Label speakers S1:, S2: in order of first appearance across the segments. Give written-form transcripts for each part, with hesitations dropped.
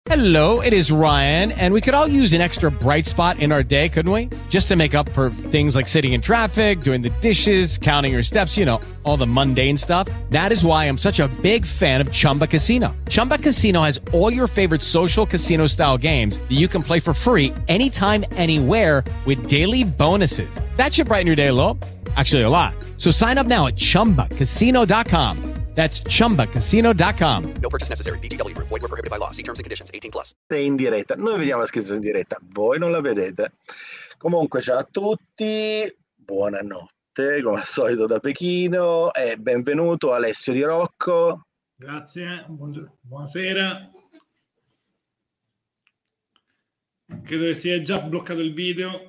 S1: Hello, it is Ryan, and we could all use an extra bright spot in our day, couldn't we? Just to make up for things like sitting in traffic, doing the dishes, counting your steps, you know, all the mundane stuff. That is why I'm such a big fan of Chumba Casino. Chumba Casino has all your favorite social casino-style games that you can play for free anytime, anywhere with daily bonuses. That should brighten your day a little. Actually, a lot. So sign up now at ChumbaCasino.com. That's ChumbaCasino.com.
S2: No purchase necessary. VGW Group. Void where prohibited by law. See terms and conditions. 18+.
S3: In diretta. Noi vediamo la scheda in diretta, voi non la vedete. Comunque, ciao a tutti, buonanotte, come al solito da Pechino, e benvenuto Alessio Di Rocco.
S4: Grazie, buonasera. Credo che sia già bloccato il video.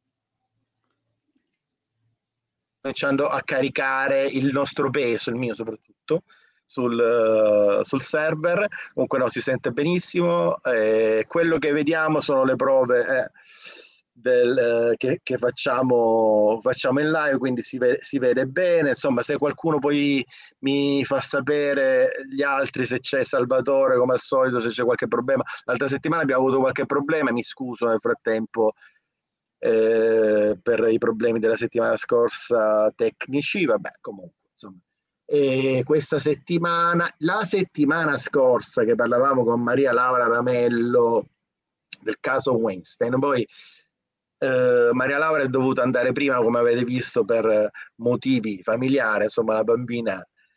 S3: Cominciando a caricare il nostro peso, il mio soprattutto, sul server. Comunque no, si sente benissimo. Quello che vediamo sono le prove che facciamo in live, quindi si vede bene. Insomma, se qualcuno poi mi fa sapere, gli altri, se c'è Salvatore come al solito, se c'è qualche problema. L'altra settimana abbiamo avuto qualche problema, mi scuso nel frattempo per i problemi della settimana scorsa tecnici, vabbè, comunque insomma. E questa settimana, la settimana scorsa che parlavamo con Maria Laura Ramello del caso Weinstein, poi Maria Laura è dovuta andare prima, come avete visto, per motivi familiari, insomma la bambina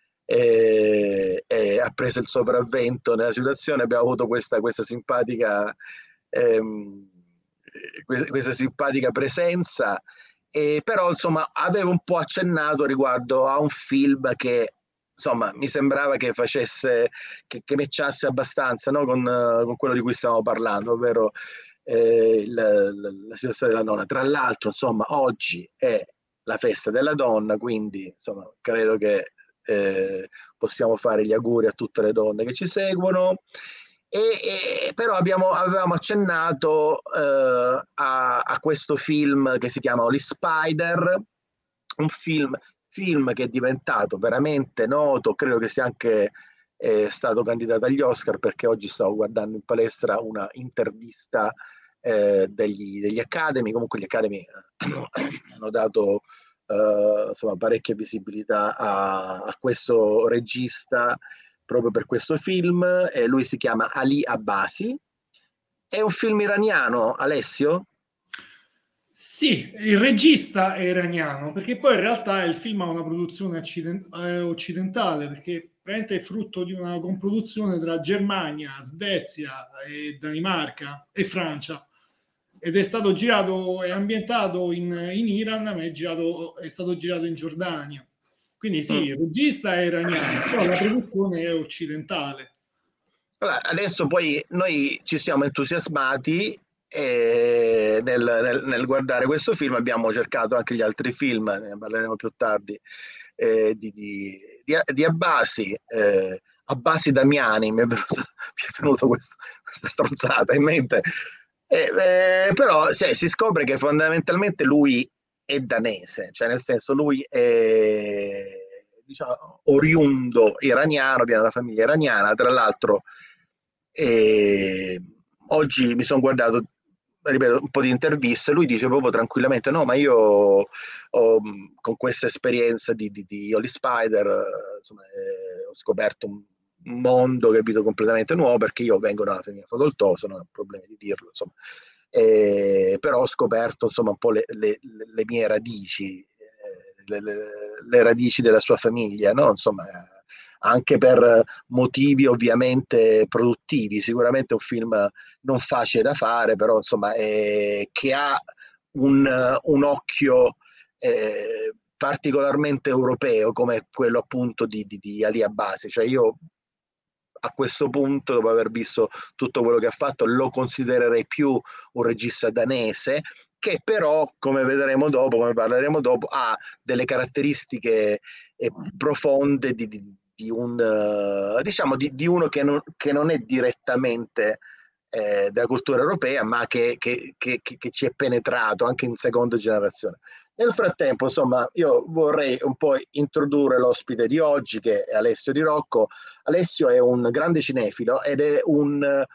S3: ha preso il sopravvento nella situazione. Abbiamo avuto questa simpatica presenza, però insomma avevo un po' accennato riguardo a un film che insomma mi sembrava che facesse, che matchasse abbastanza, no? con quello di cui stavamo parlando, ovvero la situazione della donna. Tra l'altro insomma oggi è la festa della donna, quindi insomma credo che possiamo fare gli auguri a tutte le donne che ci seguono. Però avevamo accennato a questo film che si chiama Holy Spider, un film che è diventato veramente noto, credo che sia anche stato candidato agli Oscar, perché oggi stavo guardando in palestra una intervista degli Academy. Comunque gli Academy hanno dato insomma parecchia visibilità a questo regista proprio per questo film. Lui si chiama Ali Abbasi. È un film iraniano, Alessio?
S4: Sì, il regista è iraniano, perché poi in realtà il film ha una produzione occidentale, perché praticamente è frutto di una comproduzione tra Germania, Svezia e Danimarca e Francia, ed è stato girato, è ambientato in Iran, ma è stato girato in Giordania. Quindi sì, il regista è iraniano, però la produzione è occidentale.
S3: Allora, adesso poi noi ci siamo entusiasmati nel guardare questo film. Abbiamo cercato anche gli altri film, ne parleremo più tardi, di Abbasi, Abbasi Damiani, mi è venuto questa stronzata in mente. Però si scopre che fondamentalmente lui è danese, cioè nel senso lui è, diciamo, oriundo iraniano, viene da famiglia iraniana. Tra l'altro oggi mi sono guardato, ripeto, un po' di interviste. Lui dice proprio tranquillamente: no, ma io con questa esperienza di Holy Spider insomma, ho scoperto un mondo che vedo completamente nuovo, perché io vengo da una famiglia facoltosa, non ho problemi di dirlo, insomma. Però ho scoperto insomma un po' le mie radici, le radici della sua famiglia, no? Insomma, anche per motivi ovviamente produttivi. Sicuramente è un film non facile da fare, però insomma che ha un occhio particolarmente europeo, come quello appunto di Ali Abbasi. Cioè io a questo punto, dopo aver visto tutto quello che ha fatto, lo considererei più un regista danese, che però, come vedremo dopo, come parleremo dopo, ha delle caratteristiche profonde di uno che non è direttamente della cultura europea, ma che ci è penetrato anche in seconda generazione. Nel frattempo, insomma, io vorrei un po' introdurre l'ospite di oggi, che è Alessio Di Rocco. Alessio è un grande cinefilo ed è un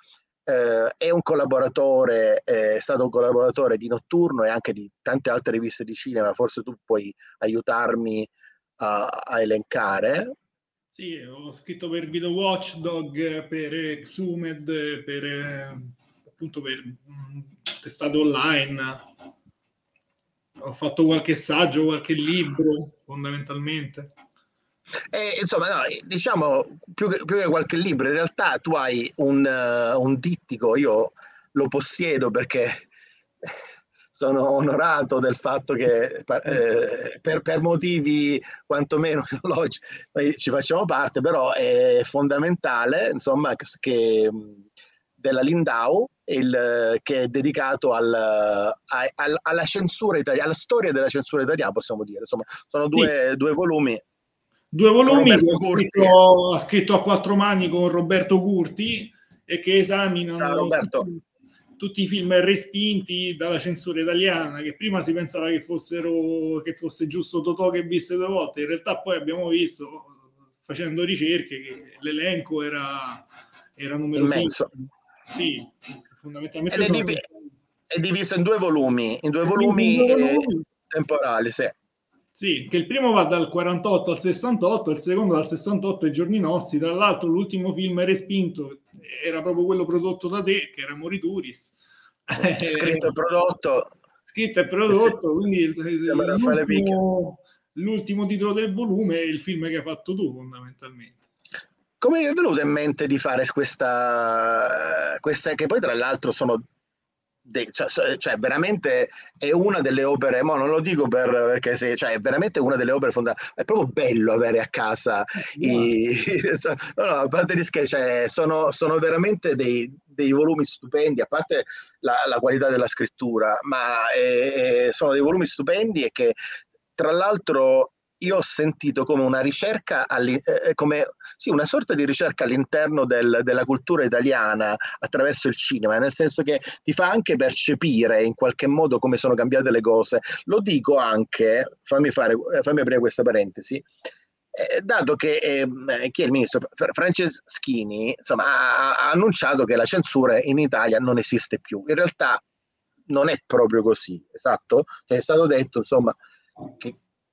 S3: è un collaboratore, è stato un collaboratore di Notturno e anche di tante altre riviste di cinema, forse tu puoi aiutarmi a elencare.
S4: Sì, ho scritto per Video Watchdog, per Xumed, appunto per testate online. Ho fatto qualche saggio, qualche libro, fondamentalmente.
S3: Insomma, no, diciamo, più che qualche libro, in realtà tu hai un dittico, io lo possiedo perché sono onorato del fatto che per motivi quantomeno logici noi ci facciamo parte, però è fondamentale, insomma, della Lindau, che è dedicato alla censura italiana, alla storia della censura italiana, possiamo dire. Insomma, sono due volumi.
S4: Due volumi che
S3: Curti.
S4: ha scritto a quattro mani con Roberto Curti e che esaminano tutti i film respinti dalla censura italiana, che prima si pensava che fosse giusto Totò che visse due volte, in realtà poi abbiamo visto, facendo ricerche, che l'elenco era numerosissimo. Sì, fondamentalmente
S3: è diviso in due volumi, temporali, sì.
S4: Sì, che il primo va dal 48 al 68, il secondo dal 68 ai giorni nostri. Tra l'altro l'ultimo film respinto era proprio quello prodotto da te, che era Morituris.
S3: Scritto e prodotto,
S4: quindi l'ultimo titolo del volume è il film che hai fatto tu, fondamentalmente.
S3: Come è venuto in mente di fare questa che poi tra l'altro sono cioè veramente è una delle opere, ma non lo dico perché cioè è veramente una delle opere fondamentali, è proprio bello avere a casa no, a parte gli scherzi, cioè, sono veramente dei volumi stupendi, a parte la qualità della scrittura, ma sono dei volumi stupendi e che tra l'altro io ho sentito come una ricerca, una sorta di ricerca all'interno della cultura italiana attraverso il cinema, nel senso che ti fa anche percepire in qualche modo come sono cambiate le cose. Lo dico anche, fammi aprire questa parentesi, dato che chi è il ministro Franceschini, insomma, ha annunciato che la censura in Italia non esiste più. In realtà non è proprio così, esatto? Cioè, è stato detto, insomma, che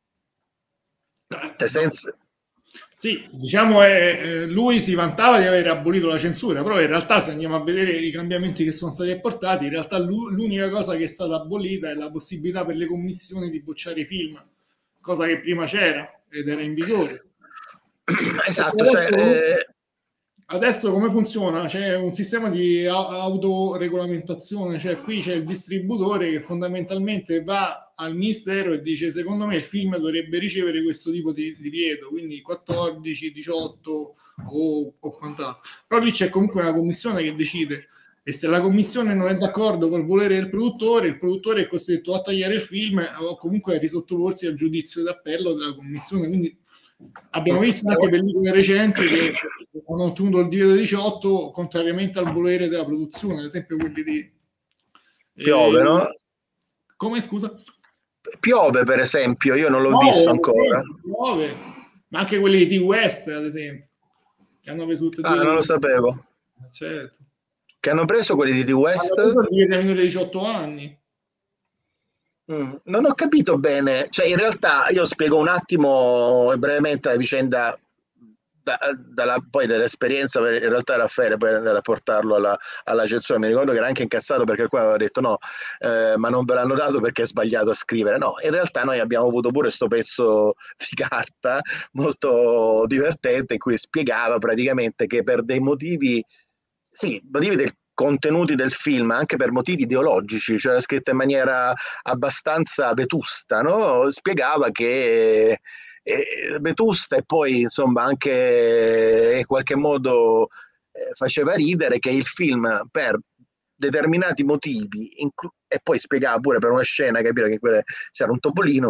S4: sì, diciamo lui si vantava di aver abolito la censura, però in realtà se andiamo a vedere i cambiamenti che sono stati apportati, in realtà l'unica cosa che è stata abolita è la possibilità per le commissioni di bocciare i film, cosa che prima c'era ed era in vigore.
S3: Esatto,
S4: adesso come funziona? C'è un sistema di autoregolamentazione, cioè qui c'è il distributore che fondamentalmente va al ministero e dice secondo me il film dovrebbe ricevere questo tipo di divieto, quindi 14, 18 o quant'altro. Però lì c'è comunque una commissione che decide e se la commissione non è d'accordo col volere del produttore, il produttore è costretto a tagliare il film o comunque a risottoporsi al giudizio d'appello della commissione, quindi abbiamo visto anche pellicole recenti che hanno ottenuto il divieto 18 contrariamente al volere della produzione, ad esempio quelli di
S3: Piove, no?
S4: Come scusa?
S3: Piove per esempio, io non l'ho visto ancora.
S4: Piove, ma anche quelli di West ad esempio che hanno preso tutte
S3: non lo sapevo.
S4: Certo.
S3: Che hanno preso quelli di West?
S4: Hanno preso il divieto minore di 18 anni.
S3: Non ho capito bene, cioè in realtà io spiego un attimo brevemente la vicenda poi dell'esperienza, in realtà Raffaele poi andare a portarlo alla censura, mi ricordo che era anche incazzato perché qua aveva detto no, ma non ve l'hanno dato perché è sbagliato a scrivere, no, in realtà noi abbiamo avuto pure sto pezzo di carta molto divertente in cui spiegava praticamente che per dei motivi del contenuti del film, anche per motivi ideologici, cioè era scritta in maniera abbastanza vetusta, no? Spiegava che vetusta e poi insomma anche in qualche modo faceva ridere che il film per determinati motivi e poi spiegava pure per una scena, capire che c'era un topolino,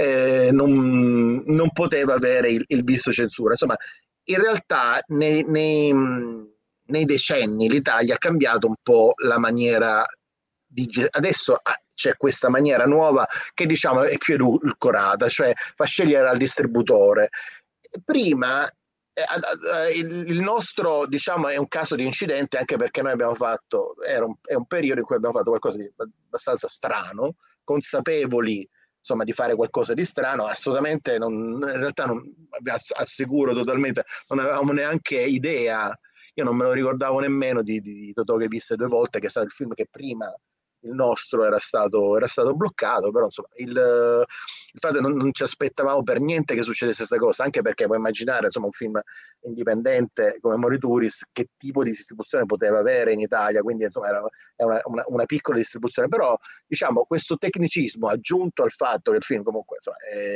S3: non poteva avere il visto censura. Insomma, in realtà nei decenni l'Italia ha cambiato un po' la maniera adesso c'è questa maniera nuova che diciamo è più edulcorata, cioè fa scegliere al distributore. Prima il nostro, diciamo, è un caso di incidente, anche perché noi abbiamo fatto, è un periodo in cui abbiamo fatto qualcosa di abbastanza strano, consapevoli insomma di fare qualcosa di strano, assolutamente in realtà non, assicuro totalmente, non avevamo neanche idea, io non me lo ricordavo nemmeno di Totò che viste due volte, che è stato il film che prima il nostro era stato bloccato, però insomma il fatto è che non ci aspettavamo per niente che succedesse questa cosa, anche perché puoi immaginare insomma un film indipendente come Morituris che tipo di distribuzione poteva avere in Italia, quindi insomma è una piccola distribuzione, però diciamo questo tecnicismo aggiunto al fatto che il film comunque insomma,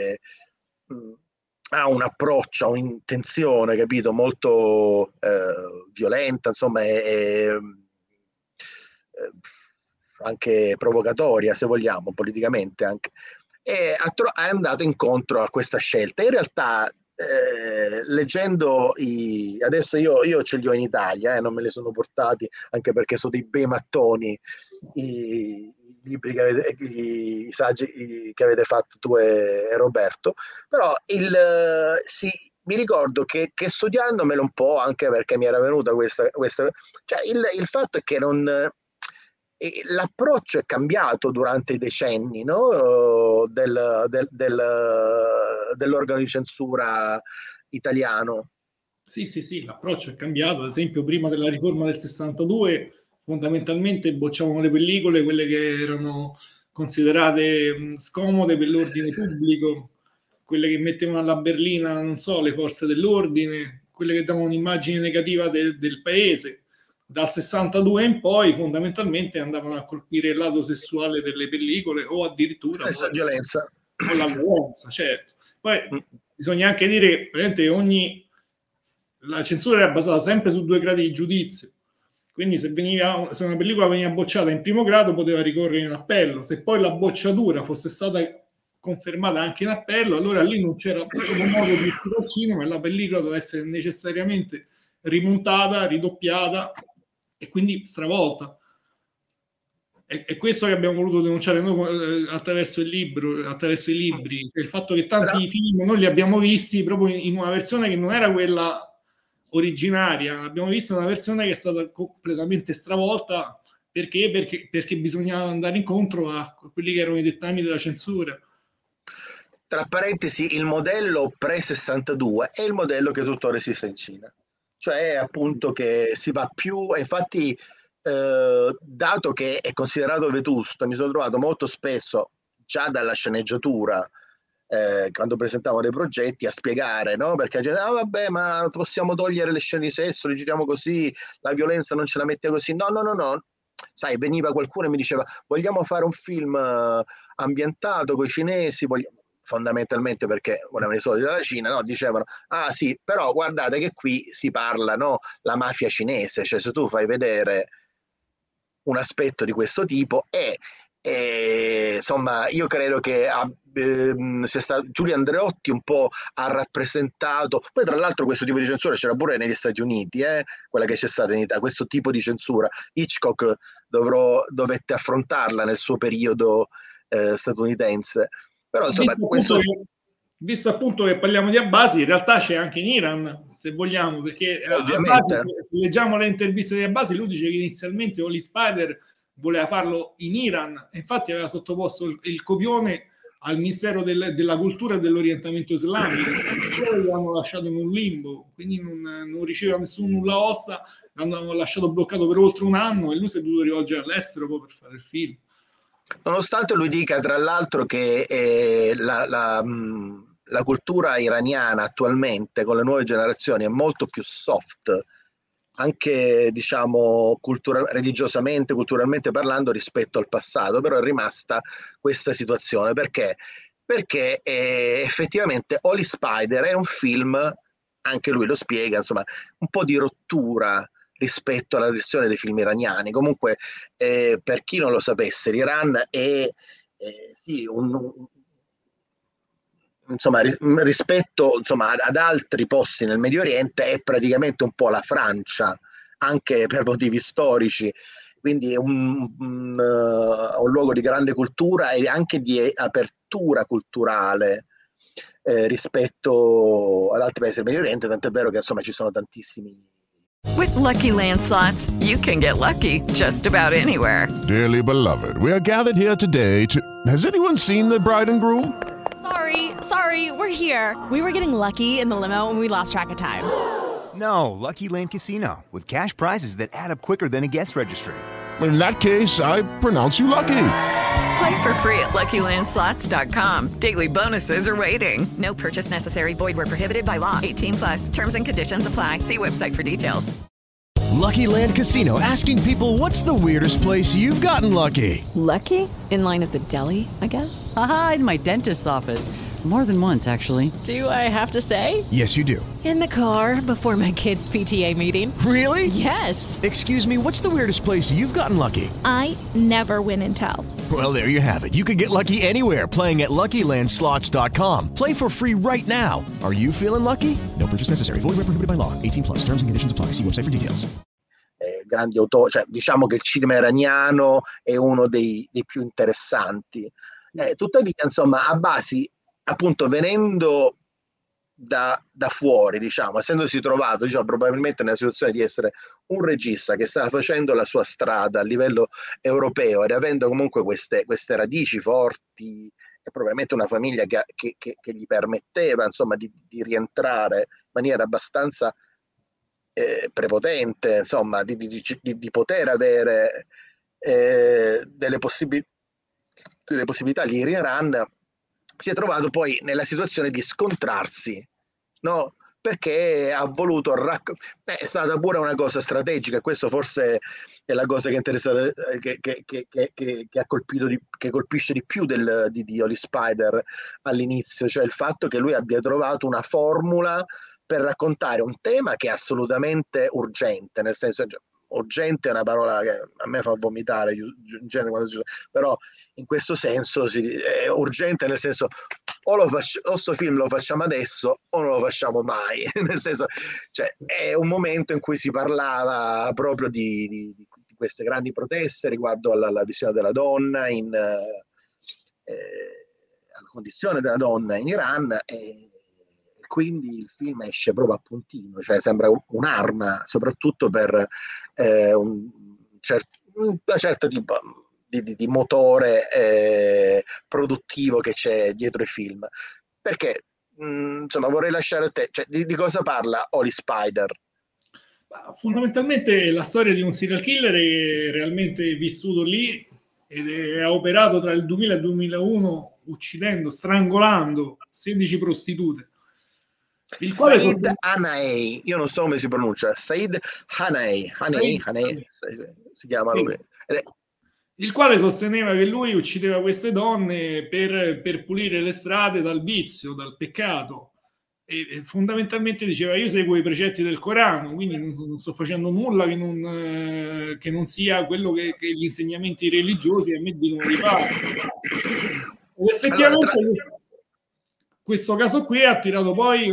S3: ha un approccio, ha un'intenzione, capito, molto violenta, insomma, anche provocatoria, se vogliamo, politicamente anche, e è andato incontro a questa scelta. In realtà, leggendo adesso io ce li ho in Italia, non me li sono portati, anche perché sono dei bei mattoni i libri i saggi che avete fatto tu e Roberto, però mi ricordo che studiandomelo un po', anche perché mi era venuta questa cioè il fatto è che l'approccio è cambiato durante i decenni, no? Dell'organo di censura italiano.
S4: Sì, l'approccio è cambiato. Ad esempio, prima della riforma del 62, fondamentalmente bocciavano le pellicole, quelle che erano considerate scomode per l'ordine pubblico, quelle che mettevano alla berlina, non so, le forze dell'ordine, quelle che davano un'immagine negativa del paese. Dal 62 in poi fondamentalmente andavano a colpire il lato sessuale delle pellicole o addirittura
S3: la violenza.
S4: O la violenza, certo. Poi bisogna anche dire che la censura era basata sempre su 2 gradi di giudizio, quindi se una pellicola veniva bocciata in primo grado poteva ricorrere in appello, se poi la bocciatura fosse stata confermata anche in appello, allora lì non c'era proprio modo di uscire al cinema e la pellicola doveva essere necessariamente rimontata, ridoppiata e quindi stravolta. È questo che abbiamo voluto denunciare noi attraverso i libri, cioè il fatto che tanti film noi li abbiamo visti proprio in una versione che non era quella originaria, l'abbiamo vista in una versione che è stata completamente stravolta perché bisognava andare incontro a quelli che erano i dettami della censura.
S3: Tra parentesi, il modello pre-62 è il modello che tuttora esiste in Cina, cioè appunto che si va più, infatti dato che è considerato vetusto, mi sono trovato molto spesso già dalla sceneggiatura quando presentavo dei progetti a spiegare, no? Perché la gente, vabbè, ma possiamo togliere le scene di sesso, le giriamo così, la violenza non ce la mette così. No. Sai, veniva qualcuno e mi diceva vogliamo fare un film ambientato con i cinesi, fondamentalmente perché volevano i soldi dalla Cina, no? Dicevano sì, però guardate che qui si parla, no? La mafia cinese, cioè se tu fai vedere un aspetto di questo tipo insomma io credo che sia stato Giulio Andreotti un po' ha rappresentato, poi tra l'altro questo tipo di censura c'era pure negli Stati Uniti, quella che c'è stata in Italia, questo tipo di censura Hitchcock dovette affrontarla nel suo periodo statunitense, però insomma
S4: visto appunto che parliamo di Abbasi, in realtà c'è anche in Iran, se vogliamo, perché Abbasi, se leggiamo le interviste di Abbasi, lui dice che inizialmente Holy Spider voleva farlo in Iran, e infatti aveva sottoposto il copione al Ministero della Cultura e dell'Orientamento Islamico, poi l'hanno lasciato in un limbo, quindi non riceveva nessun nulla ossa, l'hanno lasciato bloccato per oltre un anno e lui si è dovuto rivolgere all'estero poi per fare il film.
S3: Nonostante lui dica tra l'altro che la cultura iraniana attualmente con le nuove generazioni è molto più soft, anche diciamo religiosamente, culturalmente parlando, rispetto al passato, però è rimasta questa situazione perché effettivamente Holy Spider è un film, anche lui lo spiega, insomma, un po' di rottura rispetto alla versione dei film iraniani. Comunque, per chi non lo sapesse, l'Iran è sì, insomma, rispetto insomma, ad altri posti nel Medio Oriente è praticamente un po' la Francia, anche per motivi storici, quindi è un luogo di grande cultura e anche di apertura culturale. rispetto ad altri paesi del Medio Oriente, tant'è vero che insomma ci sono tantissimi.
S5: With Lucky Land Slots, you can get lucky just about anywhere.
S6: Dearly beloved, we are gathered here today to... Has anyone seen the bride and groom?
S7: Sorry, we're here. We were getting lucky in the limo and we lost track of time.
S8: No, Lucky Land Casino, with cash prizes that add up quicker than a guest registry.
S6: In that case, I pronounce you lucky.
S5: Play for free at LuckyLandSlots.com. Daily bonuses are waiting. No purchase necessary. Void where prohibited by law. 18+. Terms and conditions apply. See website for details.
S9: Lucky Land Casino, asking people, what's the weirdest place you've gotten lucky?
S10: Lucky? In line at the deli, I guess?
S11: Aha, in my dentist's office. More than once, actually.
S7: Do I have to say?
S9: Yes, you do.
S7: In the car before my kids' PTA meeting.
S9: Really?
S7: Yes.
S9: Excuse me, what's the weirdest place you've gotten lucky?
S12: I never win and tell.
S9: Well, there you have it. You can get lucky anywhere, playing at LuckyLandSlots.com. Play for free right now. Are you feeling lucky? No purchase necessary. Void where prohibited by law. 18+. Terms and conditions apply. See website for details.
S3: Grandi autori, cioè diciamo che il cinema iraniano è uno dei più interessanti. Tuttavia, insomma, Abbasi, appunto, venendo da fuori, diciamo, essendosi trovato, diciamo, probabilmente nella situazione di essere un regista che stava facendo la sua strada a livello europeo ed avendo comunque queste radici forti e probabilmente una famiglia che gli permetteva, insomma, di rientrare in maniera abbastanza prepotente, insomma, di poter avere delle possibilità lì in Iran, si è trovato poi nella situazione di scontrarsi, no? Perché ha voluto è stata pure una cosa strategica, questo forse è la cosa che interessa, che ha colpito che colpisce di più di Holy Spider all'inizio, cioè il fatto che lui abbia trovato una formula per raccontare un tema che è assolutamente urgente, nel senso, urgente è una parola che a me fa vomitare in genere, però in questo senso è urgente, nel senso o sto film lo facciamo adesso o non lo facciamo mai, nel senso, cioè, è un momento in cui si parlava proprio di queste grandi proteste riguardo alla visione della donna, alla condizione della donna in Iran, e quindi il film esce proprio a puntino, cioè sembra un'arma, soprattutto per una certa tipo di motore produttivo che c'è dietro i film. Perché, insomma, vorrei lasciare a te, cioè, di cosa parla Holy Spider?
S4: Fondamentalmente la storia di un serial killer è realmente vissuto lì ed ha operato tra il 2000 e il 2001 uccidendo, strangolando 16 prostitute. Il quale
S3: Said Hanai, io non so come si pronuncia, Said Hanai si chiama lui.
S4: Il quale sosteneva che lui uccideva queste donne per pulire le strade dal vizio, dal peccato, e fondamentalmente diceva: io seguo i precetti del Corano, quindi non sto facendo nulla che non sia quello che gli insegnamenti religiosi a me dicono di fare. Ed effettivamente questo caso qui ha tirato poi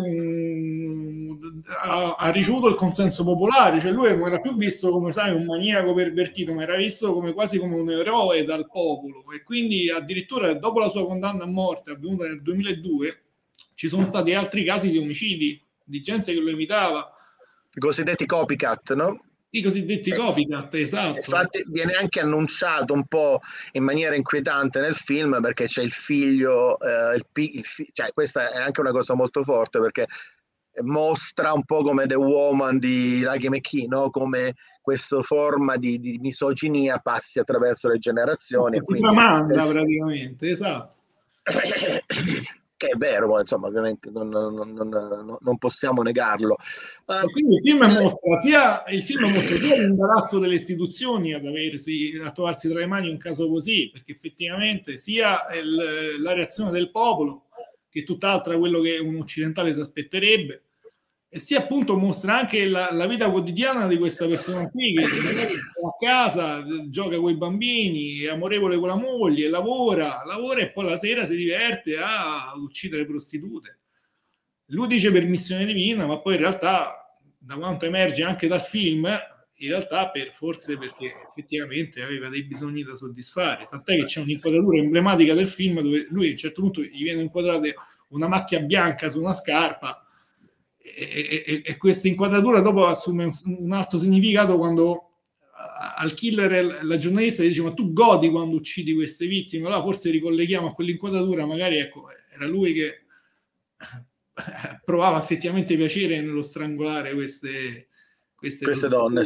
S4: ha ricevuto il consenso popolare, cioè lui non era più visto come, sai, un maniaco pervertito, ma era visto quasi come un eroe dal popolo, e quindi addirittura dopo la sua condanna a morte avvenuta nel 2002 ci sono stati altri casi di omicidi, di gente che lo imitava,
S3: i cosiddetti copycat, no?
S4: I cosiddetti copycat, esatto.
S3: Infatti viene anche annunciato un po' in maniera inquietante nel film, perché c'è il figlio, cioè questa è anche una cosa molto forte, perché mostra un po' come The Woman di Lucky McKee, no? Come questa forma di misoginia passi attraverso le generazioni.
S4: Si tramanda praticamente, esatto.
S3: Che è vero, ma insomma, ovviamente non possiamo negarlo.
S4: Quindi il film mostra sia l'imbarazzo delle istituzioni a trovarsi tra le mani un caso così, perché effettivamente sia la reazione del popolo, che è tutt'altra quello che un occidentale si aspetterebbe, e sia appunto mostra anche la vita quotidiana di questa persona qui, che a casa gioca con i bambini, è amorevole con la moglie, lavora e poi la sera si diverte ad uccidere prostitute. Lui dice per missione divina, ma poi in realtà, da quanto emerge anche dal film, in realtà forse perché effettivamente aveva dei bisogni da soddisfare, tant'è che c'è un'inquadratura emblematica del film dove lui a un certo punto gli viene inquadrate una macchia bianca su una scarpa, e questa inquadratura dopo assume un altro significato quando al killer la giornalista dice: ma tu godi quando uccidi queste vittime? Allora forse ricolleghiamo a quell'inquadratura, magari ecco, era lui che provava effettivamente piacere nello strangolare queste
S3: donne.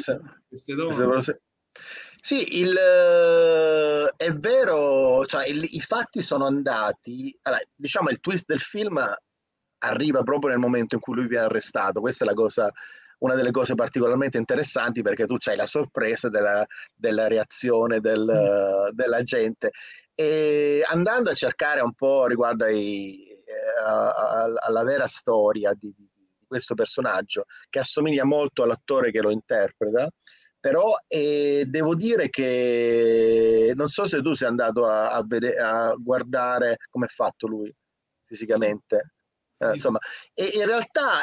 S3: Sì, è vero, cioè i fatti sono andati, allora, diciamo il twist del film arriva proprio nel momento in cui lui viene arrestato. Questa è una delle cose particolarmente interessanti, perché tu c'hai la sorpresa della reazione della gente, e andando a cercare un po' riguardo alla vera storia di questo personaggio, che assomiglia molto all'attore che lo interpreta, però devo dire che non so se tu sei andato a guardare come è fatto lui fisicamente.
S4: Sì,
S3: insomma, e in realtà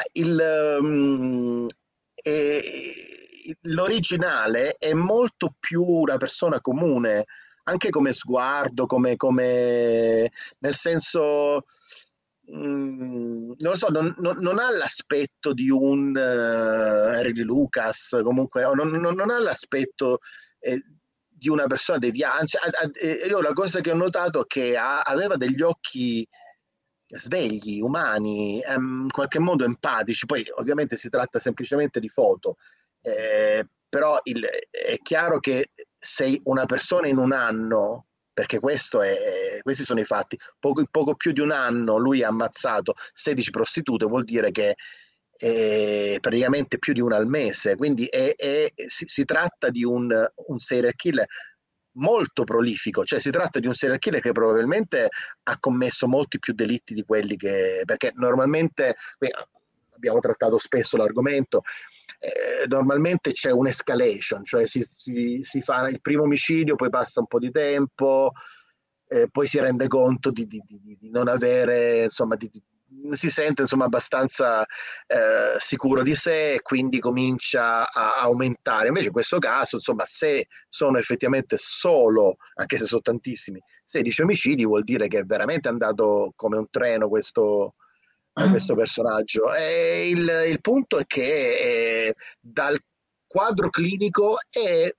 S3: l'originale è molto più una persona comune, anche come sguardo, come nel senso, non lo so, non ha l'aspetto di un Harry Lucas, comunque, non ha l'aspetto di una persona deviante. Io la cosa che ho notato è che aveva degli occhi svegli, umani, in qualche modo empatici. Poi ovviamente si tratta semplicemente di foto, però è chiaro che sei una persona in un anno, perché questi sono i fatti, poco più di un anno lui ha ammazzato 16 prostitute, vuol dire che praticamente più di una al mese, quindi si tratta di un serial killer molto prolifico, cioè si tratta di un serial killer che probabilmente ha commesso molti più delitti di quelli perché normalmente, abbiamo trattato spesso l'argomento, normalmente c'è un'escalation, cioè si fa il primo omicidio, poi passa un po' di tempo, poi si rende conto di non avere, insomma, si sente insomma abbastanza sicuro di sé, e quindi comincia a aumentare. Invece in questo caso, insomma, se sono effettivamente solo, anche se sono tantissimi, 16 omicidi, vuol dire che è veramente andato come un treno questo personaggio. E il punto è che dal quadro clinico è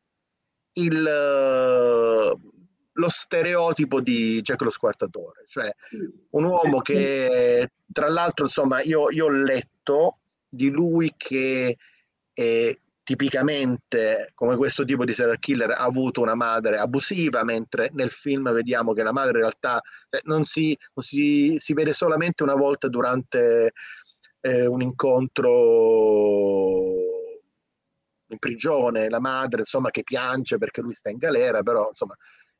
S3: lo stereotipo di Jack lo Squartatore, cioè un uomo che, tra l'altro, insomma, io ho letto di lui che tipicamente, come questo tipo di serial killer, ha avuto una madre abusiva, mentre nel film vediamo che la madre in realtà si vede solamente una volta durante un incontro in prigione, la madre insomma che piange perché lui sta in galera, però insomma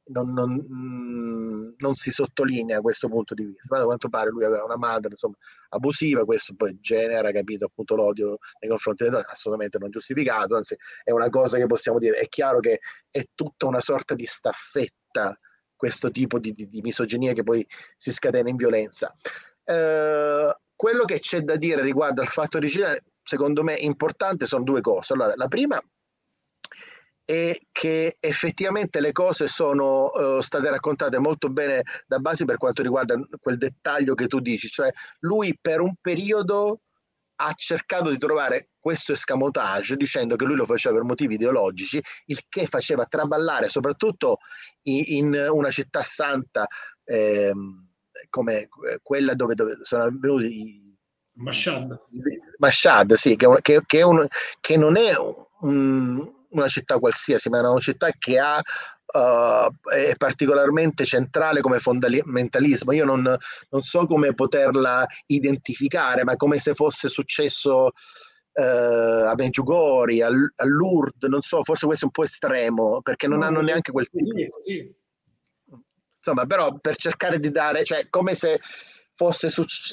S3: non si sottolinea questo punto di vista. Ma a quanto pare lui aveva una madre insomma abusiva, questo poi genera, capito, appunto l'odio nei confronti delle donne, assolutamente non giustificato, anzi è una cosa che possiamo dire. È chiaro che è tutta una sorta di staffetta questo tipo di misoginia che poi si scatena in violenza. Quello che c'è da dire riguardo al fatto originale, secondo me importante, sono due cose. Allora, la prima è che effettivamente le cose sono state raccontate molto bene da Basi per quanto riguarda quel dettaglio che tu dici, cioè lui per un periodo ha cercato di trovare questo escamotage dicendo che lui lo faceva per motivi ideologici, il che faceva traballare soprattutto in una città santa come quella dove sono venuti Mashhad, sì, che non è una città qualsiasi, ma è una città che è particolarmente centrale come fondamentalismo. Io non so come poterla identificare, ma come se fosse successo a Medjugorje, a Lourdes, non so, forse questo è un po' estremo, perché non hanno neanche quel tipo.
S4: Così.
S3: Insomma, però per cercare di dare, cioè come se fosse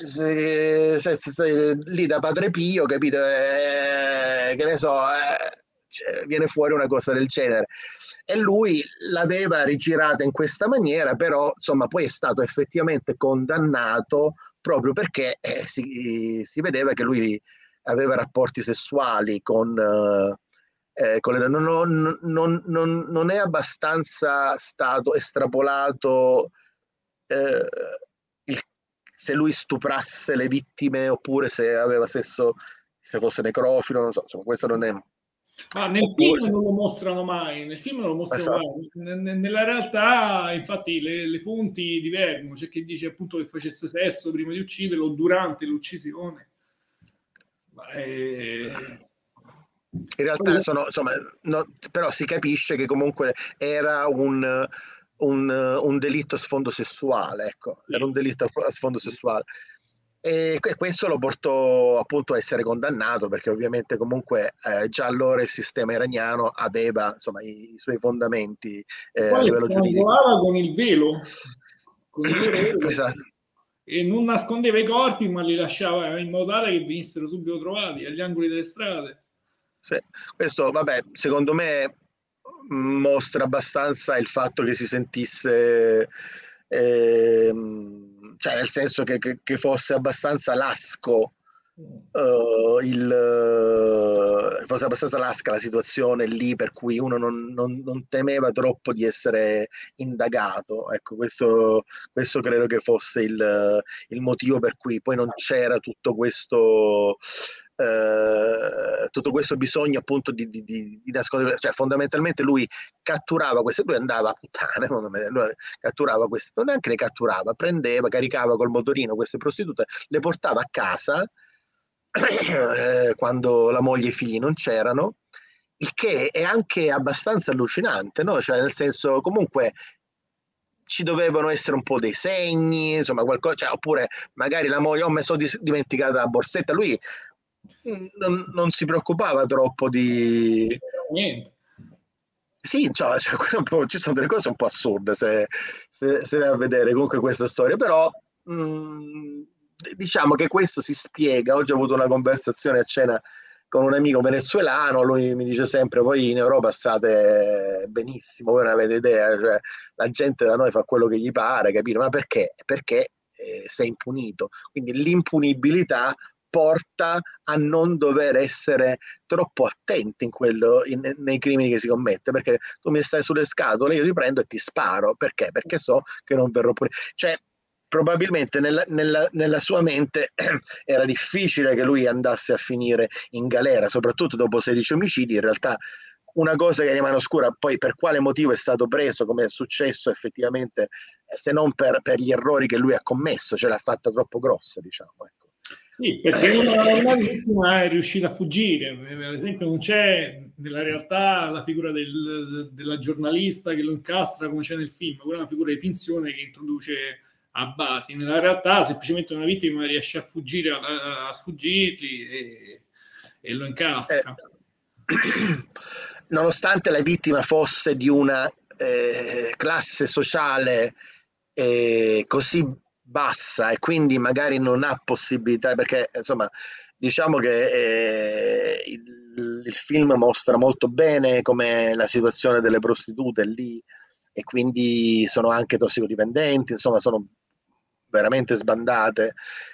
S3: lì da Padre Pio, capito? Che ne so, viene fuori una cosa del genere. E lui l'aveva rigirata in questa maniera, però insomma poi è stato effettivamente condannato proprio perché si vedeva che lui aveva rapporti sessuali con non è abbastanza stato estrapolato se lui stuprasse le vittime oppure se aveva sesso, se fosse necrofilo, non so, insomma, questo non è...
S4: Nel film non lo mostrano mai,
S3: Esatto.
S4: Nella realtà infatti le fonti divergono, c'è chi dice appunto che facesse sesso prima di ucciderlo o durante l'uccisione.
S3: In realtà insomma, però si capisce che comunque era un delitto a sfondo sessuale, ecco, era un delitto a sfondo sessuale. E questo lo portò appunto a essere condannato, perché ovviamente comunque già allora il sistema iraniano aveva insomma i suoi fondamenti a livello giuridico.
S4: Con il velo,
S3: Esatto.
S4: E non nascondeva i corpi, ma li lasciava in modo tale che venissero subito trovati agli angoli delle strade.
S3: Sì. Questo, vabbè, secondo me mostra abbastanza il fatto che si sentisse, cioè nel senso che fosse abbastanza lasco, fosse abbastanza lasca la situazione lì, per cui uno non temeva troppo di essere indagato. Ecco, questo credo che fosse il motivo per cui poi non c'era tutto questo bisogno appunto di nascondere, cioè fondamentalmente lui catturava queste, lui andava a puttane, lui catturava queste, non neanche le catturava, prendeva, caricava col motorino queste prostitute, le portava a casa quando la moglie e i figli non c'erano, il che è anche abbastanza allucinante, no? Cioè nel senso, comunque ci dovevano essere un po' dei segni, insomma qualcosa, cioè, oppure magari la moglie, mi sono dimenticata la borsetta, lui non si preoccupava troppo di
S4: niente.
S3: Sì, cioè, ci sono delle cose un po' assurde se vai a vedere comunque questa storia, però diciamo che questo si spiega. Oggi ho avuto una conversazione a cena con un amico venezuelano, lui mi dice sempre: voi in Europa state benissimo, voi non avete idea, cioè, la gente da noi fa quello che gli pare, capire? Ma perché? Perché sei impunito, quindi l'impunibilità porta a non dover essere troppo attenti nei crimini che si commette, perché tu mi stai sulle scatole, io ti prendo e ti sparo, perché? Perché so che non verrò punito. Cioè, probabilmente nella sua mente era difficile che lui andasse a finire in galera, soprattutto dopo 16 omicidi. In realtà una cosa che rimane oscura, poi per quale motivo è stato preso, come è successo effettivamente, se non per gli errori che lui ha commesso, ce l'ha fatta troppo grossa, diciamo, ecco.
S4: Sì, perché una vittima è riuscita a fuggire. Ad esempio non c'è nella realtà la figura della giornalista che lo incastra come c'è nel film, quella è una figura di finzione che introduce a basi. Nella realtà semplicemente una vittima riesce a fuggire, a sfuggirgli e lo incastra.
S3: Nonostante la vittima fosse di una classe sociale così bassa e quindi magari non ha possibilità, perché insomma diciamo che il film mostra molto bene com'è la situazione delle prostitute lì, e quindi sono anche tossicodipendenti, insomma sono veramente sbandate.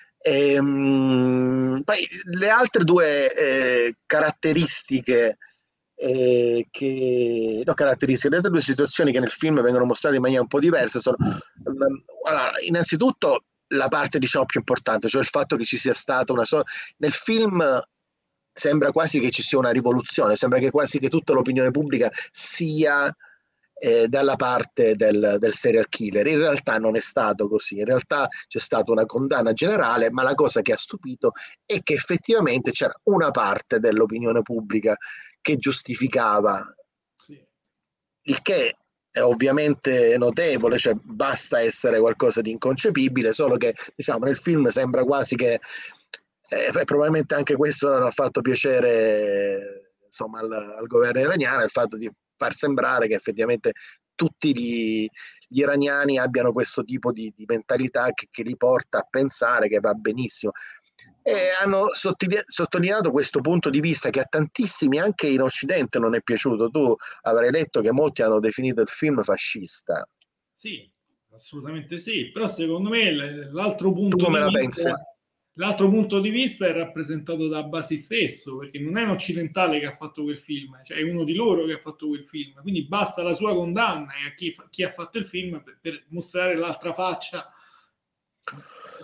S3: Poi le altre due caratteristiche le altre due situazioni che nel film vengono mostrate in maniera un po' diversa sono, allora, innanzitutto la parte diciamo più importante, cioè il fatto che ci sia stata nel film sembra quasi che ci sia una rivoluzione, sembra che quasi che tutta l'opinione pubblica sia dalla parte del serial killer. In realtà non è stato così, in realtà c'è stata una condanna generale, ma la cosa che ha stupito è che effettivamente c'era una parte dell'opinione pubblica che giustificava, sì, il che è ovviamente notevole, cioè basta essere qualcosa di inconcepibile, solo che diciamo nel film sembra quasi che probabilmente anche questo non ha fatto piacere insomma al governo iraniano, il fatto di far sembrare che effettivamente tutti gli iraniani abbiano questo tipo di mentalità che li porta a pensare che va benissimo. E hanno sottolineato questo punto di vista che a tantissimi anche in Occidente non è piaciuto. Tu avrai letto che molti hanno definito il film fascista.
S4: Sì, assolutamente sì, però secondo me l'altro punto
S3: tu come
S4: di
S3: la
S4: vista
S3: pensi?
S4: L'altro punto di vista è rappresentato da Basi stesso, perché non è un occidentale che ha fatto quel film, cioè è uno di loro che ha fatto quel film, quindi basta la sua condanna e a chi ha fatto il film per mostrare l'altra faccia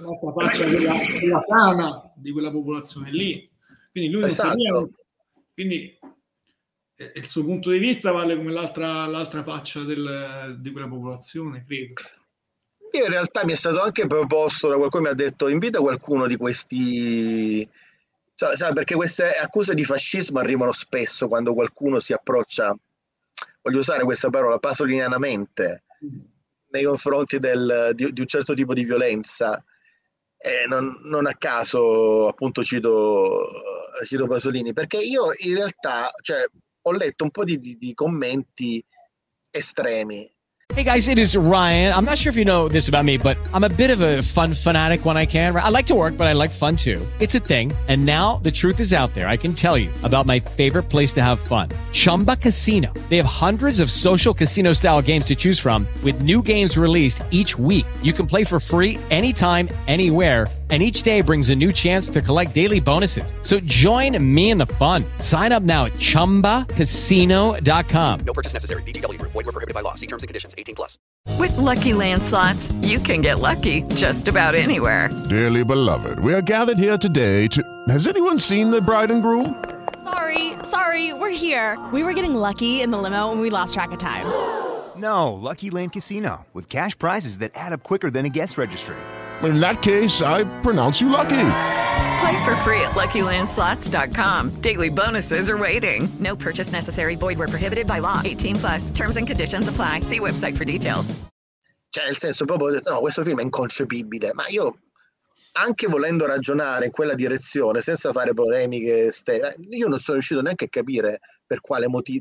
S4: un'altra faccia quella sana di quella popolazione lì. Quindi lui non sapeva, quindi il suo punto di vista vale come l'altra faccia di quella popolazione, credo.
S3: Io in realtà mi è stato anche proposto da qualcuno, mi ha detto invita qualcuno di questi, sai, perché queste accuse di fascismo arrivano spesso quando qualcuno si approccia, voglio usare questa parola, pasolinianamente nei confronti di un certo tipo di violenza. Non a caso appunto cito Pasolini, perché io in realtà ho letto un po' di commenti estremi.
S1: Hey guys, it is Ryan. I'm not sure if you know this about me, but I'm a bit of a fun fanatic when I can. I like to work, but I like fun too. It's a thing. And now the truth is out there. I can tell you about my favorite place to have fun. Chumba Casino. They have hundreds of social casino style games to choose from with new games released each week. You can play for free anytime, anywhere. And each day brings a new chance to collect daily bonuses. So join me in the fun. Sign up now at ChumbaCasino.com.
S2: No purchase necessary. VGW Group. Void where prohibited by law. See terms and conditions. 18+.
S5: With Lucky Land Slots, you can get lucky just about anywhere.
S6: Dearly beloved, we are gathered here today to... Has anyone seen the bride and groom?
S7: Sorry, we're here. We were getting lucky in the limo and we lost track of time.
S8: No, Lucky Land Casino, with cash prizes that add up quicker than a guest registry.
S6: In that case, I pronounce you lucky.
S5: Play for free at LuckyLandSlots.com. Daily bonuses are waiting. No purchase necessary. Void where prohibited by law. 18+. Terms and conditions apply. See website for details.
S3: Cioè, nel senso, proprio ho detto, no, questo film è inconcepibile, ma io, anche volendo ragionare in quella direzione, senza fare polemiche sterili, io non sono riuscito neanche a capire per quale motivo.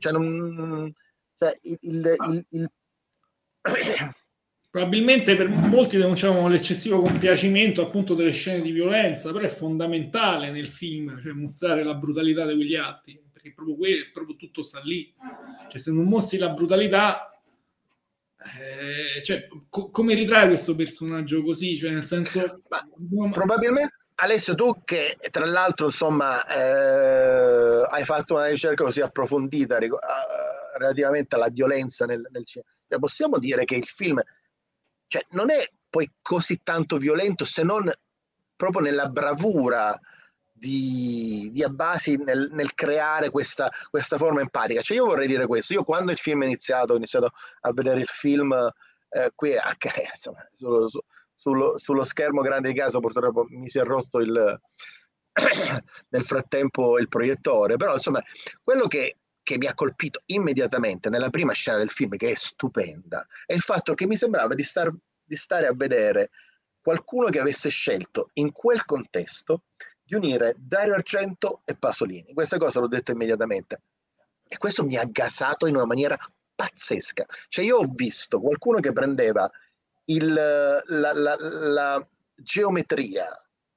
S4: Probabilmente per molti denunciamo l'eccessivo compiacimento appunto delle scene di violenza, però è fondamentale nel film, cioè mostrare la brutalità di quegli atti, perché proprio tutto sta lì. Cioè, se non mostri la brutalità, come ritrae questo personaggio così? Cioè, nel senso,
S3: probabilmente, Alessio, tu che tra l'altro insomma hai fatto una ricerca così approfondita relativamente alla violenza nel cinema, possiamo dire che il film non è poi così tanto violento, se non proprio nella bravura di Abbasi nel creare questa forma empatica. Cioè, io vorrei dire questo: io quando il film ho iniziato a vedere il film qui insomma, sullo schermo grande di casa, purtroppo mi si è rotto nel frattempo il proiettore, però insomma quello che mi ha colpito immediatamente nella prima scena del film, che è stupenda, è il fatto che mi sembrava di stare a vedere qualcuno che avesse scelto in quel contesto di unire Dario Argento e Pasolini. Questa cosa l'ho detto immediatamente e questo mi ha gasato in una maniera pazzesca. Cioè, io ho visto qualcuno che prendeva la geometria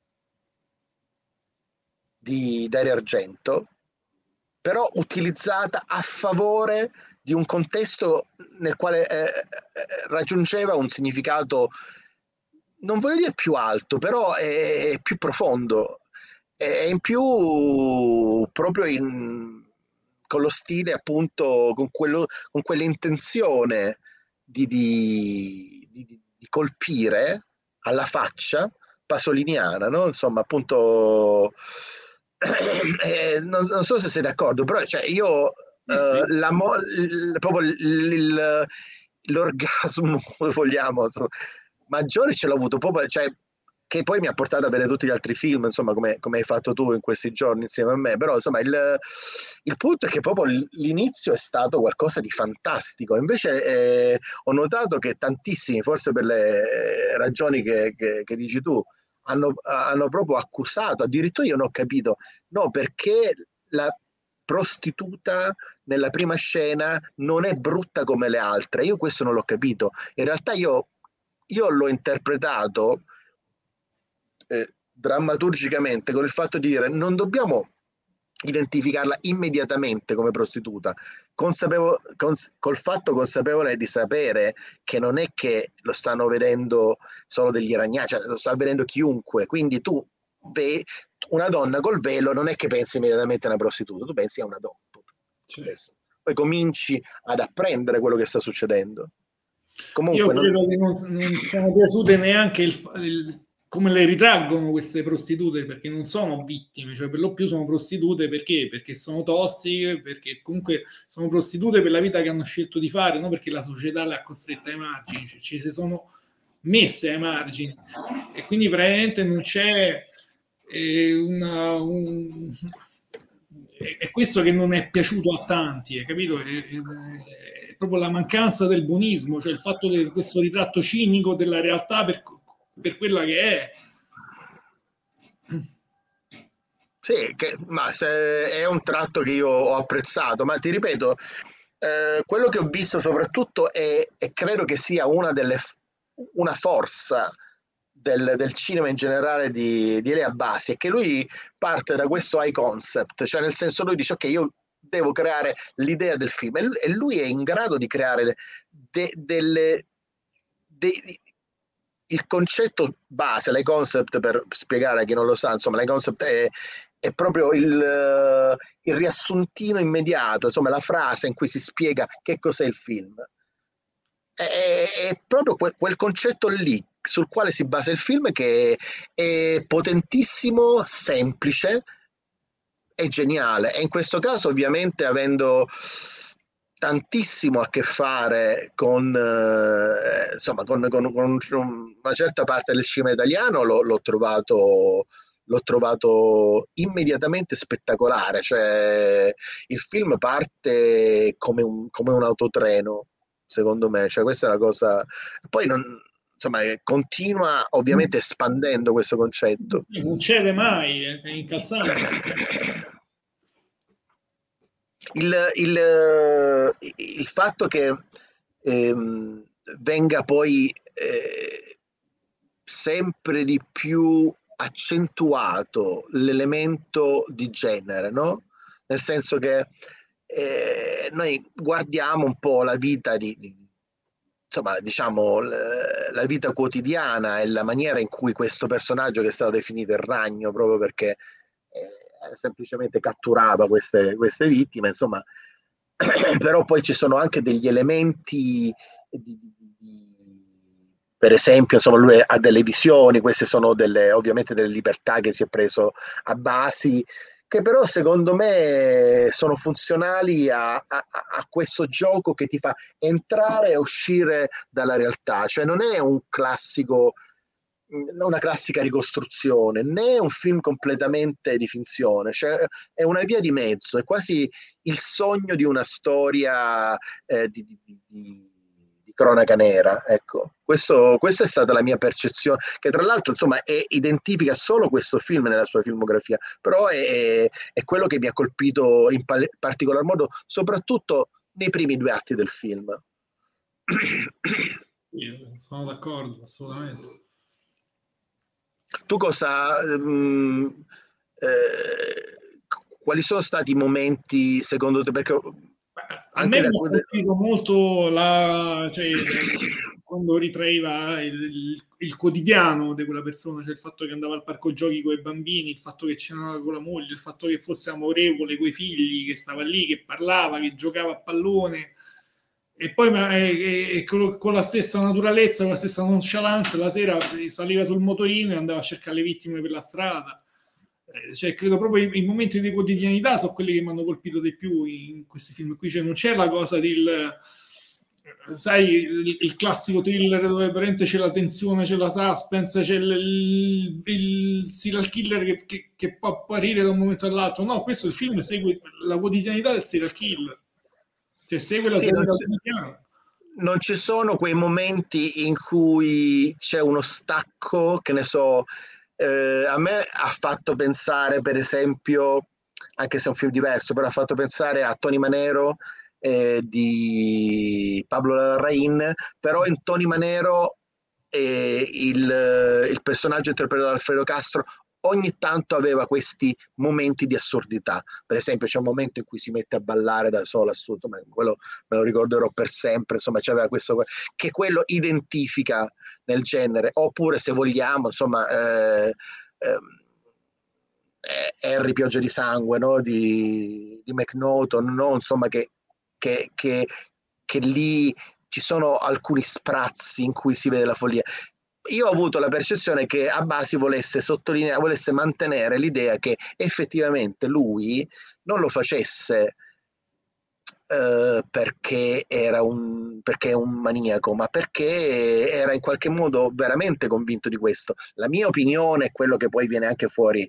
S3: di Dario Argento, però utilizzata a favore di un contesto nel quale raggiungeva un significato, non voglio dire più alto, però è più profondo, è in più proprio con lo stile, appunto, con quell'intenzione di colpire alla faccia pasoliniana, no? Insomma, appunto... non so se sei d'accordo, però io proprio l'orgasmo, vogliamo, insomma, maggiore ce l'ho avuto proprio, che poi mi ha portato a vedere tutti gli altri film, insomma, come hai fatto tu in questi giorni insieme a me. Però insomma il punto è che proprio l'inizio è stato qualcosa di fantastico. Invece ho notato che tantissimi, forse per le ragioni che dici tu, hanno proprio accusato, addirittura io non ho capito, no, perché la prostituta nella prima scena non è brutta come le altre. Io questo non l'ho capito. In realtà io l'ho interpretato drammaturgicamente con il fatto di dire: non dobbiamo identificarla immediatamente come prostituta, col fatto consapevole di sapere che non è che lo stanno vedendo solo degli iraniani, cioè lo sta vedendo chiunque. Quindi tu vedi una donna col velo, non è che pensi immediatamente a una prostituta, tu pensi a una donna. Poi cominci ad apprendere quello che sta succedendo. Comunque,
S4: io credo che non sono piaciute neanche come le ritraggono queste prostitute, perché non sono vittime, cioè per lo più sono prostitute perché sono tossiche, perché comunque sono prostitute per la vita che hanno scelto di fare, non perché la società le ha costrette ai margini, cioè, ci si sono messe ai margini, e quindi praticamente non c'è è questo che non è piaciuto a tanti, hai capito? È proprio la mancanza del buonismo, cioè il fatto di questo ritratto cinico della realtà per quella che è.
S3: Sì, ma è un tratto che io ho apprezzato, ma ti ripeto, quello che ho visto soprattutto e credo che sia una forza del cinema in generale di Elia Abbasi, è che lui parte da questo high concept, cioè nel senso lui dice ok, io devo creare l'idea del film e lui è in grado di creare il concetto base, l'high concept, per spiegare a chi non lo sa, insomma l'high concept è proprio il riassuntino immediato, insomma la frase in cui si spiega che cos'è il film. È proprio quel concetto lì sul quale si basa il film, che è potentissimo, semplice e geniale. E in questo caso, ovviamente, avendo tantissimo a che fare con una certa parte del cinema italiano, l'ho trovato immediatamente spettacolare. Cioè, il film parte come un autotreno, secondo me, cioè questa è una cosa. Poi insomma, continua ovviamente espandendo questo concetto.
S4: Sì, non cede mai, è incalzante.
S3: Il fatto che venga poi sempre di più accentuato l'elemento di genere, no? Nel senso che noi guardiamo un po' la vita insomma, diciamo, la vita quotidiana e la maniera in cui questo personaggio, che è stato definito il ragno proprio perché semplicemente catturava queste vittime, insomma, però poi ci sono anche degli elementi per esempio, insomma, lui ha delle visioni, queste sono ovviamente delle libertà che si è preso a Basi, che però secondo me sono funzionali a questo gioco che ti fa entrare e uscire dalla realtà, cioè non è una classica ricostruzione, né un film completamente di finzione, cioè è una via di mezzo, è quasi il sogno di una storia di cronaca nera, ecco. Questa è stata la mia percezione, che tra l'altro insomma identifica solo questo film nella sua filmografia, però è quello che mi ha colpito in particolar modo, soprattutto nei primi 2 atti del film.
S4: Sono d'accordo, assolutamente.
S3: Tu quali sono stati i momenti secondo te? Perché
S4: a me mi ha colpito molto quando ritraeva il quotidiano di quella persona, cioè il fatto che andava al parco giochi con i bambini, il fatto che c'era con la moglie, il fatto che fosse amorevole con i figli, che stava lì, che parlava, che giocava a pallone, e poi con la stessa naturalezza, con la stessa nonchalance, la sera saliva sul motorino e andava a cercare le vittime per la strada. Cioè, credo proprio i momenti di quotidianità sono quelli che mi hanno colpito di più in questi film qui. Cioè, non c'è la cosa sai, il classico thriller dove veramente c'è la tensione, c'è la suspense, c'è il serial killer che può apparire da un momento all'altro. No, questo il film segue la quotidianità del serial killer, cioè segue la quotidianità.
S3: Non ci sono quei momenti in cui c'è uno stacco, che ne so. A me ha fatto pensare, per esempio, anche se è un film diverso, però ha fatto pensare a Tony Manero di Pablo Larraín, però in Tony Manero il personaggio interpretato da Alfredo Castro ogni tanto aveva questi momenti di assurdità. Per esempio c'è un momento in cui si mette a ballare da solo, assurdo, ma quello me lo ricorderò per sempre, insomma c'aveva questo che quello identifica nel genere. Oppure, se vogliamo, insomma Harry Pioggia di sangue, no? di McNaughton, no? Insomma che lì ci sono alcuni sprazzi in cui si vede la follia. io ho avuto la percezione che Abbasi volesse sottolineare, volesse mantenere l'idea che effettivamente lui non lo facesse perché è un maniaco, ma perché era in qualche modo veramente convinto di questo. La mia opinione è quello che poi viene anche fuori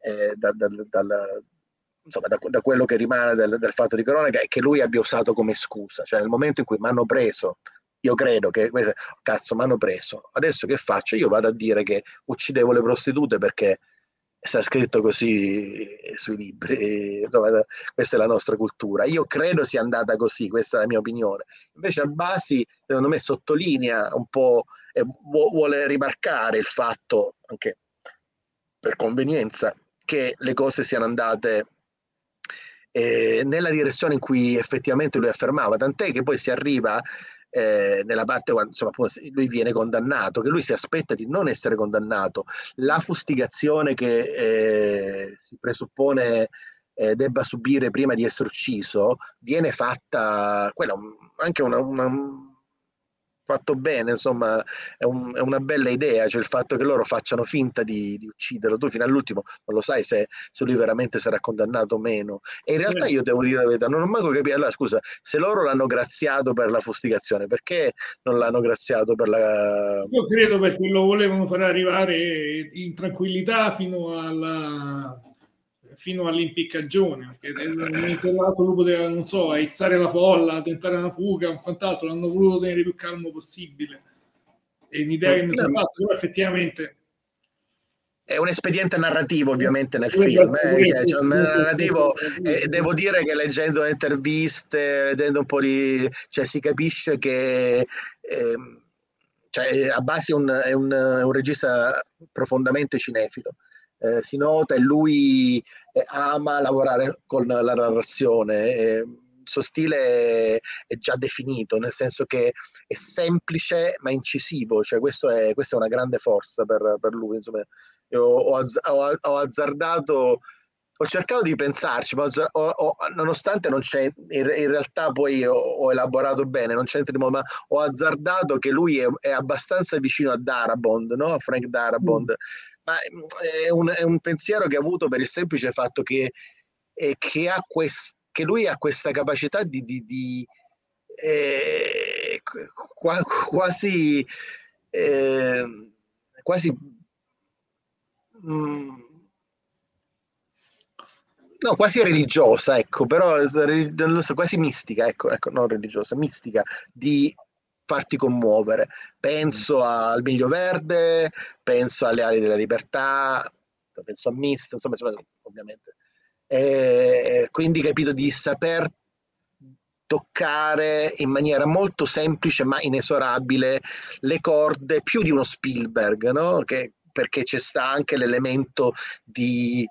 S3: da quello che rimane del fatto di cronaca, è che lui abbia usato come scusa, cioè nel momento in cui mi hanno preso, io credo che cazzo mi hanno preso, adesso che faccio? Io vado a dire che uccidevo le prostitute perché sta scritto così sui libri, insomma, questa è la nostra cultura. Io credo sia andata così, questa è la mia opinione. Invece Abbasi, secondo me, sottolinea un po' e vuole rimarcare il fatto, anche per convenienza, che le cose siano andate nella direzione in cui effettivamente lui affermava, tant'è che poi si arriva nella parte quando insomma, lui viene condannato, che lui si aspetta di non essere condannato, la fustigazione che si presuppone debba subire prima di essere ucciso viene fatta, quella anche fatto bene, insomma è una bella idea, cioè il fatto che loro facciano finta di ucciderlo, tu fino all'ultimo non lo sai se lui veramente sarà condannato o meno, e in realtà io devo dire la verità, non ho mai capito, allora scusa, se loro l'hanno graziato per la fustigazione, perché non l'hanno graziato per la...
S4: Io credo perché lo volevano far arrivare in tranquillità fino all'impiccagione, perché lui poteva, non so, aizzare la folla, tentare una fuga, quant'altro, l'hanno voluto tenere più calmo possibile. È un'idea che mi sono fatta, però effettivamente
S3: è un espediente narrativo ovviamente nel film, cioè, narrativo, devo dire che leggendo le interviste, vedendo un po' cioè si capisce che cioè, Abbasi è un regista profondamente cinefilo. Si nota e lui ama lavorare con la narrazione, il suo stile è già definito, nel senso che è semplice ma incisivo, cioè questa è una grande forza per lui, insomma. Io ho azzardato, ho cercato di pensarci, ma nonostante non c'è, in realtà poi ho elaborato bene, non c'entra di modo, ma ho azzardato che lui è abbastanza vicino a Darabont, no? A Frank Darabont. Ma è un pensiero che ha avuto per il semplice fatto che lui ha questa capacità di quasi no, quasi religiosa, ecco, però non so, quasi mistica, ecco, non religiosa, mistica, di farti commuovere. Penso al Miglio Verde, penso alle Ali della Libertà, penso a Mist, insomma ovviamente. Quindi capito di saper toccare in maniera molto semplice ma inesorabile le corde più di uno Spielberg, no? Perché c'è sta anche l'elemento di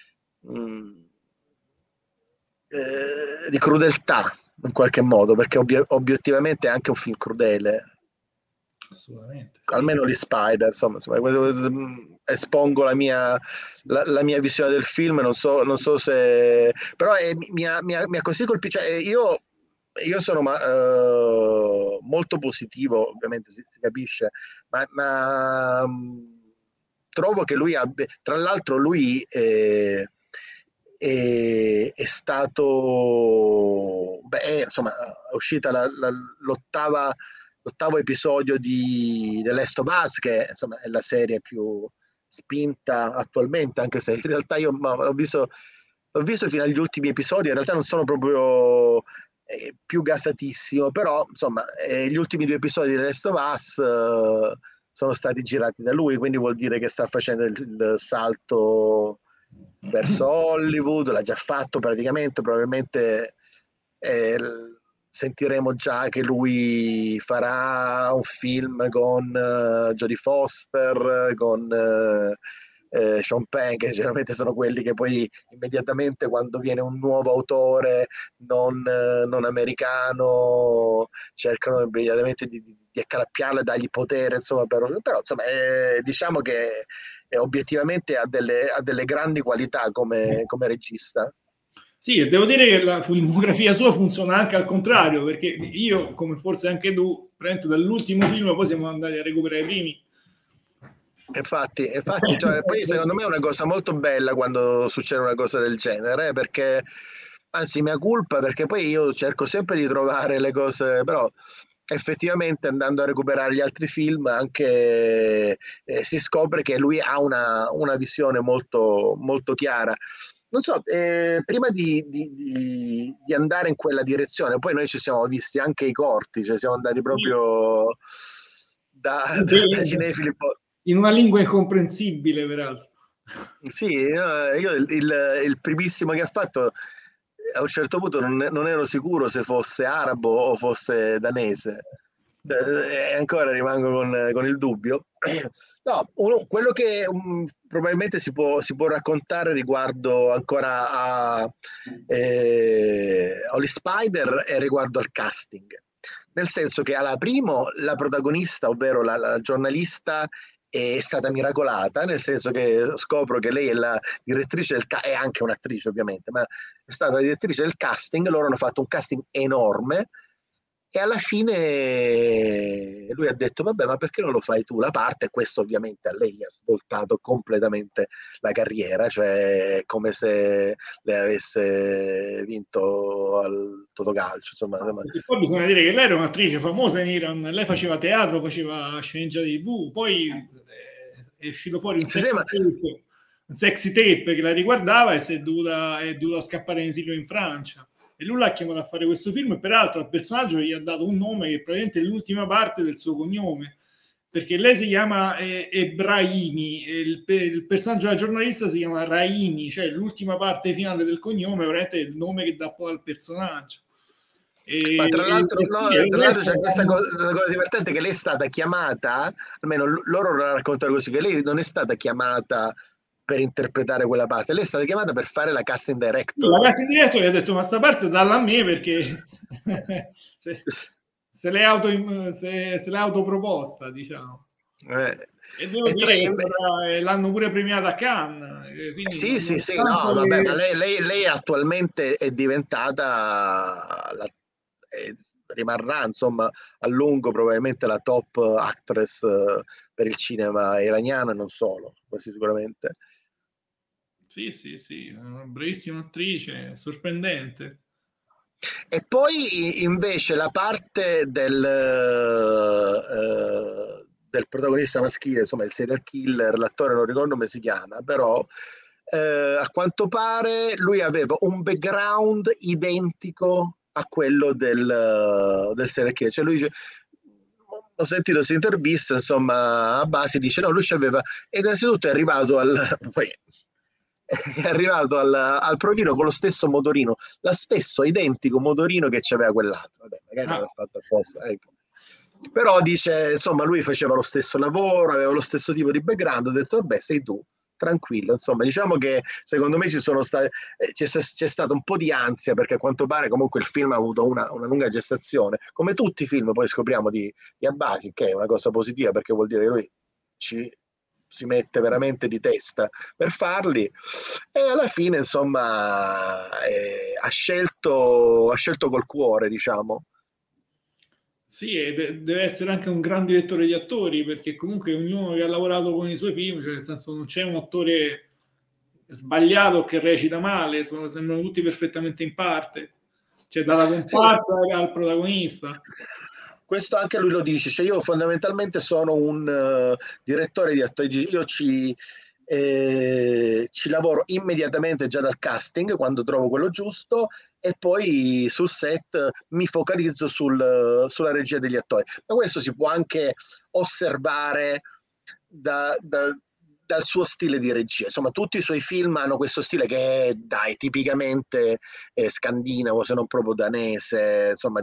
S3: crudeltà in qualche modo, perché obiettivamente è anche un film crudele.
S4: Assolutamente. Sì.
S3: Almeno gli Spider, insomma espongo la mia visione del film, non so se... Però mi ha così colpito, cioè io sono molto positivo, ovviamente si capisce, ma trovo che lui abbia, tra l'altro lui è stato, insomma, è uscita l'ottavo episodio di The Last of Us, che insomma è la serie più spinta attualmente, anche se in realtà io l'ho visto fino agli ultimi episodi, in realtà non sono proprio più gasatissimo, però insomma gli ultimi 2 episodi di The Last of Us sono stati girati da lui, quindi vuol dire che sta facendo il salto verso Hollywood, l'ha già fatto praticamente, probabilmente sentiremo già che lui farà un film con Jodie Foster, con Sean Penn, che generalmente sono quelli che poi immediatamente quando viene un nuovo autore non americano cercano immediatamente di accalappiarlo e dargli potere, insomma, però insomma, diciamo che obiettivamente ha delle grandi qualità come regista.
S4: Sì, e devo dire che la filmografia sua funziona anche al contrario, perché io, come forse anche tu, dall'ultimo film poi siamo andati a recuperare i primi,
S3: Infatti, cioè, poi secondo me è una cosa molto bella quando succede una cosa del genere, perché anzi mea culpa, perché poi io cerco sempre di trovare le cose, però effettivamente andando a recuperare gli altri film anche si scopre che lui ha una visione molto, molto chiara. Non so, prima di andare in quella direzione, poi noi ci siamo visti anche i corti, cioè siamo andati proprio da cinefili.
S4: In una lingua incomprensibile, peraltro.
S3: Sì, io il primissimo che ha fatto, a un certo punto non ero sicuro se fosse arabo o fosse danese. E ancora rimango con il dubbio. No, quello che probabilmente si può raccontare riguardo ancora a Holly Spider e riguardo al casting. Nel senso che alla primo la protagonista, ovvero la giornalista, è stata miracolata, nel senso che scopro che lei è la direttrice è anche un'attrice ovviamente, ma è stata la direttrice del casting, loro hanno fatto un casting enorme e alla fine lui ha detto vabbè, ma perché non lo fai tu la parte? E questo ovviamente a lei gli ha svoltato completamente la carriera, cioè come se le avesse vinto al Totocalcio, insomma.
S4: E poi bisogna dire che lei era un'attrice famosa in Iran, lei faceva teatro, faceva sceneggiate TV, poi è uscito fuori un sexy tape che la riguardava e è dovuta scappare in esilio in Francia. E lui l'ha chiamato a fare questo film e peraltro al personaggio gli ha dato un nome che praticamente è l'ultima parte del suo cognome, perché lei si chiama Ebrahimi e il personaggio della giornalista si chiama Raimi, cioè l'ultima parte finale del cognome veramente è il nome che dà poi al personaggio.
S3: Ma tra l'altro c'è questa cosa divertente, che lei è stata chiamata, almeno loro la raccontano così, che lei non è stata chiamata per interpretare quella parte, lei è stata chiamata per fare la casting director.
S4: La casting director gli ha detto ma sta parte dalla a me perché se l'è autoproposta, diciamo. E devo dire che l'hanno pure premiata a Cannes.
S3: Sì, no, vabbè, ma lei attualmente è diventata rimarrà insomma a lungo probabilmente la top actress per il cinema iraniano e non solo, quasi sicuramente.
S4: Sì, una bravissima attrice, sorprendente.
S3: E poi invece la parte del protagonista maschile, insomma il serial killer, l'attore non ricordo come si chiama, però a quanto pare lui aveva un background identico a quello del serial killer, cioè lui dice, ho sentito questa intervista, insomma a base dice no, lui c'aveva, e innanzitutto è arrivato al provino con lo stesso motorino, lo stesso identico motorino che c'aveva quell'altro. Vabbè, magari non l'ha fatto apposta, ecco. Però dice, insomma, lui faceva lo stesso lavoro, aveva lo stesso tipo di background, ho detto, vabbè, sei tu, tranquillo. Insomma, diciamo che secondo me c'è stato un po' di ansia, perché a quanto pare comunque il film ha avuto una lunga gestazione, come tutti i film poi scopriamo di Abbasi, che è una cosa positiva, perché vuol dire che lui si mette veramente di testa per farli, e alla fine insomma ha scelto col cuore, diciamo.
S4: Sì, e deve essere anche un gran direttore di attori, perché comunque ognuno che ha lavorato con i suoi film, cioè nel senso non c'è un attore sbagliato che recita male, sembrano tutti perfettamente in parte, cioè dalla comparsa al protagonista.
S3: Questo anche lui lo dice, cioè io fondamentalmente sono un direttore di attori, io ci lavoro immediatamente già dal casting quando trovo quello giusto e poi sul set mi focalizzo sulla regia degli attori, ma questo si può anche osservare dal suo stile di regia. Insomma, tutti i suoi film hanno questo stile che è tipicamente scandinavo, se non proprio danese, insomma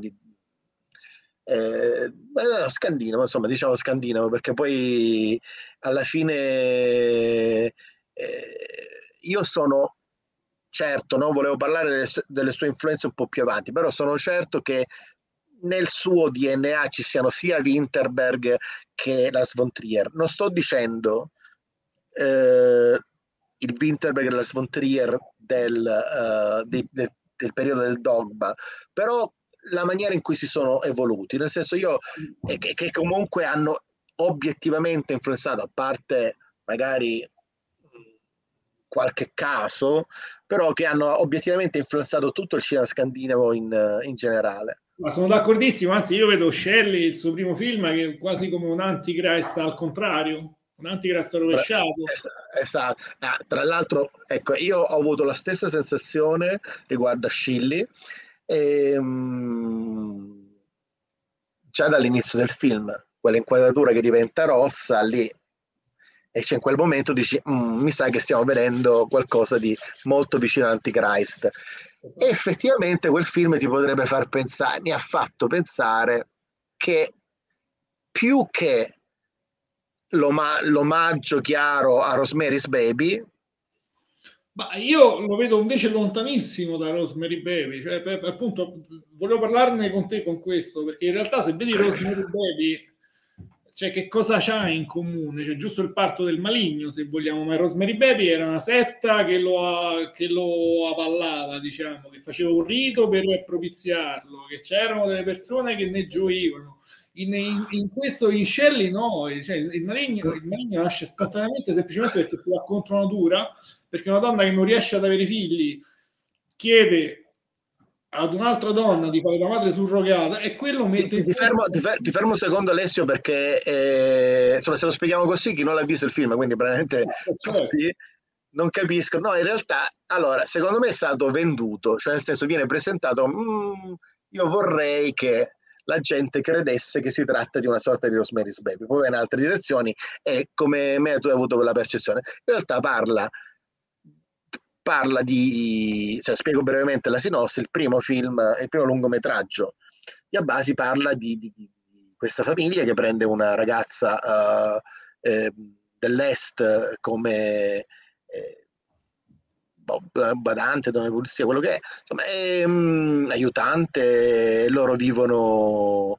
S3: scandinavo, insomma, diciamo scandinavo, perché poi alla fine io sono certo, no, volevo parlare delle sue influenze un po' più avanti, però sono certo che nel suo DNA ci siano sia Winterberg che Lars von Trier. Non sto dicendo il Winterberg e Lars von Trier del periodo del Dogma, però la maniera in cui si sono evoluti, nel senso che comunque hanno obiettivamente influenzato, a parte magari qualche caso, però che hanno obiettivamente influenzato tutto il cinema scandinavo in generale.
S4: Ma sono d'accordissimo, anzi io vedo Shelley, il suo primo film, che è quasi come un Antichrist al contrario, un Antichrist rovesciato.
S3: Esatto. Tra l'altro, ecco, io ho avuto la stessa sensazione riguardo a Shelley, già dall'inizio del film, quella inquadratura che diventa rossa lì, e c'è in quel momento dici mi sa che stiamo vedendo qualcosa di molto vicino all'Antichrist, e effettivamente quel film ti potrebbe far pensare, mi ha fatto pensare che più che l'omaggio chiaro a Rosemary's Baby,
S4: ma io lo vedo invece lontanissimo da Rosemary Baby, cioè, appunto volevo parlarne con te con questo, perché in realtà se vedi Rosemary Baby, cioè che cosa c'ha in comune? Cioè, giusto il parto del maligno, se vogliamo, ma Rosemary Baby era una setta che lo avallava, diciamo, che faceva un rito per propiziarlo, che c'erano delle persone che ne gioivano. In questo, in Shelley no, cioè, il maligno nasce spontaneamente semplicemente perché si va contro natura, perché una donna che non riesce ad avere figli chiede ad un'altra donna di fare la madre surrogata, e quello mette
S3: ti fermo un secondo, Alessio, perché insomma, se lo spieghiamo così, chi non l'ha visto il film, quindi probabilmente non capisco. No, in realtà, allora, secondo me è stato venduto, cioè nel senso viene presentato, io vorrei che la gente credesse che si tratta di una sorta di Rosemary's Baby, poi va in altre direzioni, e come me tu hai avuto quella percezione. In realtà parla di, cioè, spiego brevemente la sinossi. Il primo lungometraggio di Abbasi parla di questa famiglia che prende una ragazza dell'est come badante, donna di pulizia, quello che è, insomma, aiutante. Loro vivono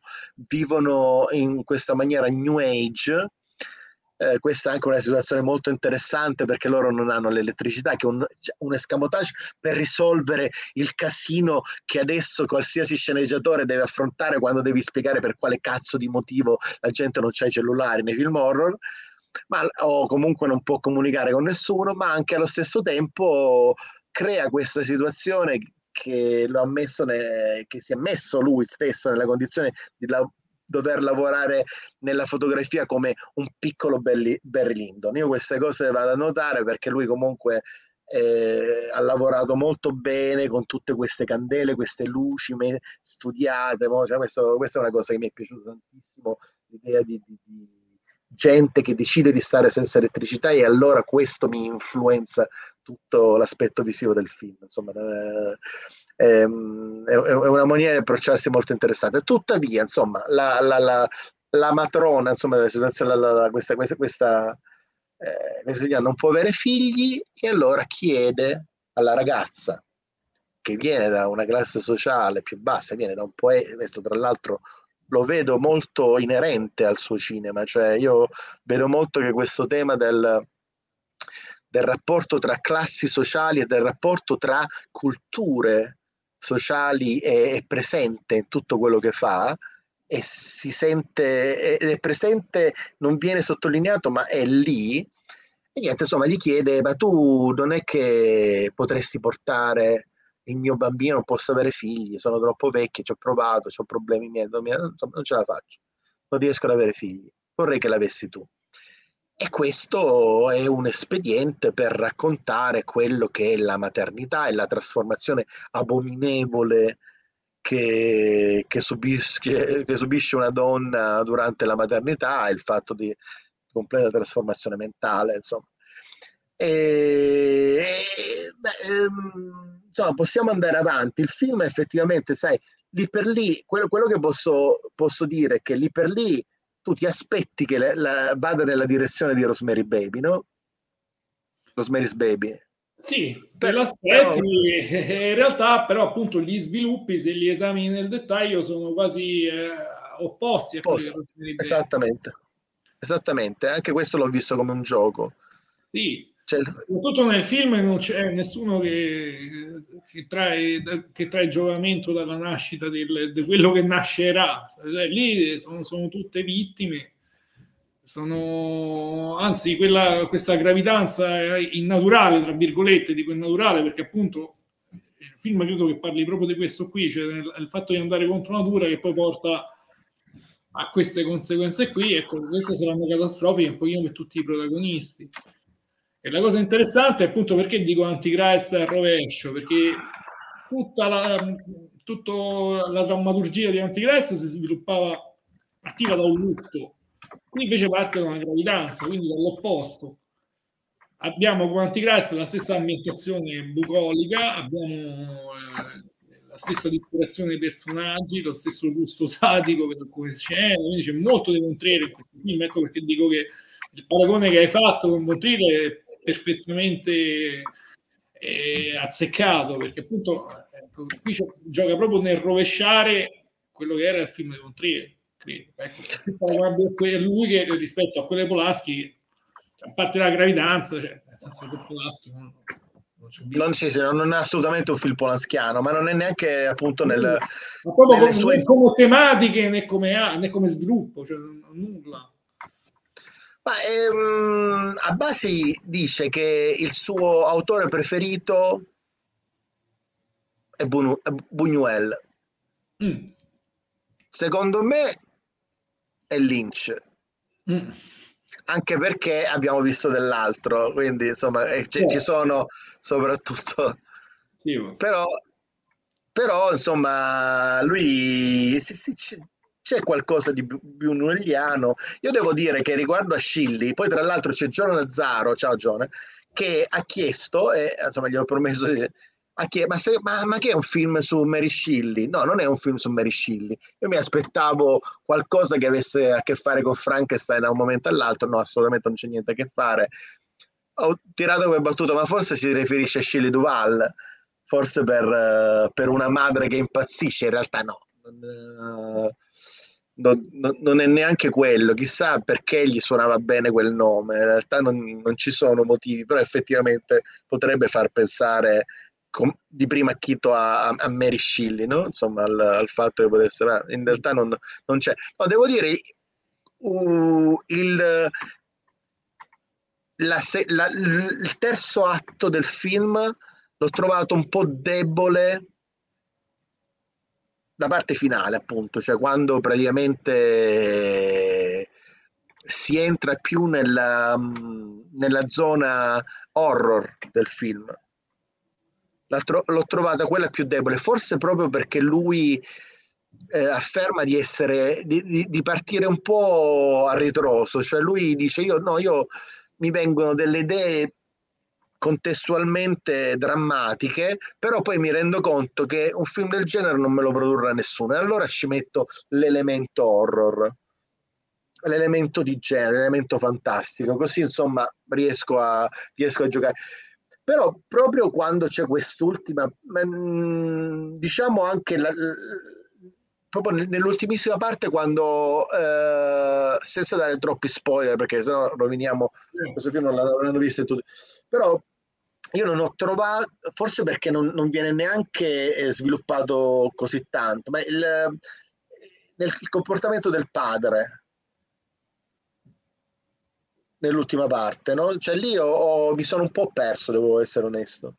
S3: in questa maniera new age. Questa è anche una situazione molto interessante, perché loro non hanno l'elettricità, che è un escamotage per risolvere il casino che adesso qualsiasi sceneggiatore deve affrontare quando devi spiegare per quale cazzo di motivo la gente non c'ha i cellulari nei film horror, o comunque non può comunicare con nessuno, ma anche allo stesso tempo crea questa situazione che che si è messo lui stesso nella condizione di dover lavorare nella fotografia come un piccolo Barry Lyndon. Io queste cose le vado a notare, perché lui comunque ha lavorato molto bene con tutte queste candele, queste luci studiate, cioè questa è una cosa che mi è piaciuta tantissimo, l'idea di gente che decide di stare senza elettricità, e allora questo mi influenza tutto l'aspetto visivo del film. Insomma, è una maniera di approcciarsi molto interessante. Tuttavia, insomma, la matrona, insomma, della situazione, questa non può avere figli, e allora chiede alla ragazza, che viene da una classe sociale più bassa, viene da un poeta. Questo tra l'altro lo vedo molto inerente al suo cinema, cioè io vedo molto che questo tema del rapporto tra classi sociali e del rapporto tra culture sociali è presente in tutto quello che fa, e si sente, è presente, non viene sottolineato, ma è lì. E niente, insomma, gli chiede: ma tu non è che potresti portare il mio bambino, non posso avere figli, sono troppo vecchio, ci ho provato, ho problemi miei, non ce la faccio, non riesco ad avere figli, vorrei che l'avessi tu. E questo è un espediente per raccontare quello che è la maternità e la trasformazione abominevole che subisce una donna durante la maternità, e il fatto di completa trasformazione mentale, insomma. Insomma, possiamo andare avanti. Il film effettivamente, sai, lì per lì, quello che posso dire è che lì per lì tu ti aspetti che vada nella direzione di Rosemary Baby, no? Rosemary's Baby.
S4: Sì, te l'aspetti, in realtà però appunto gli sviluppi, se li esamini nel dettaglio, sono quasi opposti a quelli di Rosemary Baby.
S3: Esattamente, anche questo l'ho visto come un gioco.
S4: Sì, soprattutto nel film non c'è nessuno che trae giovamento dalla nascita di quello che nascerà. Lì sono tutte vittime, anzi, questa gravidanza innaturale, tra virgolette, dico innaturale perché appunto il film credo che parli proprio di questo qui, cioè il fatto di andare contro natura che poi porta a queste conseguenze qui. Ecco, queste saranno catastrofiche un pochino per tutti i protagonisti. E la cosa interessante è appunto perché dico Antichrist al rovescio, perché tutta la drammaturgia di Antichrist si partiva da un lutto, qui invece parte da una gravidanza, quindi dall'opposto. Abbiamo con Antichrist la stessa ambientazione bucolica, abbiamo la stessa disperazione dei personaggi, lo stesso gusto sadico per alcune scene, quindi c'è molto di Von Trier in questo film. Ecco perché dico che il paragone che hai fatto con Von Trier è perfettamente azzeccato, perché appunto qui gioca proprio nel rovesciare quello che era il film di Von Trier, credo. Ecco, più lui che rispetto a quelle Polanski, a parte la gravidanza, cioè, nel senso che Polanski
S3: non è assolutamente un film polanskiano, ma non è neanche appunto
S4: ma proprio come tematiche né come sviluppo, cioè nulla.
S3: Ma, Abbasi dice che il suo autore preferito è Buñuel. Secondo me è Lynch. Anche perché abbiamo visto dell'altro, quindi insomma ci sono soprattutto però insomma lui c'è qualcosa di buñueliano. Io devo dire che riguardo a Scilli, poi tra l'altro c'è Gione Nazzaro, ciao Gione, che ha chiesto, e insomma gli ho promesso ma che è un film su Mary Shelley? No, non è un film su Mary Shelley. Io mi aspettavo qualcosa che avesse a che fare con Frankenstein da un momento all'altro. No, assolutamente non c'è niente a che fare. Ho tirato come battuta, ma forse si riferisce a Shelley Duvall, forse per una madre che impazzisce. In realtà no, non è neanche quello. Chissà perché gli suonava bene quel nome. In realtà non ci sono motivi, però effettivamente potrebbe far pensare di primo acchito a Mary Shelley, no? Insomma, al fatto che potesse, ma in realtà non c'è. No, devo dire, il terzo atto del film l'ho trovato un po' debole la parte finale, appunto, cioè quando praticamente si entra più nella zona horror del film. L'ho trovata quella più debole, forse proprio perché lui afferma di partire un po' a ritroso, cioè lui dice io mi vengono delle idee contestualmente drammatiche, però poi mi rendo conto che un film del genere non me lo produrrà nessuno, e allora ci metto l'elemento horror, l'elemento di genere, l'elemento fantastico, così insomma riesco a giocare. Però proprio quando c'è quest'ultima, diciamo anche proprio nell'ultimissima parte, quando senza dare troppi spoiler perché sennò roviniamo questo film, non l'hanno visto tutti, però io non ho trovato, forse perché non viene neanche sviluppato così tanto, ma nel comportamento del padre nell'ultima parte, no? Cioè lì mi sono un po' perso, devo essere onesto.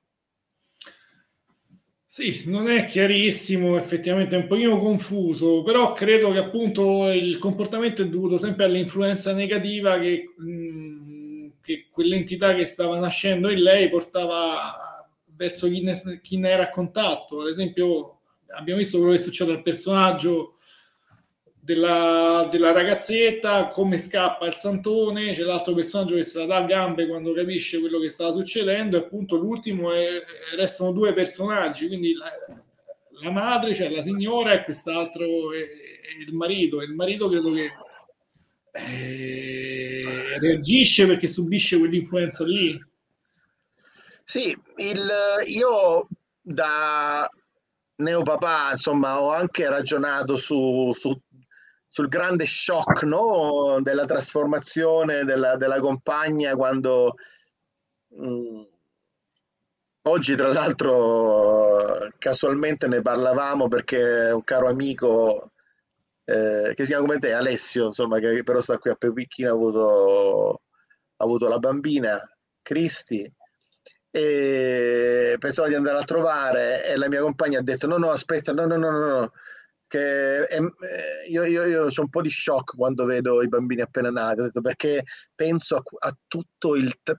S4: Sì, non è chiarissimo, effettivamente è un pochino confuso, però credo che appunto il comportamento è dovuto sempre all'influenza negativa che quell'entità che stava nascendo in lei portava verso chi ne era a contatto. Ad esempio abbiamo visto quello che succede al personaggio della ragazzetta, come scappa il santone, c'è l'altro personaggio che se la dà a gambe quando capisce quello che stava succedendo, e appunto l'ultimo restano due personaggi, quindi la madre, cioè la signora, e quest'altro è il marito, e il marito credo che reagisce perché subisce quell'influenza lì.
S3: Sì, io da neopapà insomma ho anche ragionato sul grande shock, no? Della trasformazione della compagna quando oggi tra l'altro casualmente ne parlavamo perché un caro amico che si chiama come te, Alessio, insomma, che però sta qui a Pepicchina, ha avuto la bambina, Cristi, e pensavo di andare a trovare e la mia compagna ha detto no, no, aspetta, no, no, no, no, no, che io c'ho un po' di shock quando vedo i bambini appena nati, ho detto, perché penso a tutto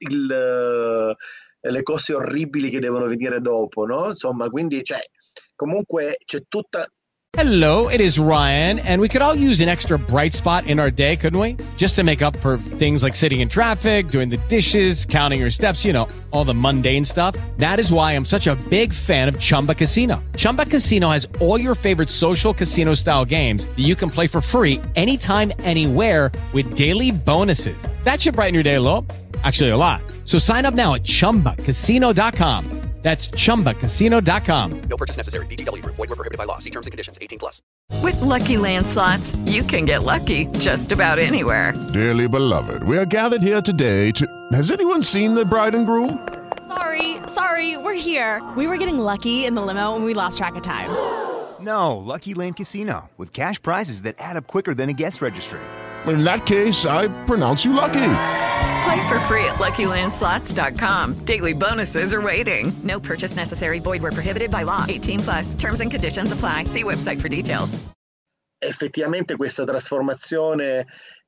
S3: le cose orribili che devono venire dopo, no? Insomma, quindi, cioè, comunque c'è tutta...
S1: Hello, it is Ryan, and we could all use an extra bright spot in our day, couldn't we? Just to make up for things like sitting in traffic, doing the dishes, counting your steps, all the mundane stuff. That is why I'm such a big fan of Chumba Casino. Chumba Casino has all your favorite social casino style games that you can play for free anytime, anywhere with daily bonuses. That should brighten your day a little. Actually, a lot. So sign up now at ChumbaCasino.com. That's ChumbaCasino.com.
S2: No purchase necessary. VGW Group. Void where prohibited by law. See terms and conditions. 18+.
S5: With Lucky Land Slots, you can get lucky just about anywhere.
S6: Dearly beloved, we are gathered here today to... Has anyone seen the bride and groom?
S7: Sorry, we're here. We were getting lucky in the limo and we lost track of time.
S8: No, Lucky Land Casino, with cash prizes that add up quicker than a guest registry.
S6: In that case, I pronounce you lucky.
S5: Play for free at LuckyLandSlots.com. Daily bonuses are waiting. No purchase necessary. Void where prohibited by law. 18+. Terms and conditions apply. See website for details.
S3: Effettivamente questa trasformazione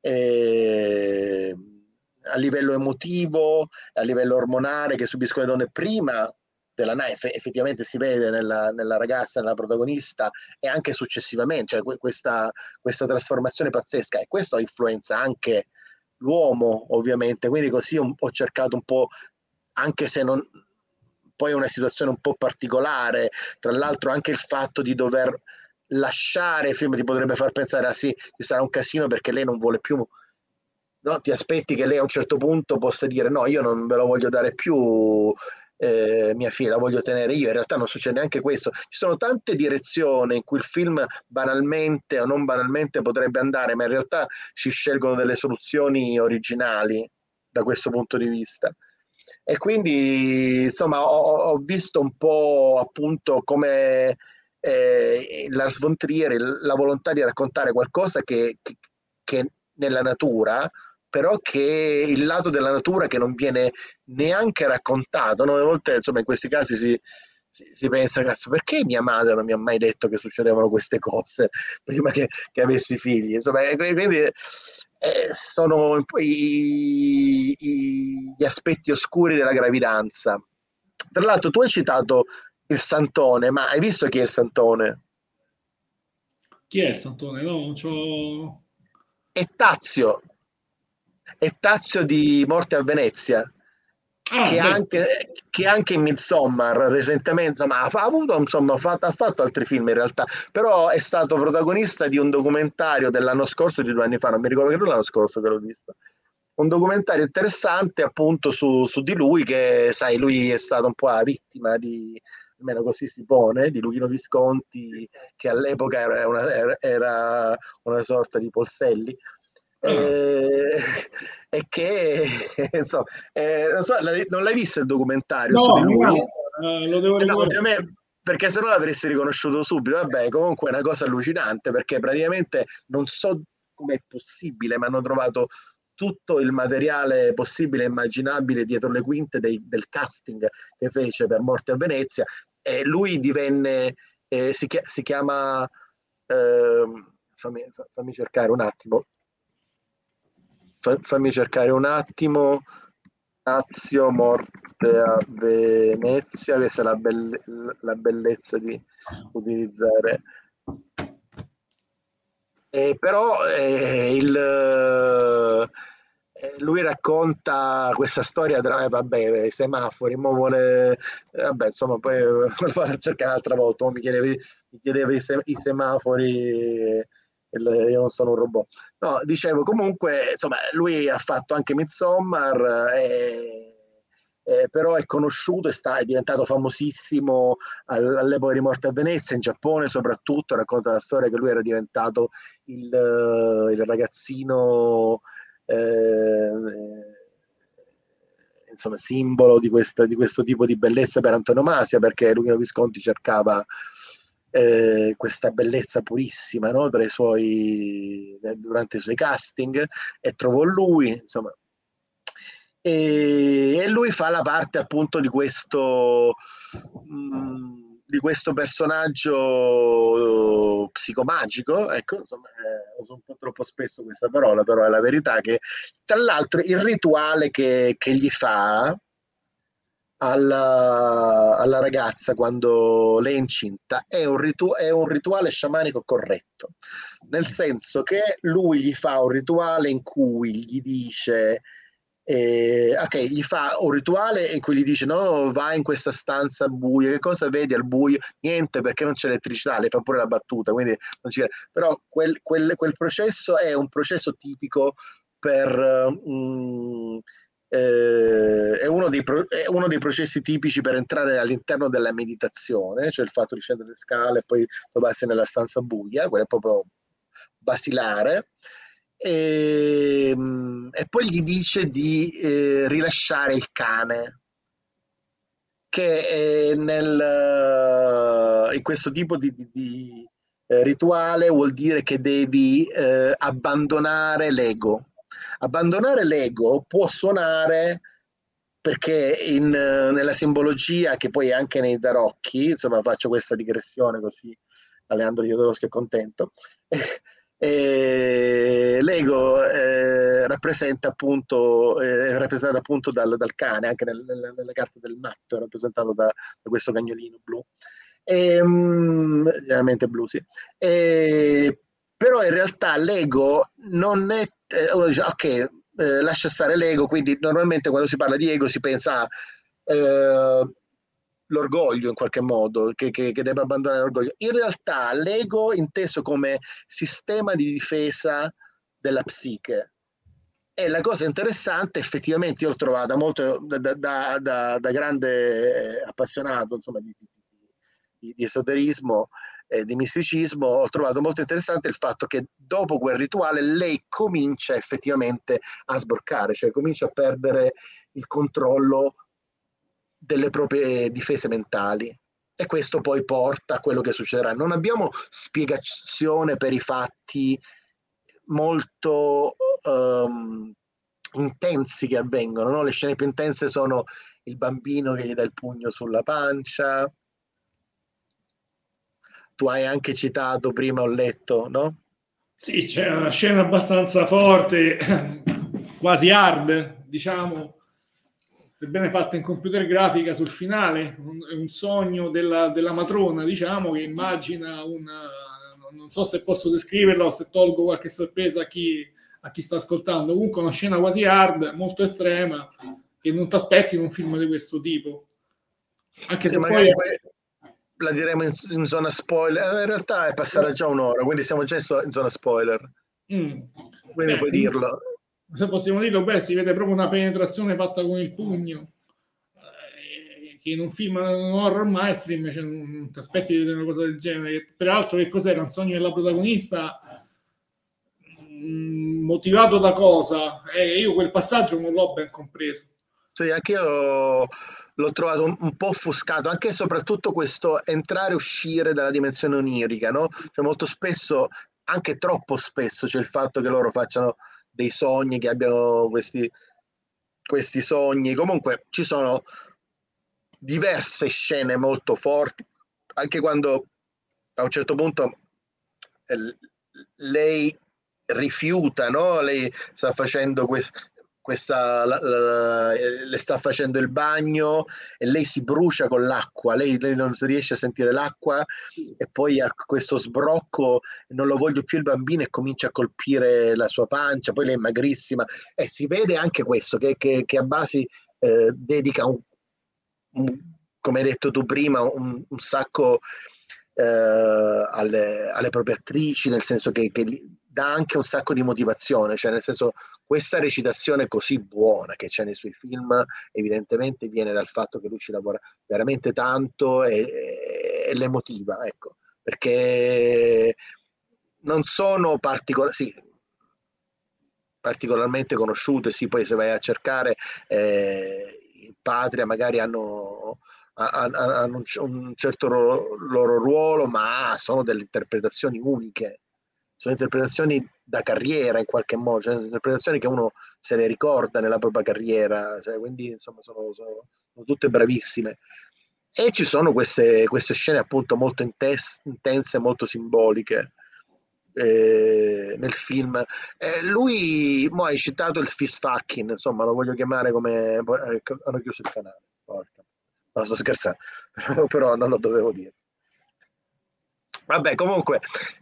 S3: a livello emotivo, a livello ormonale che subiscono le donne prima della NAIF, effettivamente si vede nella ragazza, nella protagonista, e anche successivamente, cioè questa trasformazione pazzesca, e questo influenza anche l'uomo, ovviamente, quindi così ho cercato un po', anche se non, poi è una situazione un po' particolare, tra l'altro anche il fatto di dover lasciare il film ti potrebbe far pensare, ah sì, ci sarà un casino perché lei non vuole più, no? Ti aspetti che lei a un certo punto possa dire no, io non ve lo voglio dare più, mia figlia, la voglio tenere io. In realtà non succede neanche questo. Ci sono tante direzioni in cui il film banalmente o non banalmente potrebbe andare, ma in realtà si scelgono delle soluzioni originali da questo punto di vista. E quindi insomma ho visto un po' appunto come Lars von Trier la volontà di raccontare qualcosa che nella natura, però che il lato della natura che non viene neanche raccontato, no? A volte insomma in questi casi si pensa, cazzo, perché mia madre non mi ha mai detto che succedevano queste cose prima che avessi figli, insomma, quindi sono un po' gli aspetti oscuri della gravidanza. Tra l'altro tu hai citato il Santone, ma hai visto chi è il Santone?
S4: Chi è il Santone? No, non c'ho...
S3: È Tazio di Morte a Venezia, che anche in Midsommar recentemente ha fatto altri film in realtà, però è stato protagonista di un documentario dell'anno scorso, di 2 anni fa, non mi ricordo, che l'anno scorso che l'ho visto, un documentario interessante appunto su di lui, che sai, lui è stato un po' la vittima di, almeno così si pone, di Luchino Visconti, che all'epoca era una sorta di Polselli. E che insomma, non so, non l'hai visto il documentario su di lui?
S4: Lo devo
S3: no, ovviamente, perché se no l'avresti riconosciuto subito. Vabbè, comunque è una cosa allucinante, perché praticamente non so come è possibile, ma hanno trovato tutto il materiale possibile e immaginabile dietro le quinte del casting che fece per Morte a Venezia, e lui divenne si chiama fammi cercare un attimo. Tazio Morte a Venezia, questa è la bellezza di utilizzare. Però lui racconta questa storia tra i semafori, vabbè, insomma, poi lo vado a cercare un'altra volta, mi chiedevi i semafori. Io non sono un robot. No, dicevo, comunque, insomma, lui ha fatto anche Midsommar, però è conosciuto è diventato famosissimo all'epoca di Morte a Venezia, in Giappone soprattutto. Racconta la storia che lui era diventato il ragazzino insomma simbolo di questo tipo di bellezza per antonomasia, perché Luchino Visconti cercava questa bellezza purissima, no? Durante i suoi casting, e trovò lui, insomma, e lui fa la parte appunto di questo personaggio psicomagico, ecco, insomma, uso un po' troppo spesso questa parola, però è la verità, che tra l'altro il rituale che gli fa alla ragazza quando lei è incinta è un rituale sciamanico corretto, nel senso che lui gli fa un rituale in cui gli dice gli fa un rituale in cui gli dice: no, vai in questa stanza buia, che cosa vedi al buio? Niente, perché non c'è elettricità. Le fa pure la battuta, quindi non c'è. Però quel processo è un processo tipico per è uno dei processi tipici per entrare all'interno della meditazione, cioè il fatto di scendere le scale e poi trovarsi nella stanza buia, quello è proprio basilare. E poi gli dice di rilasciare il cane, che in questo tipo di rituale vuol dire che devi abbandonare l'ego. Abbandonare l'ego può suonare, perché nella simbologia, che poi è anche nei tarocchi, insomma, faccio questa digressione così Alejandro Jodorowsky è contento. L'ego rappresenta appunto è rappresentato appunto dal cane, anche nelle carte del matto è rappresentato da questo cagnolino blu, generalmente blu, sì. Però in realtà l'ego non è uno dice ok, lascia stare l'ego, quindi normalmente quando si parla di ego si pensa a l'orgoglio, in qualche modo, che deve abbandonare l'orgoglio. In realtà l'ego, inteso come sistema di difesa della psiche, e la cosa interessante, effettivamente io l'ho trovata molto da grande appassionato, insomma, di esoterismo, di misticismo, ho trovato molto interessante il fatto che dopo quel rituale lei comincia effettivamente a sbroccare, cioè comincia a perdere il controllo delle proprie difese mentali, e questo poi porta a quello che succederà. Non abbiamo spiegazione per i fatti molto intensi che avvengono, no? Le scene più intense sono il bambino che gli dà il pugno sulla pancia. Tu hai anche citato prima, ho letto, no?
S4: Sì, c'è una scena abbastanza forte, quasi hard, diciamo, sebbene fatta in computer grafica sul finale. È un sogno della matrona, diciamo, che immagina non so se posso descriverla o se tolgo qualche sorpresa a chi sta ascoltando. Comunque una scena quasi hard, molto estrema, che non ti aspetti in un film di questo tipo. Anche se
S3: magari poi la diremo in zona spoiler. In realtà è passata già un'ora, quindi siamo già in zona spoiler. Quindi puoi dirlo.
S4: Se possiamo dirlo, si vede proprio una penetrazione fatta con il pugno, che in un film horror mainstream, cioè, non ti aspetti di vedere una cosa del genere. Peraltro, che cos'era? Un sogno della protagonista, motivato da cosa? Io quel passaggio non l'ho ben compreso.
S3: Sì, anche io l'ho trovato un po' offuscato, anche e soprattutto questo entrare e uscire dalla dimensione onirica, no? Cioè molto spesso, anche troppo spesso, c'è il fatto che loro facciano dei sogni, che abbiano questi sogni. Comunque ci sono diverse scene molto forti, anche quando a un certo punto lei rifiuta, no? Lei sta facendo le sta facendo il bagno e lei si brucia con l'acqua, lei non riesce a sentire l'acqua, e poi ha questo sbrocco: non lo voglio più il bambino, e comincia a colpire la sua pancia. Poi lei è magrissima, e si vede anche questo che a basi dedica come hai detto tu prima, un sacco alle proprie attrici, nel senso che dà anche un sacco di motivazione, cioè nel senso, questa recitazione così buona che c'è nei suoi film evidentemente viene dal fatto che lui ci lavora veramente tanto e le motiva, ecco, perché non sono particolarmente conosciute, sì, poi se vai a cercare in patria magari hanno hanno un certo loro ruolo, ma sono delle interpretazioni uniche, sono interpretazioni da carriera in qualche modo, cioè interpretazioni che uno se le ricorda nella propria carriera, cioè, quindi insomma sono tutte bravissime. E ci sono queste scene appunto molto intense, molto simboliche nel film. Lui, mo hai citato il fist fucking, insomma lo voglio chiamare come... hanno chiuso il canale, porca. No, sto scherzando, però non lo dovevo dire. Vabbè, comunque,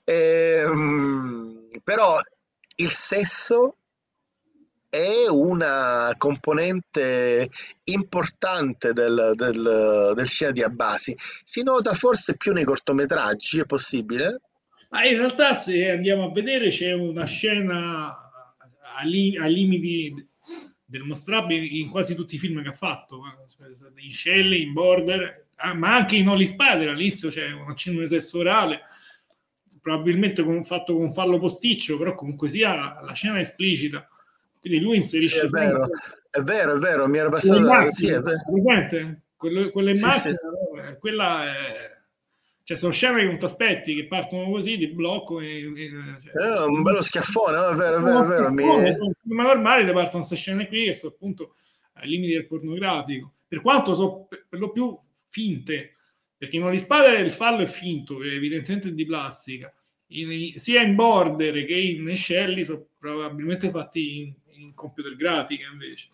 S3: però il sesso è una componente importante del cinema di Abbasi. Si nota forse più nei cortometraggi, è possibile?
S4: Ma in realtà, se andiamo a vedere, c'è una scena ai limiti del mostrabile in quasi tutti i film che ha fatto, in Shelley, in Border, ma anche in Holy Spider. All'inizio c'è un accenno di sesso orale, probabilmente fatto con fallo posticcio, però comunque sia la scena è esplicita, quindi lui inserisce
S3: sì, è vero, mi era passato, sì, è vero.
S4: Presente? Quella immagine,
S3: sì.
S4: Quella è... Cioè, sono scene che non ti aspetti, che partono così di blocco.
S3: È un bello schiaffone, no? È vero.
S4: Ma normali ti partono queste scene qui che sono appunto ai limiti del pornografico. Per quanto sono per lo più finte, perché in Holy Spider il fallo è finto, che evidentemente è di plastica. Sia in Border che in Shelley sono probabilmente fatti in computer grafica invece.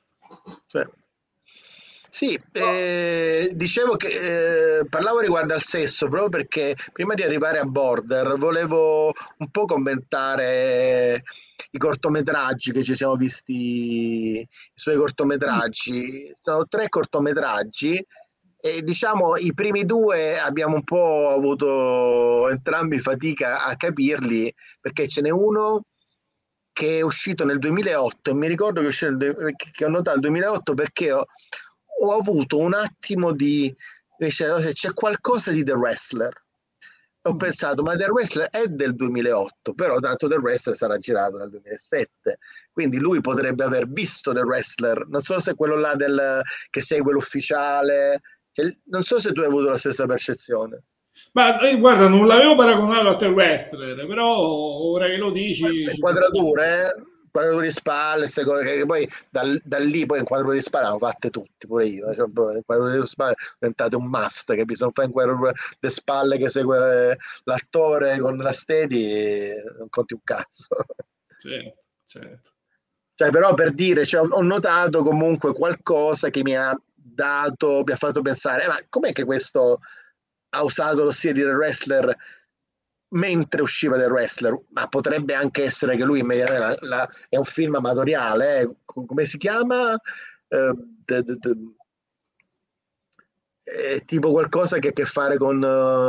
S3: Sì, dicevo che parlavo riguardo al sesso proprio perché prima di arrivare a Border volevo un po' commentare i cortometraggi che ci siamo visti, i suoi cortometraggi. Sono 3 cortometraggi e diciamo i primi 2 abbiamo un po' avuto entrambi fatica a capirli, perché ce n'è uno che è uscito nel 2008 e mi ricordo che ho notato il 2008 perché ho avuto un attimo di... c'è qualcosa di The Wrestler. Ho pensato, ma The Wrestler è del 2008, però tanto The Wrestler sarà girato nel 2007, quindi lui potrebbe aver visto The Wrestler. Non so se quello là che segue l'ufficiale, non so se tu hai avuto la stessa percezione.
S4: Ma guarda, non l'avevo paragonato a The Wrestler, però ora che lo dici...
S3: Inquadrature di spalle, queste cose che poi da lì poi inquadrature di spalle hanno fatte tutti, pure io, cioè, inquadrature di spalle diventate un must, che bisogna fare inquadrature di spalle che segue l'attore con la steady, non conti un cazzo.
S4: Certo.
S3: Cioè, però per dire, cioè, ho notato comunque qualcosa che mi ha fatto pensare, ma com'è che questo ha usato lo stile di The Wrestler mentre usciva The Wrestler? Ma potrebbe anche essere che lui è un film amatoriale, come si chiama? È tipo qualcosa che ha a che fare con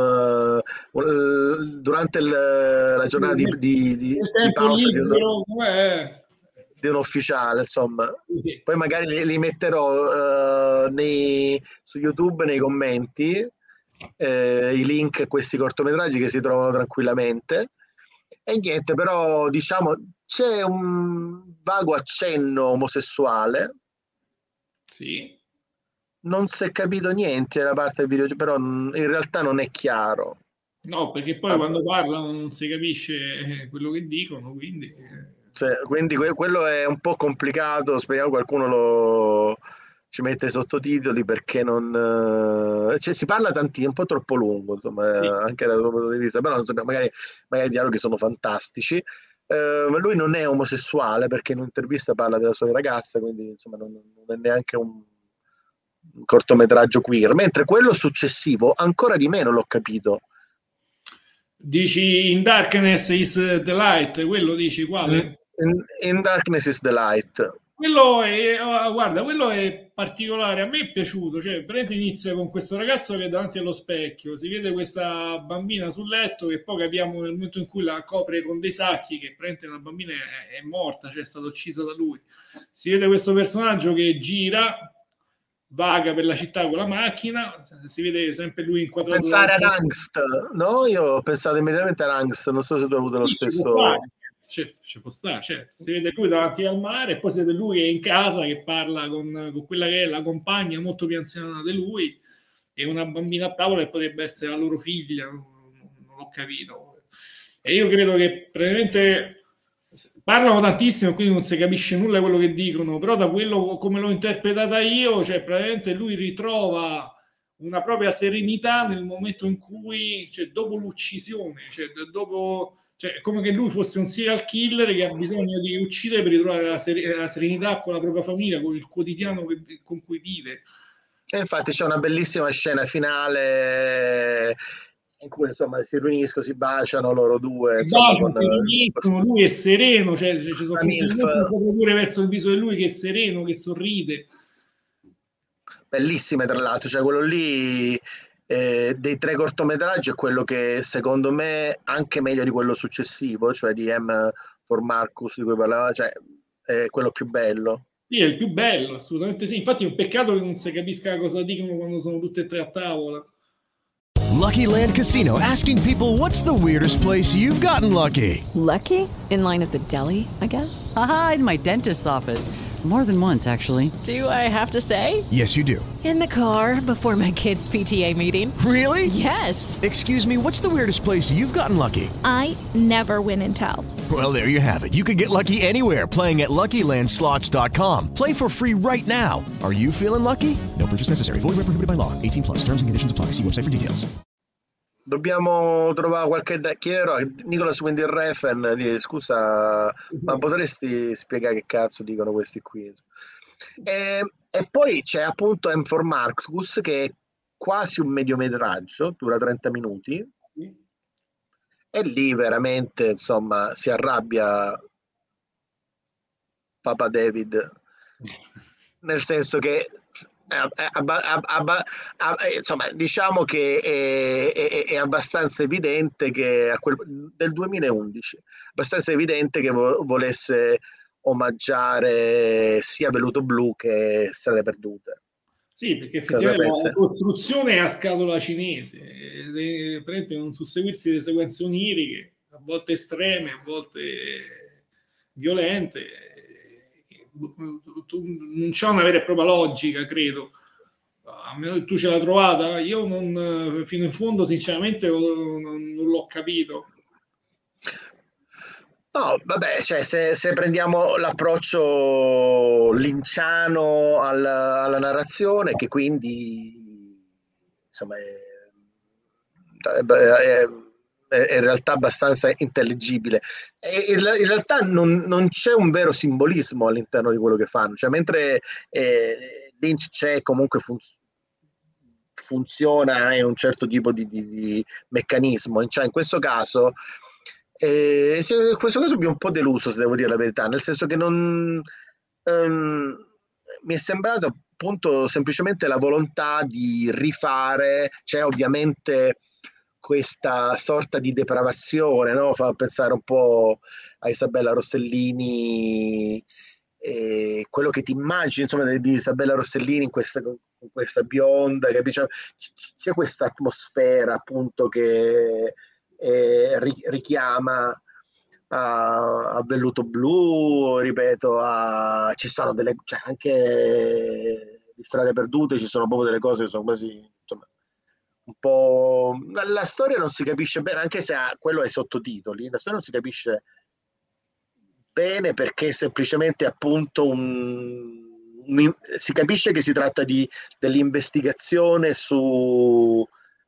S3: durante la giornata di pausa di un ufficiale, insomma. Poi magari li metterò su YouTube nei commenti, i link a questi cortometraggi che si trovano tranquillamente. E niente, però diciamo c'è un vago accenno omosessuale.
S4: Sì.
S3: Non si è capito niente nella parte del video, però in realtà non è chiaro.
S4: No, perché poi quando parlano non si capisce quello che dicono, quindi...
S3: Quindi quello è un po' complicato, speriamo qualcuno ci mette i sottotitoli, perché non... cioè, si parla tanti, è un po' troppo lungo, insomma, sì. Anche dal suo punto di vista, però non sappiamo, magari i dialoghi sono fantastici. Lui non è omosessuale, perché in un'intervista parla della sua ragazza, quindi insomma non è neanche un cortometraggio queer, mentre quello successivo ancora di meno l'ho capito.
S4: Dici In Darkness is the Light, quello dici quale?
S3: In Darkness is the Light.
S4: Quello è, guarda, quello è particolare, a me è piaciuto, cioè praticamente inizia con questo ragazzo che è davanti allo specchio, si vede questa bambina sul letto che poi capiamo nel momento in cui la copre con dei sacchi che praticamente una bambina è morta, cioè è stata uccisa da lui. Si vede questo personaggio che gira, vaga per la città con la macchina, si vede sempre lui inquadrato.
S3: Pensare ad Angst, no? Io ho pensato immediatamente ad Angst, non so se tu hai avuto lo stesso...
S4: Ci può stare, certo. Si vede lui davanti al mare e poi si vede lui che è in casa che parla con quella che è la compagna molto più anziana di lui, e una bambina a tavola che potrebbe essere la loro figlia, non l'ho capito. E io credo che praticamente parlano tantissimo, quindi non si capisce nulla di quello che dicono, però da quello come l'ho interpretata io, cioè praticamente lui ritrova una propria serenità nel momento in cui, cioè dopo l'uccisione, cioè dopo, cioè come che lui fosse un serial killer che ha bisogno di uccidere per ritrovare la serenità con la propria famiglia, con il quotidiano con cui vive.
S3: E infatti c'è una bellissima scena finale in cui insomma si riuniscono, si baciano loro due, insomma,
S4: lui è sereno, cioè ci sono pure verso il viso di lui che è sereno, che sorride.
S3: Bellissime tra l'altro, cioè quello lì dei 3 cortometraggi è quello che secondo me anche meglio di quello successivo, cioè di M for Marcus di cui parlava, cioè è quello più bello.
S4: Sì, è il più bello, assolutamente sì. Infatti è un peccato che non si capisca cosa dicono quando sono tutte e 3 a tavola.
S9: Lucky Land Casino, asking people, what's the weirdest place you've gotten lucky?
S10: Lucky? In line at the deli, I guess?
S11: Aha, in my dentist's office. More than once, actually.
S7: Do I have to say?
S9: Yes, you do.
S7: In the car before my kids' PTA meeting.
S9: Really?
S7: Yes.
S9: Excuse me, what's the weirdest place you've gotten lucky?
S12: I never win and tell.
S9: Well, there you have it. You can get lucky anywhere, playing at LuckyLandSlots.com. Play for free right now. Are you feeling lucky? No purchase necessary. Void where prohibited by law. 18+. Terms and conditions apply. See website for details.
S3: Dobbiamo trovare qualche chiederò a Nicholas Winding Refn, scusa, ma potresti spiegare che cazzo dicono questi qui? E poi c'è appunto M for Marcus, che è quasi un mediometraggio, dura 30 minuti, e lì veramente insomma si arrabbia Papa David, nel senso che insomma, diciamo che è abbastanza evidente che del 2011 abbastanza evidente che volesse omaggiare sia Velluto Blu che Strade Perdute.
S4: Sì, perché effettivamente la costruzione è a scatola cinese, prende un susseguirsi di sequenze oniriche, a volte estreme, a volte violente. Non c'è una vera e propria logica, credo, a meno che tu ce l'hai trovata. Io non, fino in fondo sinceramente non l'ho capito.
S3: No, vabbè, cioè, se prendiamo l'approccio linciano alla narrazione, che quindi insomma è in realtà abbastanza intelligibile, e in realtà non c'è un vero simbolismo all'interno di quello che fanno, cioè mentre Lynch c'è, comunque funziona in un certo tipo di meccanismo, cioè in questo caso mi è un po' deluso, se devo dire la verità, nel senso che mi è sembrato appunto semplicemente la volontà di rifare, c'è ovviamente questa sorta di depravazione, no? Fa pensare un po' a Isabella Rossellini, quello che ti immagini insomma di Isabella Rossellini con questa bionda, c'è questa atmosfera appunto che richiama a Velluto Blu, ripeto, ci sono cioè anche di Strade Perdute ci sono proprio delle cose che sono quasi insomma un po', la storia non si capisce bene, anche se quello ai sottotitoli, la storia non si capisce bene perché semplicemente appunto si capisce che si tratta dell'investigazione su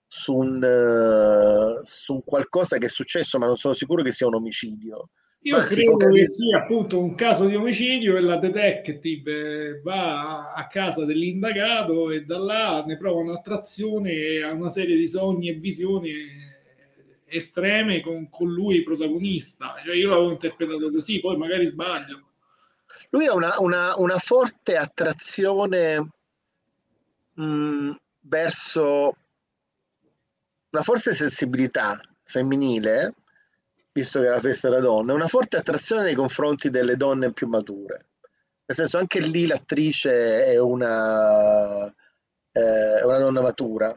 S3: un qualcosa che è successo, ma non sono sicuro che sia un omicidio.
S4: Io credo che sia appunto un caso di omicidio e la detective va a casa dell'indagato e da là ne prova un'attrazione e ha una serie di sogni e visioni estreme con lui protagonista. Cioè io l'avevo interpretato così, poi magari sbaglio.
S3: Lui ha una forte attrazione verso una forte sensibilità femminile, visto che è la festa della donna, una forte attrazione nei confronti delle donne più mature. Nel senso, anche lì l'attrice è una donna matura.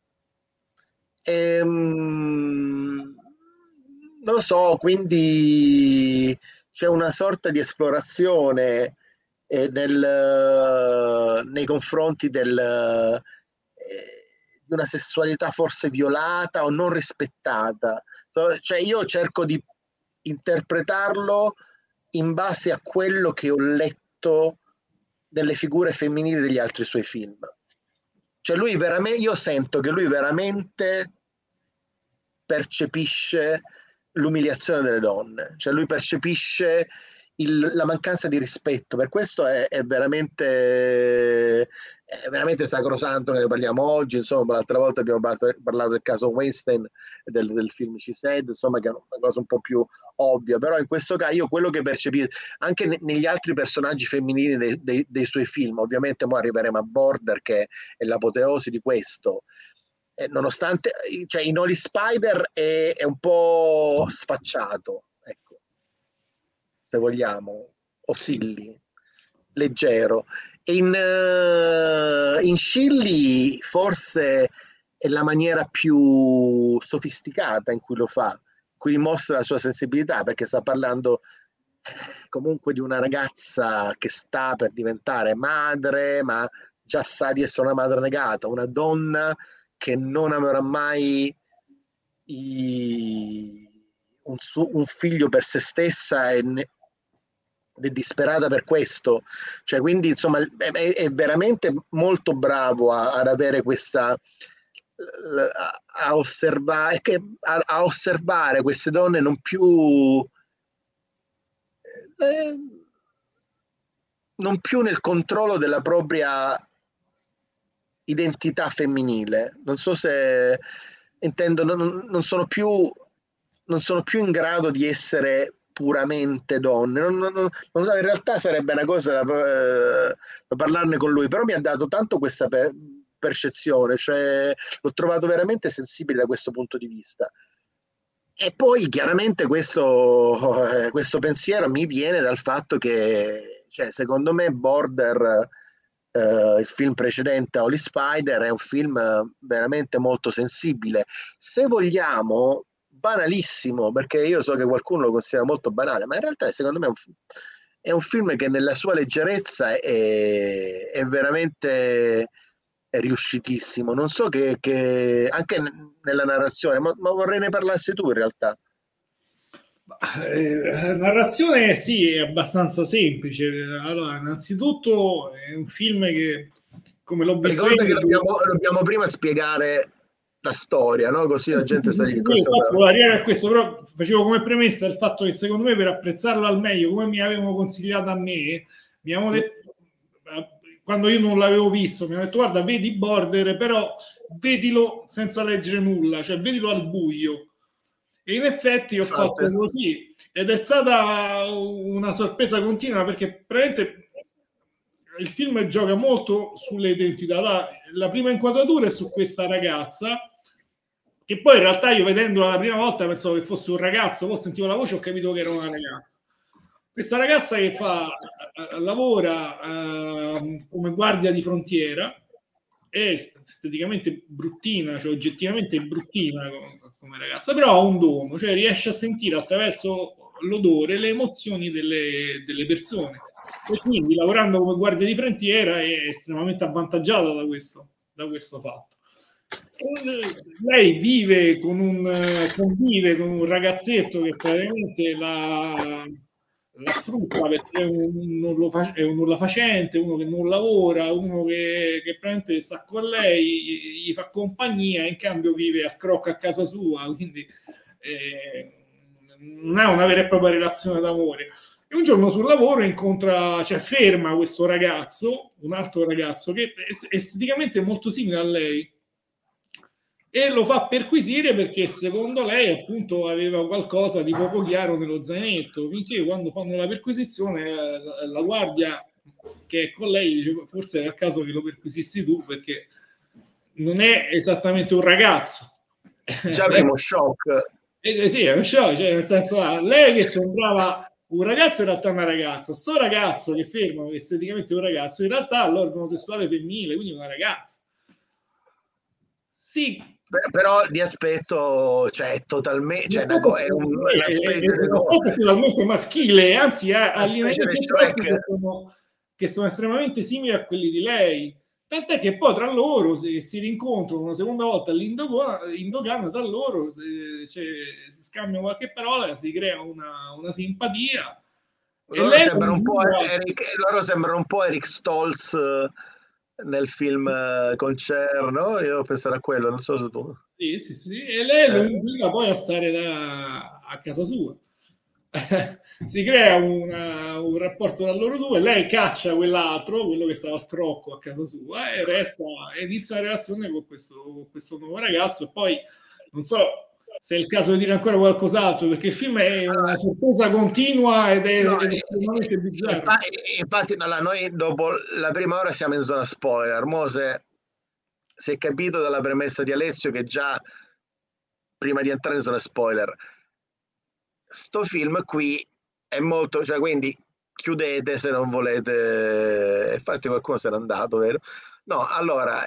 S3: Non lo so, quindi c'è una sorta di esplorazione nei confronti di una sessualità forse violata o non rispettata. Cioè io cerco di interpretarlo in base a quello che ho letto delle figure femminili degli altri suoi film. Cioè lui veramente, io sento che lui veramente percepisce l'umiliazione delle donne, cioè lui percepisce la mancanza di rispetto. Per questo è veramente sacrosanto che ne parliamo oggi. Insomma, l'altra volta abbiamo parlato del caso Weinstein, del film She Said, insomma, che è una cosa un po' più ovvia, però in questo caso io quello che percepisco anche negli altri personaggi femminili dei suoi film, ovviamente poi arriveremo a Border, che è l'apoteosi di questo, nonostante, cioè in Holy Spider è un po' sfacciato, ecco, se vogliamo, o silly, leggero. In Shilly forse è la maniera più sofisticata in cui lo fa, in cui dimostra la sua sensibilità, perché sta parlando comunque di una ragazza che sta per diventare madre, ma già sa di essere una madre negata, una donna che non avrà mai un figlio per se stessa ed è disperata per questo. Cioè, quindi insomma è veramente molto bravo ad avere questa a osservare queste donne non più nel controllo della propria identità femminile. Non so se intendo, non sono più in grado di essere puramente donne. In realtà sarebbe una cosa da parlarne con lui, però mi ha dato tanto questa percezione, cioè l'ho trovato veramente sensibile da questo punto di vista. E poi chiaramente questo pensiero mi viene dal fatto che, cioè, secondo me Border, il film precedente a Holy Spider, è un film veramente molto sensibile, se vogliamo banalissimo, perché io so che qualcuno lo considera molto banale, ma in realtà secondo me è un film che nella sua leggerezza è veramente riuscitissimo. Non so che anche nella narrazione, ma vorrei ne parlassi tu in realtà.
S4: La narrazione sì, è abbastanza semplice. Allora, innanzitutto è un film che, come l'ho visto,
S3: che dobbiamo prima spiegare la storia, no? Così la gente sa di cosa
S4: parla. Arrivare a questo, però facevo come premessa il fatto che secondo me, per apprezzarlo al meglio, come mi avevano consigliato a me, mi avevano detto, quando io non l'avevo visto, mi hanno detto: guarda, vedi Border, però vedilo senza leggere nulla, cioè vedilo al buio. E in effetti ho fatto così, ed è stata una sorpresa continua, perché praticamente il film gioca molto sulle identità. La prima inquadratura è su questa ragazza, che poi in realtà io vedendola la prima volta pensavo che fosse un ragazzo, poi sentivo la voce e ho capito che era una ragazza. Questa ragazza che lavora come guardia di frontiera, è esteticamente bruttina, cioè oggettivamente bruttina come ragazza, però ha un dono, cioè riesce a sentire attraverso l'odore le emozioni delle persone, e quindi lavorando come guardia di frontiera è estremamente avvantaggiata da questo fatto. Lei convive con un ragazzetto che praticamente la sfrutta, perché è un nullafacente, uno che non lavora, uno che praticamente sta con lei, gli fa compagnia, in cambio vive a scrocco a casa sua, quindi non è una vera e propria relazione d'amore. E un giorno sul lavoro ferma questo ragazzo, un altro ragazzo che è esteticamente molto simile a lei, e lo fa perquisire perché secondo lei appunto aveva qualcosa di poco chiaro nello zainetto, finché quando fanno la perquisizione la guardia che è con lei dice: forse era il caso che lo perquisissi tu, perché non è esattamente un ragazzo.
S3: Già abbiamo shock.
S4: Sì, è un shock, cioè, nel senso, lei che sembrava un ragazzo in realtà è una ragazza, sto ragazzo che fermano che esteticamente è un ragazzo in realtà ha l'organo sessuale femminile, quindi una ragazza. Sì,
S3: però di aspetto, cioè totalmente, cioè, è
S4: totalmente maschile, anzi ha lineamenti che sono estremamente simili a quelli di lei, Tant'è che poi tra loro si rincontrano una seconda volta all'Indogan, tra loro si scambiano qualche parola, si crea una simpatia.
S3: Loro sembrano un po' Eric Stoltz nel film con Cher, no? Io penserò a quello, non so se tu.
S4: Sì, e lei lo invita poi a stare a casa sua. Si crea un rapporto tra loro due, lei caccia quell'altro, quello che stava a scrocco a casa sua, e inizia la relazione con questo nuovo ragazzo. E poi non so se è il caso di dire ancora qualcos'altro, perché il film è una sorpresa continua ed è estremamente bizzarro.
S3: Infatti noi dopo la prima ora siamo in zona spoiler. Mo si è capito dalla premessa di Alessio che già prima di entrare in zona spoiler, sto film qui è molto, cioè, quindi chiudete se non volete. Infatti qualcuno se n'è andato, vero? No, allora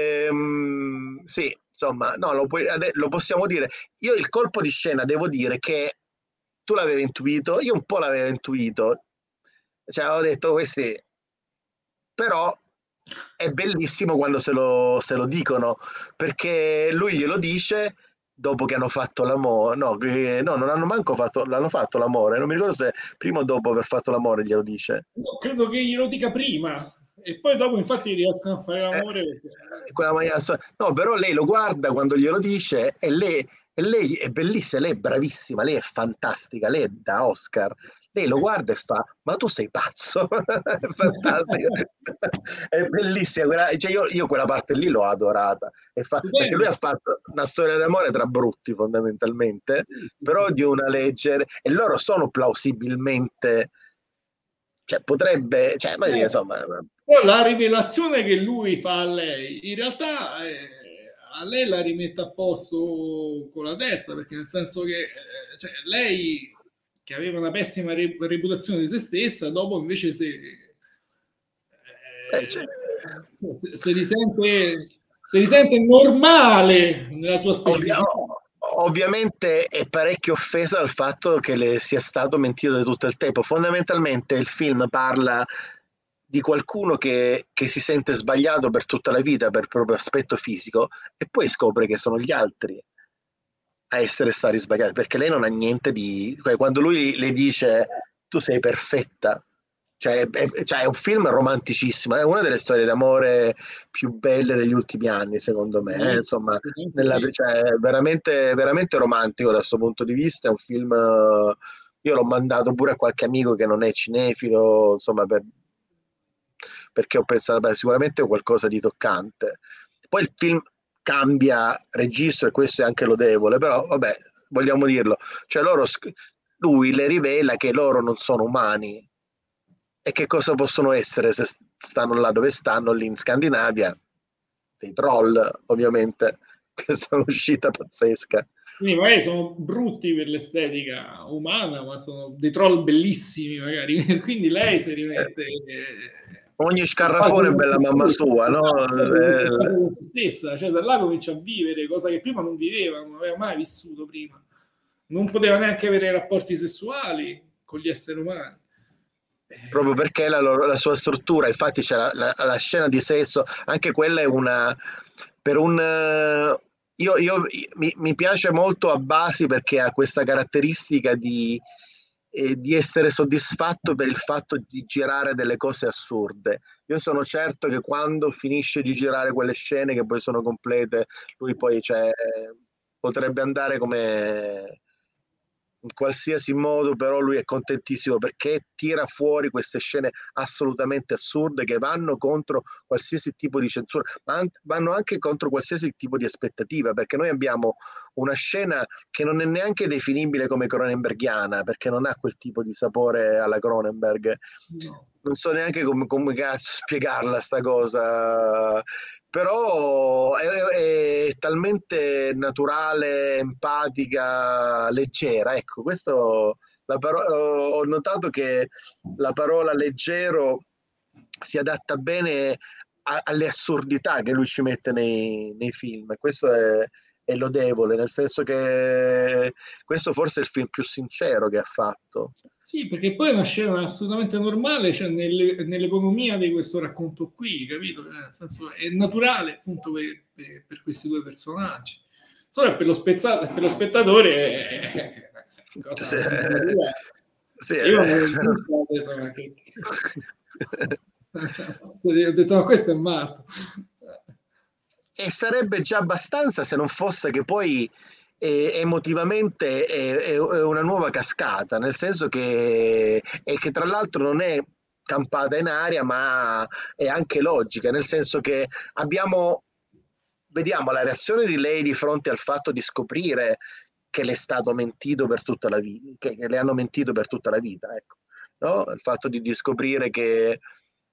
S3: sì, insomma, no, lo possiamo dire. Io il colpo di scena devo dire che tu l'avevi intuito, io un po' l'avevo intuito, cioè avevo detto questi, però è bellissimo quando se lo dicono, perché lui glielo dice dopo che hanno fatto l'amore, no, non hanno manco fatto, l'hanno fatto l'amore, non mi ricordo se prima o dopo aver fatto l'amore glielo dice.
S4: No, credo che glielo dica prima, e poi dopo infatti riescono a fare l'amore.
S3: No, però lei lo guarda quando glielo dice e lei è bellissima, lei è bravissima, lei è fantastica, lei è da Oscar. Lei lo guarda e fa: ma tu sei pazzo. È fantastico. È bellissima cioè io quella parte lì l'ho adorata perché lui ha fatto una storia d'amore tra brutti fondamentalmente, però di una leggera, e loro sono plausibilmente, cioè potrebbe, cioè, insomma.
S4: Però la rivelazione che lui fa a lei in realtà a lei la rimette a posto con la testa, perché nel senso che cioè, lei che aveva una pessima reputazione di se stessa, dopo invece si risente normale nella sua specificità.
S3: Ovviamente è parecchio offesa dal fatto che le sia stato mentito di tutto il tempo. Fondamentalmente il film parla di qualcuno che si sente sbagliato per tutta la vita per il proprio aspetto fisico e poi scopre che sono gli altri a essere stati sbagliati, perché lei non ha niente di... Quando lui le dice tu sei perfetta, cioè è un film romanticissimo, è una delle storie d'amore più belle degli ultimi anni secondo me, insomma, cioè, è veramente, veramente romantico da questo punto di vista. È un film, io l'ho mandato pure a qualche amico che non è cinefilo, insomma, perché ho pensato, beh, sicuramente è qualcosa di toccante. Poi il film cambia registro e questo è anche lodevole, però vabbè, vogliamo dirlo, cioè lui le rivela che loro non sono umani e che cosa possono essere se stanno là dove stanno, lì in Scandinavia, dei troll ovviamente, che sono uscita pazzesca.
S4: Quindi magari sono brutti per l'estetica umana, ma sono dei troll bellissimi magari, quindi lei si rimette...
S3: Ogni scarrafone è bella mamma sua, no?
S4: Stessa, cioè da là comincia a vivere, cosa che prima non viveva, non aveva mai vissuto prima. Non poteva neanche avere rapporti sessuali con gli esseri umani.
S3: Proprio perché la sua struttura, infatti c'è la scena di sesso, anche quella è una... per un... mi piace molto a Basi perché ha questa caratteristica di essere soddisfatto per il fatto di girare delle cose assurde. Io sono certo che quando finisce di girare quelle scene che poi sono complete, lui poi potrebbe andare come in qualsiasi modo, però lui è contentissimo perché tira fuori queste scene assolutamente assurde che vanno contro qualsiasi tipo di censura, ma vanno anche contro qualsiasi tipo di aspettativa, perché noi abbiamo una scena che non è neanche definibile come cronenbergiana, perché non ha quel tipo di sapore alla Cronenberg. No. Non so neanche come cazzo spiegarla sta cosa, però è talmente naturale, empatica, leggera. Ecco, questo ho notato che la parola leggero si adatta bene alle assurdità che lui ci mette nei film. Questo è è lodevole, nel senso che questo forse è il film più sincero che ha fatto.
S4: Sì, perché poi è una scena assolutamente normale, cioè nell'economia di questo racconto qui, capito? Nel senso, è naturale appunto per questi due personaggi. Solo per lo spettatore è una cosa naturale.
S3: Sì,
S4: io ho detto, ma questo è matto.
S3: E sarebbe già abbastanza se non fosse che poi emotivamente è una nuova cascata, nel senso che tra l'altro non è campata in aria, ma è anche logica, nel senso che vediamo la reazione di lei di fronte al fatto di scoprire che le è stato mentito per tutta la vita, che le hanno mentito per tutta la vita, ecco, no? Il fatto di scoprire che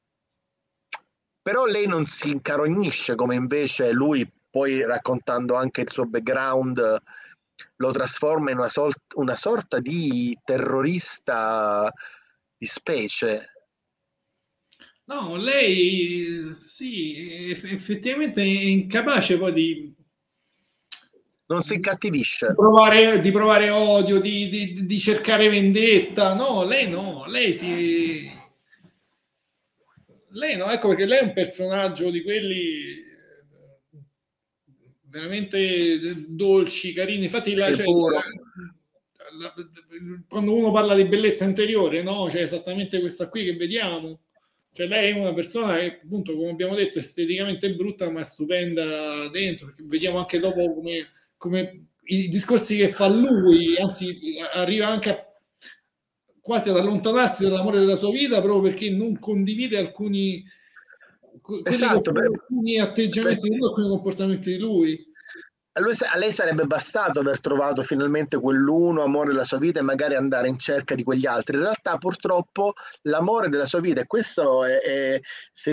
S3: però lei non si incarognisce come invece lui, poi raccontando anche il suo background, lo trasforma in una sorta di terrorista di specie.
S4: No, lei sì, effettivamente è incapace poi di...
S3: Non si incattivisce.
S4: Di provare odio, di cercare vendetta. No, lei no, ecco perché lei è un personaggio di quelli veramente dolci, carini. Infatti quando uno parla di bellezza interiore, no? C'è esattamente questa qui che vediamo. Cioè lei è una persona che appunto, come abbiamo detto, esteticamente brutta ma è stupenda dentro, perché vediamo anche dopo come i discorsi che fa lui, anzi arriva anche quasi ad allontanarsi dall'amore della sua vita proprio perché non condivide alcuni atteggiamenti di lui, alcuni comportamenti di lui.
S3: A lei sarebbe bastato aver trovato finalmente quell'uno amore della sua vita e magari andare in cerca di quegli altri. In realtà purtroppo l'amore della sua vita, e questo se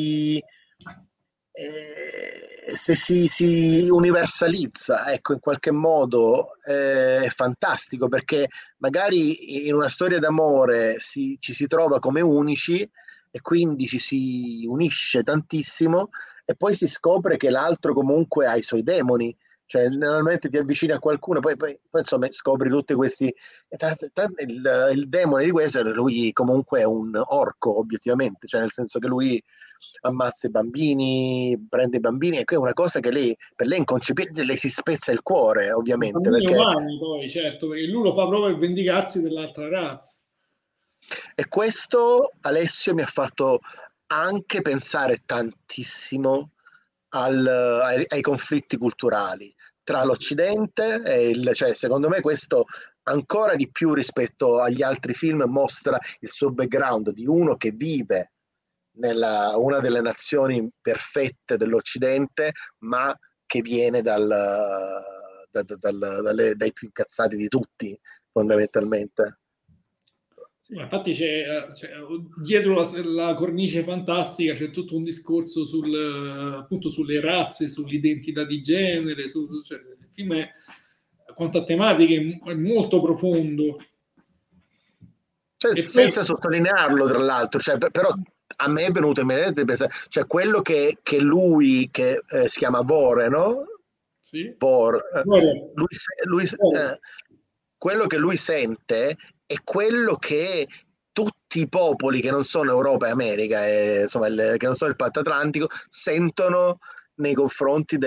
S3: si universalizza, ecco, in qualche modo è fantastico, perché magari in una storia d'amore ci si trova come unici e quindi ci si unisce tantissimo e poi si scopre che l'altro comunque ha i suoi demoni. Cioè, normalmente ti avvicini a qualcuno, poi insomma scopri tutti questi. Il demone di questo, lui comunque è un orco, obiettivamente, cioè nel senso che lui ammazza i bambini, prende i bambini, e è una cosa che per lei è inconcepibile, lei si spezza il cuore, ovviamente.
S4: Bambini umani, poi, certo, perché lui lo fa proprio per vendicarsi dell'altra razza.
S3: E questo, Alessio, mi ha fatto anche pensare tantissimo ai conflitti culturali tra l'Occidente e cioè secondo me questo ancora di più rispetto agli altri film mostra il suo background di uno che vive nella una delle nazioni perfette dell'Occidente, ma che viene dai più incazzati di tutti, fondamentalmente.
S4: Sì, infatti dietro la cornice fantastica c'è tutto un discorso appunto sulle razze, sull'identità di genere, cioè, il film è, quanto a tematiche, è molto profondo.
S3: Cioè, senza sottolinearlo, tra l'altro, cioè, però a me è venuto immediatamente pensare, cioè quello che lui, che si chiama Vore, no?
S4: Sì.
S3: Quello che lui sente è quello che tutti i popoli che non sono Europa e America, insomma, che non sono il patto atlantico, sentono nei confronti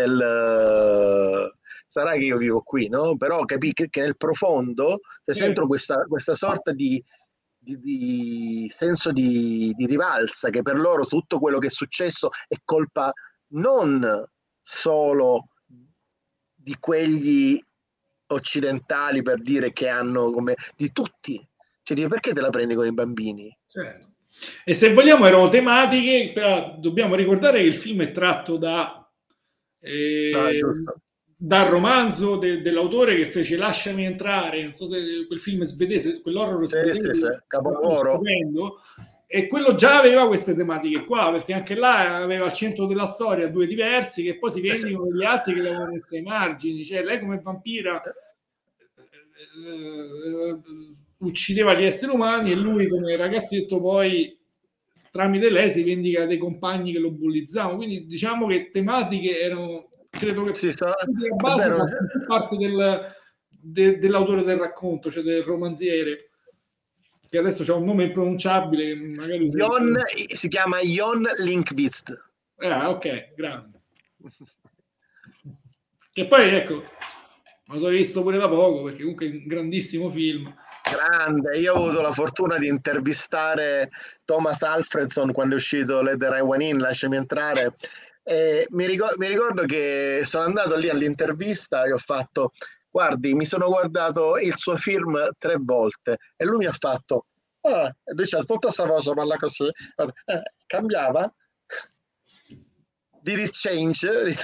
S3: sarà che io vivo qui, no? Però capì che nel profondo c'è sempre questa sorta di senso di rivalsa, che per loro tutto quello che è successo è colpa non solo di quegli occidentali, per dire, che hanno come di tutti, cioè perché te la prendi con i bambini?
S4: Certo. E se vogliamo erano tematiche, però dobbiamo ricordare che il film è tratto dal romanzo dell'autore che fece Lasciami entrare, non so se quel film svedese, quell'horror svedese,
S3: capolavoro.
S4: E quello già aveva queste tematiche qua, perché anche là aveva al centro della storia due diversi che poi si vendicano degli altri che l'avevano messa ai margini. Cioè lei come vampira uccideva gli esseri umani e lui come ragazzetto poi tramite lei si vendica dei compagni che lo bullizzavano. Quindi diciamo che tematiche erano credo che
S3: sì,
S4: la base fa parte dell'autore del racconto, cioè del romanziere, che adesso c'ha un nome impronunciabile, magari
S3: si chiama Jon Linkvist.
S4: Ok, grande. Che poi ecco, me l'ho visto pure da poco, perché comunque è un grandissimo film.
S3: Grande, io ho avuto la fortuna di intervistare Thomas Alfredson quando è uscito Let the Right One In, Lasciami entrare, e mi ricordo che sono andato lì all'intervista e ho fatto: guardi, mi sono guardato il suo film 3 volte, e lui mi ha fatto e lui c'ha tutta questa voce, parla così, cambiava. Did it change?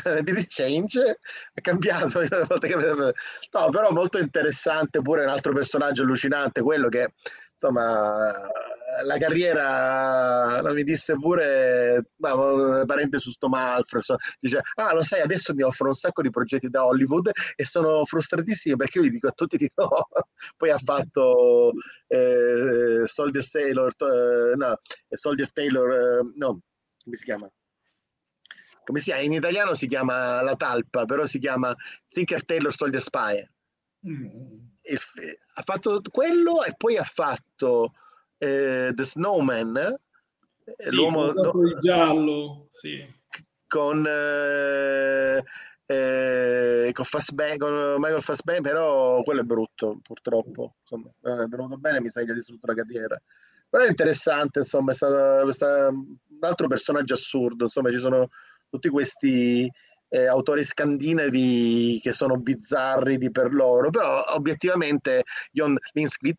S3: È cambiato. No, però molto interessante, pure un altro personaggio allucinante, quello che insomma la carriera, mi disse pure, parente su sto Malfred, dice: lo sai, adesso mi offrono un sacco di progetti da Hollywood e sono frustratissimi perché io gli dico a tutti di no. Poi ha fatto Soldier Taylor, no, come si chiama? Come si chiama? In italiano si chiama La Talpa, però si chiama Tinker Tailor Soldier Spy. Ha fatto quello e poi ha fatto The Snowman,
S4: l'uomo di giallo, sì.
S3: con Michael Fassbender, però quello è brutto, purtroppo. Insomma, è venuto bene, mi sa che gli ha distrutto la carriera. Però è interessante, insomma, è stato un altro personaggio assurdo, insomma, ci sono tutti questi autori scandinavi che sono bizzarri di per loro, però obiettivamente Jon Linkvist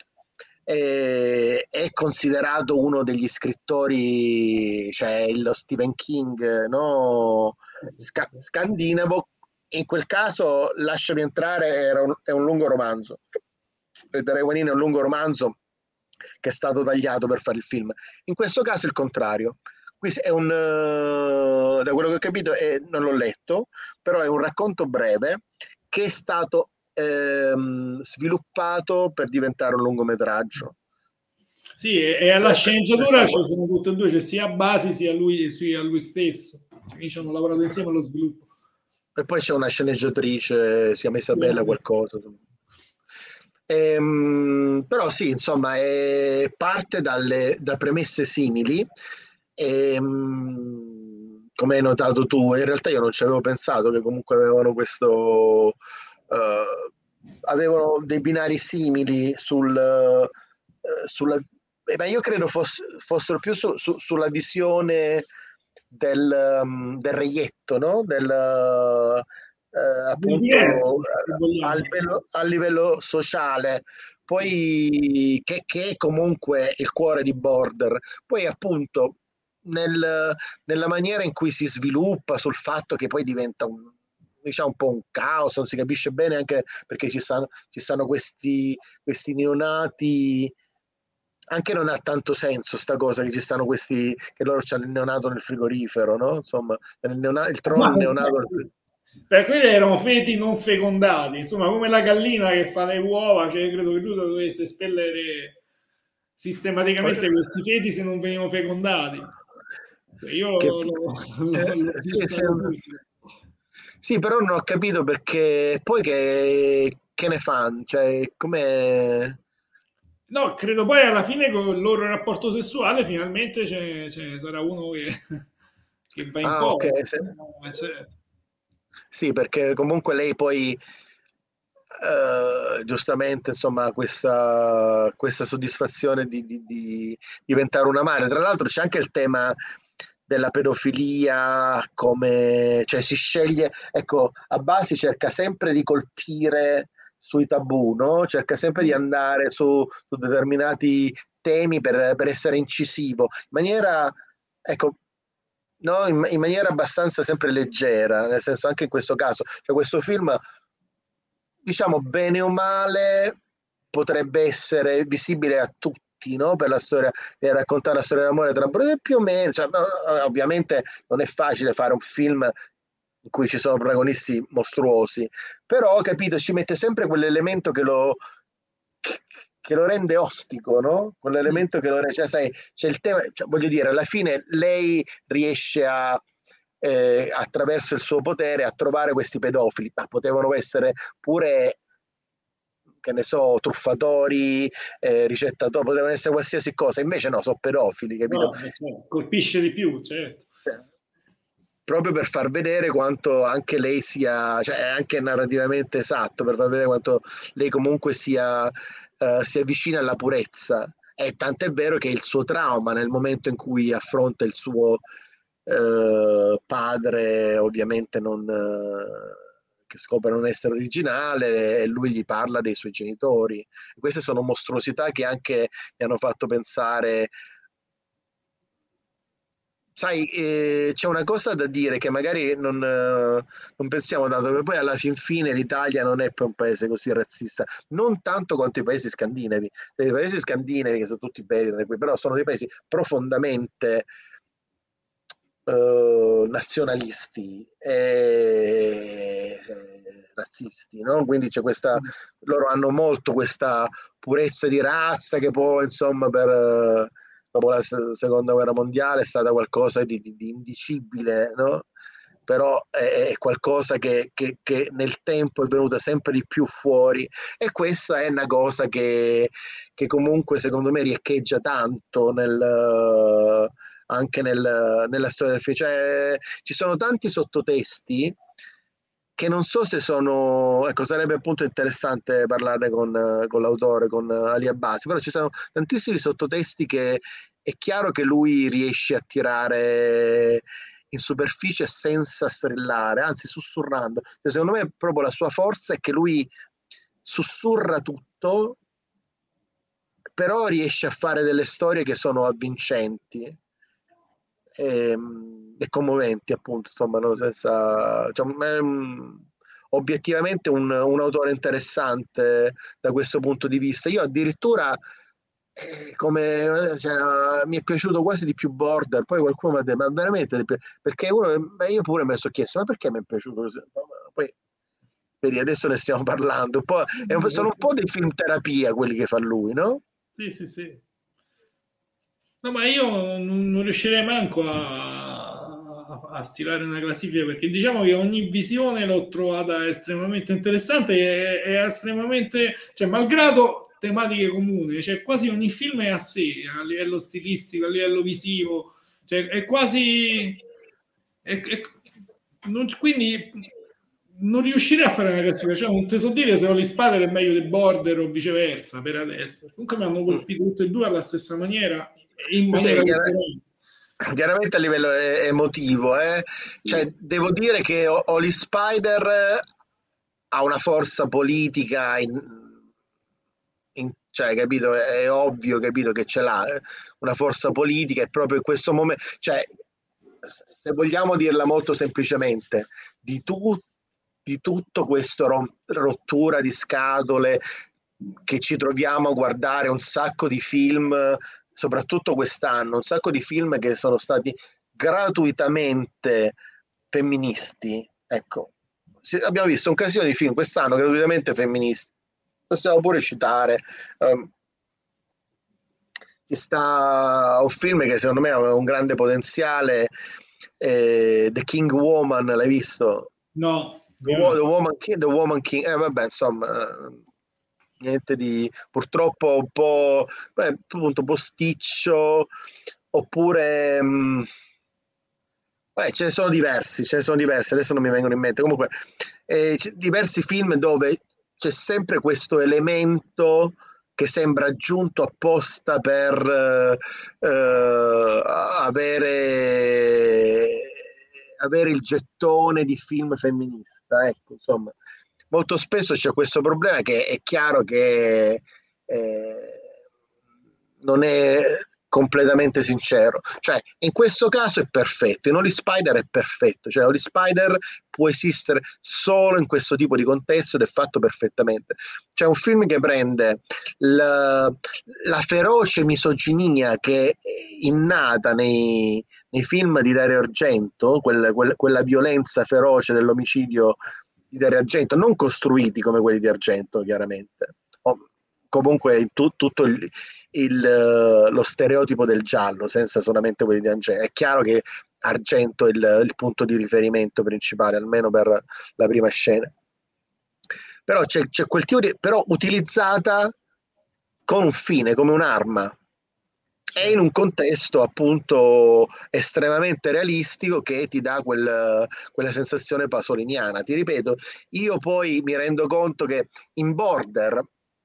S3: è considerato uno degli scrittori, cioè lo Stephen King, no? Scandinavo. In quel caso Lasciami entrare è un lungo romanzo, The Right One In è un lungo romanzo che è stato tagliato per fare il film. In questo caso è il contrario. Questo è da quello che ho capito, non l'ho letto, però è un racconto breve che è stato sviluppato per diventare un lungometraggio.
S4: Sì, e alla sceneggiatura ci sono tutte e due, cioè sia Basi sia lui stesso. Quindi ci hanno lavorato insieme allo sviluppo.
S3: E poi c'è una sceneggiatrice, si chiama Isabella qualcosa. Però sì, insomma, parte da premesse simili. Come hai notato tu, in realtà io non ci avevo pensato che comunque avevano avevano dei binari simili sulla ma io credo fossero più sulla visione del reietto, no? Appunto a livello sociale, poi che è comunque il cuore di Border, poi appunto nella maniera in cui si sviluppa, sul fatto che poi diventa un po' un caos, non si capisce bene, anche perché ci stanno questi neonati. Anche non ha tanto senso sta cosa che ci stanno questi, che loro c'hanno il neonato nel frigorifero, no? Insomma, il troll neonato.
S4: Per quelli erano feti non fecondati, insomma, come la gallina che fa le uova, cioè credo che lui dovesse espellere sistematicamente questi feti se non venivano fecondati. Io
S3: sì, però non ho capito perché poi che ne fanno, cioè come.
S4: No, credo poi alla fine con il loro rapporto sessuale finalmente sarà uno che va in porto.
S3: Okay, sì.
S4: Certo.
S3: Sì, perché comunque lei poi giustamente, insomma, questa soddisfazione di diventare una madre. Tra l'altro c'è anche il tema della pedofilia, cioè si sceglie, ecco, a base cerca sempre di colpire sui tabù, no? Cerca sempre di andare su determinati temi per essere incisivo, in maniera, ecco, no, in maniera abbastanza sempre leggera, nel senso, anche in questo caso, cioè questo film, diciamo, bene o male potrebbe essere visibile a tutti, no? Per la storia, per raccontare la storia d'amore tra brodi, più o meno, cioè, ovviamente non è facile fare un film in cui ci sono protagonisti mostruosi, però, capito, ci mette sempre quell'elemento che lo rende ostico, no? Quell'elemento che lo rende, cioè, sai, c'è il tema, cioè, voglio dire, alla fine lei riesce a attraverso il suo potere a trovare questi pedofili, ma potevano essere pure, che ne so, truffatori, ricettatori, potevano essere qualsiasi cosa, invece no, sono pedofili, capito?
S4: No, certo, colpisce di più, certo.
S3: Proprio per far vedere quanto anche lei sia, cioè anche narrativamente esatto, per far vedere quanto lei comunque si avvicina alla purezza. E tant'è vero che il suo trauma nel momento in cui affronta il suo padre, ovviamente che scopre non essere originale, e lui gli parla dei suoi genitori. Queste sono mostruosità che anche mi hanno fatto pensare. Sai, c'è una cosa da dire che magari non pensiamo tanto, che poi alla fin fine l'Italia non è poi un paese così razzista, non tanto quanto i paesi scandinavi. I paesi scandinavi, che sono tutti belli, però sono dei paesi profondamente nazionalisti e razzisti, no? Quindi c'è loro hanno molto questa purezza di razza che poi, insomma, dopo la seconda guerra mondiale è stata qualcosa di indicibile, no? Però è qualcosa che nel tempo è venuta sempre di più fuori, e questa è una cosa che comunque secondo me riecheggia tanto anche nella storia del film. Cioè, ci sono tanti sottotesti che non so se sono, ecco, sarebbe appunto interessante parlarne con l'autore, con Ali Abbasi, però ci sono tantissimi sottotesti che è chiaro che lui riesce a tirare in superficie senza strillare, anzi sussurrando. Cioè, secondo me proprio la sua forza è che lui sussurra tutto, però riesce a fare delle storie che sono avvincenti e commoventi, appunto, insomma, no? Cioè, è obiettivamente un autore interessante da questo punto di vista. Io addirittura mi è piaciuto quasi di più Border, poi qualcuno mi ha detto, ma veramente, perché io pure mi sono chiesto, ma perché mi è piaciuto così? Poi adesso ne stiamo parlando, sono un po' dei film terapia quelli che fa lui, no?
S4: Sì, sì, sì. No, ma io non riuscirei manco a stilare una classifica, perché diciamo che ogni visione l'ho trovata estremamente interessante e estremamente, cioè, malgrado tematiche comuni, cioè quasi ogni film è a sé, a livello stilistico, a livello visivo, cioè è quasi... quindi non riuscirei a fare una classifica, cioè non ti so dire se Holy Spider è meglio di Border o viceversa per adesso. Comunque mi hanno colpito tutti e due alla stessa maniera, in maniera
S3: chiaramente a livello emotivo, cioè, devo dire che Holy Spider ha una forza politica cioè, capito, è ovvio, capito, che ce l'ha una forza politica, e proprio in questo momento, cioè, se vogliamo dirla molto semplicemente, di tutto questo rottura di scatole che ci troviamo a guardare un sacco di film, soprattutto quest'anno, un sacco di film che sono stati gratuitamente femministi. Ecco, abbiamo visto un casino di film quest'anno gratuitamente femministi. Possiamo pure citare ci sta un film che secondo me ha un grande potenziale, The King Woman, l'hai visto?
S4: No.
S3: The Woman King, vabbè, insomma, niente di, purtroppo un po', appunto, posticcio, oppure ce ne sono diversi, adesso non mi vengono in mente. Comunque, diversi film dove c'è sempre questo elemento che sembra aggiunto apposta per avere il gettone di film femminista. Ecco, insomma, molto spesso c'è questo problema, che è chiaro che non è completamente sincero. Cioè, in questo caso è perfetto, in Holy Spider è perfetto, cioè Holy Spider può esistere solo in questo tipo di contesto ed è fatto perfettamente. C'è un film che prende la feroce misoginia che è innata nei film di Dario Argento, quella violenza feroce dell'omicidio di Dario Argento, non costruiti come quelli di Argento, chiaramente, comunque tutto lo stereotipo del giallo, senza solamente quelli di Argento. È chiaro che Argento il punto di riferimento principale, almeno per la prima scena. Però c'è quel tipo però utilizzata con un fine, come un'arma, e in un contesto appunto estremamente realistico che ti dà quella sensazione pasoliniana. Ti ripeto, io poi mi rendo conto che in Border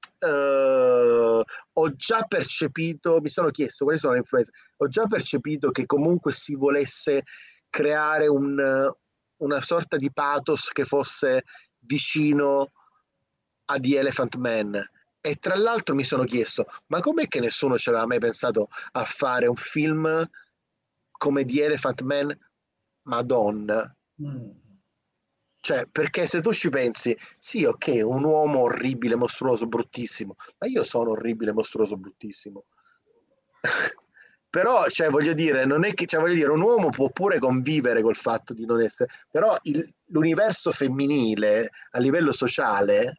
S3: ho già percepito, mi sono chiesto quali sono le influenze, ho già percepito che comunque si volesse creare una sorta di pathos che fosse vicino a The Elephant Man. E tra l'altro mi sono chiesto, ma com'è che nessuno ci aveva mai pensato a fare un film come The Elephant Man, Madonna? Cioè, perché se tu ci pensi, sì, ok, un uomo orribile, mostruoso, bruttissimo, ma io sono orribile, mostruoso, bruttissimo. Però, cioè, voglio dire, non è che, cioè, voglio dire, un uomo può pure convivere col fatto di non essere, però l'universo femminile a livello sociale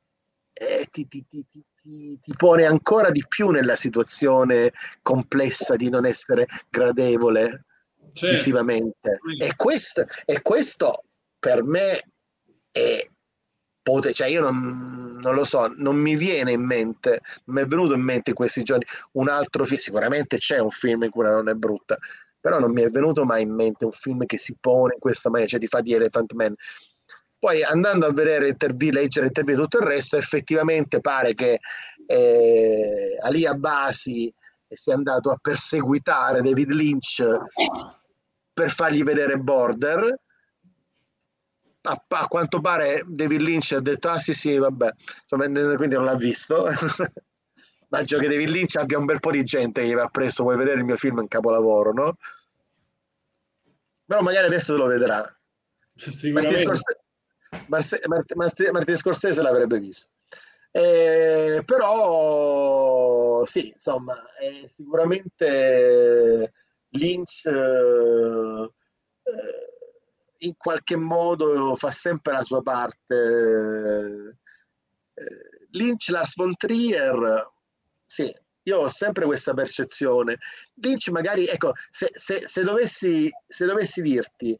S3: ti pone ancora di più nella situazione complessa di non essere gradevole visivamente. E questo per me è cioè io non lo so, non mi viene in mente, non mi è venuto in mente in questi giorni un altro film. Sicuramente c'è un film in cui una donna è brutta, però non mi è venuto mai in mente un film che si pone in questa maniera, cioè ti fa di Elephant Man. Poi andando a vedere leggere interviste e tutto il resto, effettivamente pare che Ali Abbasi sia andato a perseguitare David Lynch per fargli vedere Border. A quanto pare David Lynch ha detto sì vabbè, insomma, quindi non l'ha visto. Immagino che David Lynch abbia un bel po' di gente che gli va presso, vuoi vedere il mio film, in capolavoro, no? Però magari adesso lo vedrà. Martin Scorsese l'avrebbe visto. Però sì, insomma, sicuramente Lynch in qualche modo fa sempre la sua parte. Lynch, Lars von Trier, sì, io ho sempre questa percezione. Lynch magari, ecco, se dovessi dirti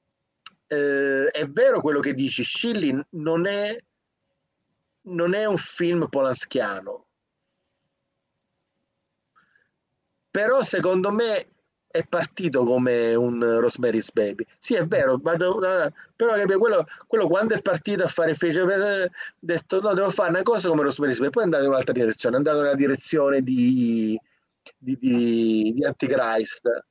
S3: è vero quello che dici, Shilling non è un film polanskiano, però secondo me è partito come un Rosemary's Baby. Sì, è vero, però quello quando è partito a fare ha detto no, devo fare una cosa come Rosemary's Baby, poi è andato in un'altra direzione, è andato nella direzione di Antichrist.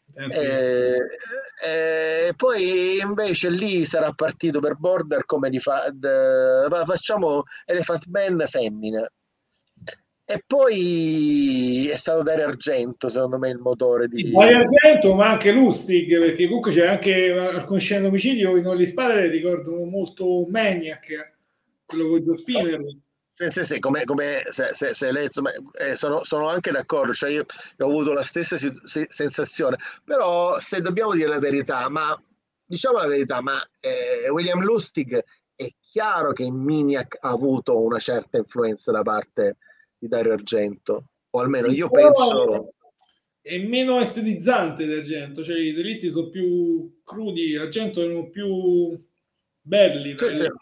S3: Poi invece lì sarà partito per Border come facciamo Elephant Man femmina, e poi è stato Dario Argento secondo me il motore di
S4: Dario Argento, ma anche Lustig, perché comunque c'è anche alcune scene di omicidio in Only Spider ricordano molto Maniac, quello con Joe Spinner.
S3: Sì, come se lei, insomma, sono anche d'accordo, cioè io ho avuto la stessa sensazione, però se dobbiamo dire la verità, diciamo la verità, William Lustig è chiaro che in Maniac ha avuto una certa influenza da parte di Dario Argento, o almeno io penso.
S4: È meno estetizzante di Argento, cioè i delitti sono più crudi, Argento erano più belli.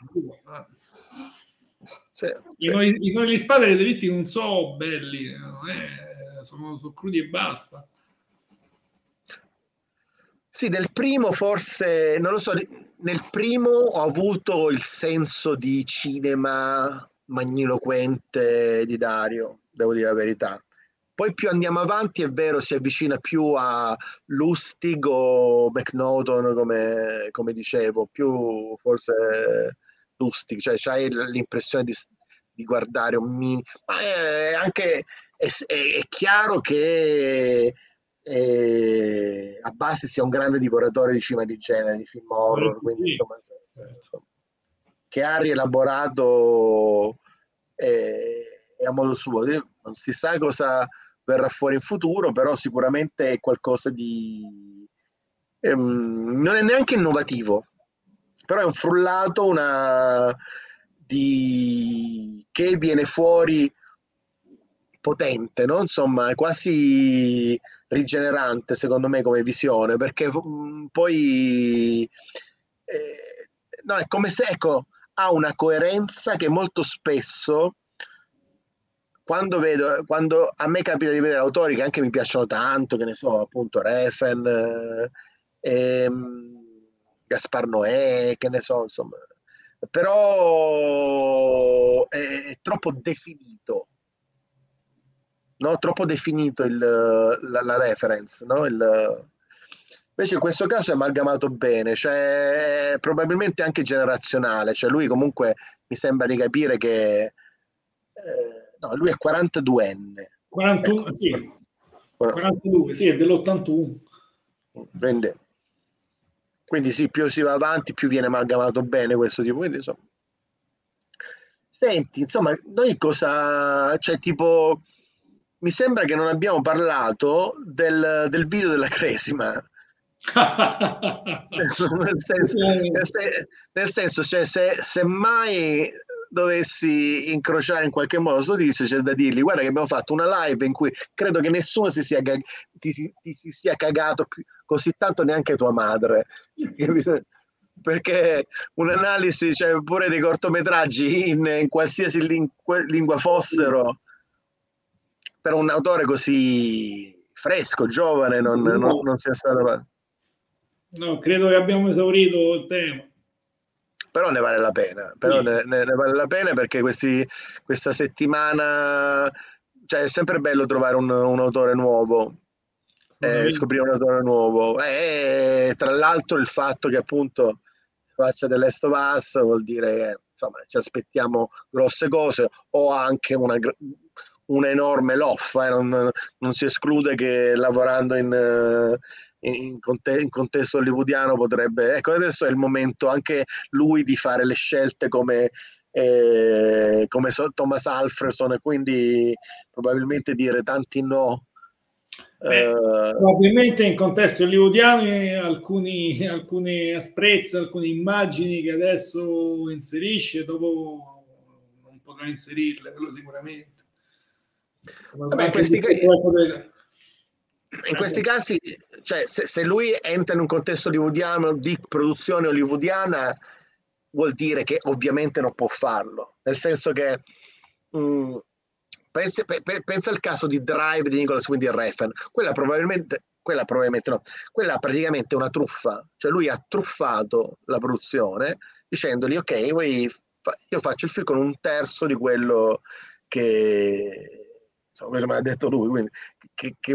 S4: I noi spade dei delitti non sono belli, sono crudi e basta.
S3: Sì, nel primo forse, non lo so, nel primo ho avuto il senso di cinema magniloquente di Dario, devo dire la verità. Poi più andiamo avanti, è vero, si avvicina più a Lustig o McNaughton, come dicevo, più forse Lustig, cioè c'hai l'impressione di guardare un mini, ma è chiaro che Abbasi sia un grande divoratore di cinema di genere, di film horror, quindi insomma, che ha rielaborato a modo suo. Non si sa cosa verrà fuori in futuro, però sicuramente è qualcosa di non è neanche innovativo, però è un frullato che viene fuori potente, no? Insomma, è quasi rigenerante secondo me come visione, perché poi no, è come se, ecco, ha una coerenza che molto spesso quando a me capita di vedere autori che anche mi piacciono tanto, che ne so, appunto Refn, Gaspar Noè, che ne so, insomma, però è troppo definito, no? Troppo definito la reference, no? Invece in questo caso è amalgamato bene, cioè probabilmente anche generazionale, cioè lui comunque mi sembra di capire che no, lui è 42enne.
S4: 41,
S3: Ecco.
S4: sì. 42, sì, è dell'81.
S3: Quindi sì, più si va avanti, più viene amalgamato bene questo tipo. Quindi, insomma. Senti, insomma, noi cosa... Cioè, tipo, mi sembra che non abbiamo parlato del video della Cresima. nel senso, cioè, se mai dovessi incrociare in qualche modo sto tizio, c'è da dirgli: guarda che abbiamo fatto una live in cui credo che nessuno ti si sia cagato così tanto, neanche tua madre, perché un'analisi, cioè, pure dei cortometraggi in qualsiasi lingua fossero, per un autore così fresco, giovane, non sia stato...
S4: No, credo che abbiamo esaurito il tema.
S3: Però ne vale la pena, ne vale la pena, perché questa settimana, cioè, è sempre bello trovare un autore nuovo, scoprire un autore nuovo. Tra l'altro il fatto che appunto faccia The Last of Us vuol dire che insomma ci aspettiamo grosse cose, o anche una enorme loffa, non si esclude che lavorando in contesto hollywoodiano potrebbe, ecco, adesso è il momento anche lui di fare le scelte come Thomas Alfredson, e quindi probabilmente dire tanti no.
S4: Probabilmente in contesto hollywoodiano alcune asprezze, alcune immagini che adesso inserisce, dopo non potrà inserirle, quello sicuramente.
S3: Vabbè, in questi casi, cioè, se lui entra in un contesto hollywoodiano, di produzione hollywoodiana, vuol dire che ovviamente non può farlo, nel senso che pensa al caso di Drive di Nicolas Winding Refn. Quella probabilmente no, quella praticamente è una truffa, cioè lui ha truffato la produzione dicendogli: ok, io faccio il film con un terzo di quello che, insomma, questo me l'ha detto lui, quindi che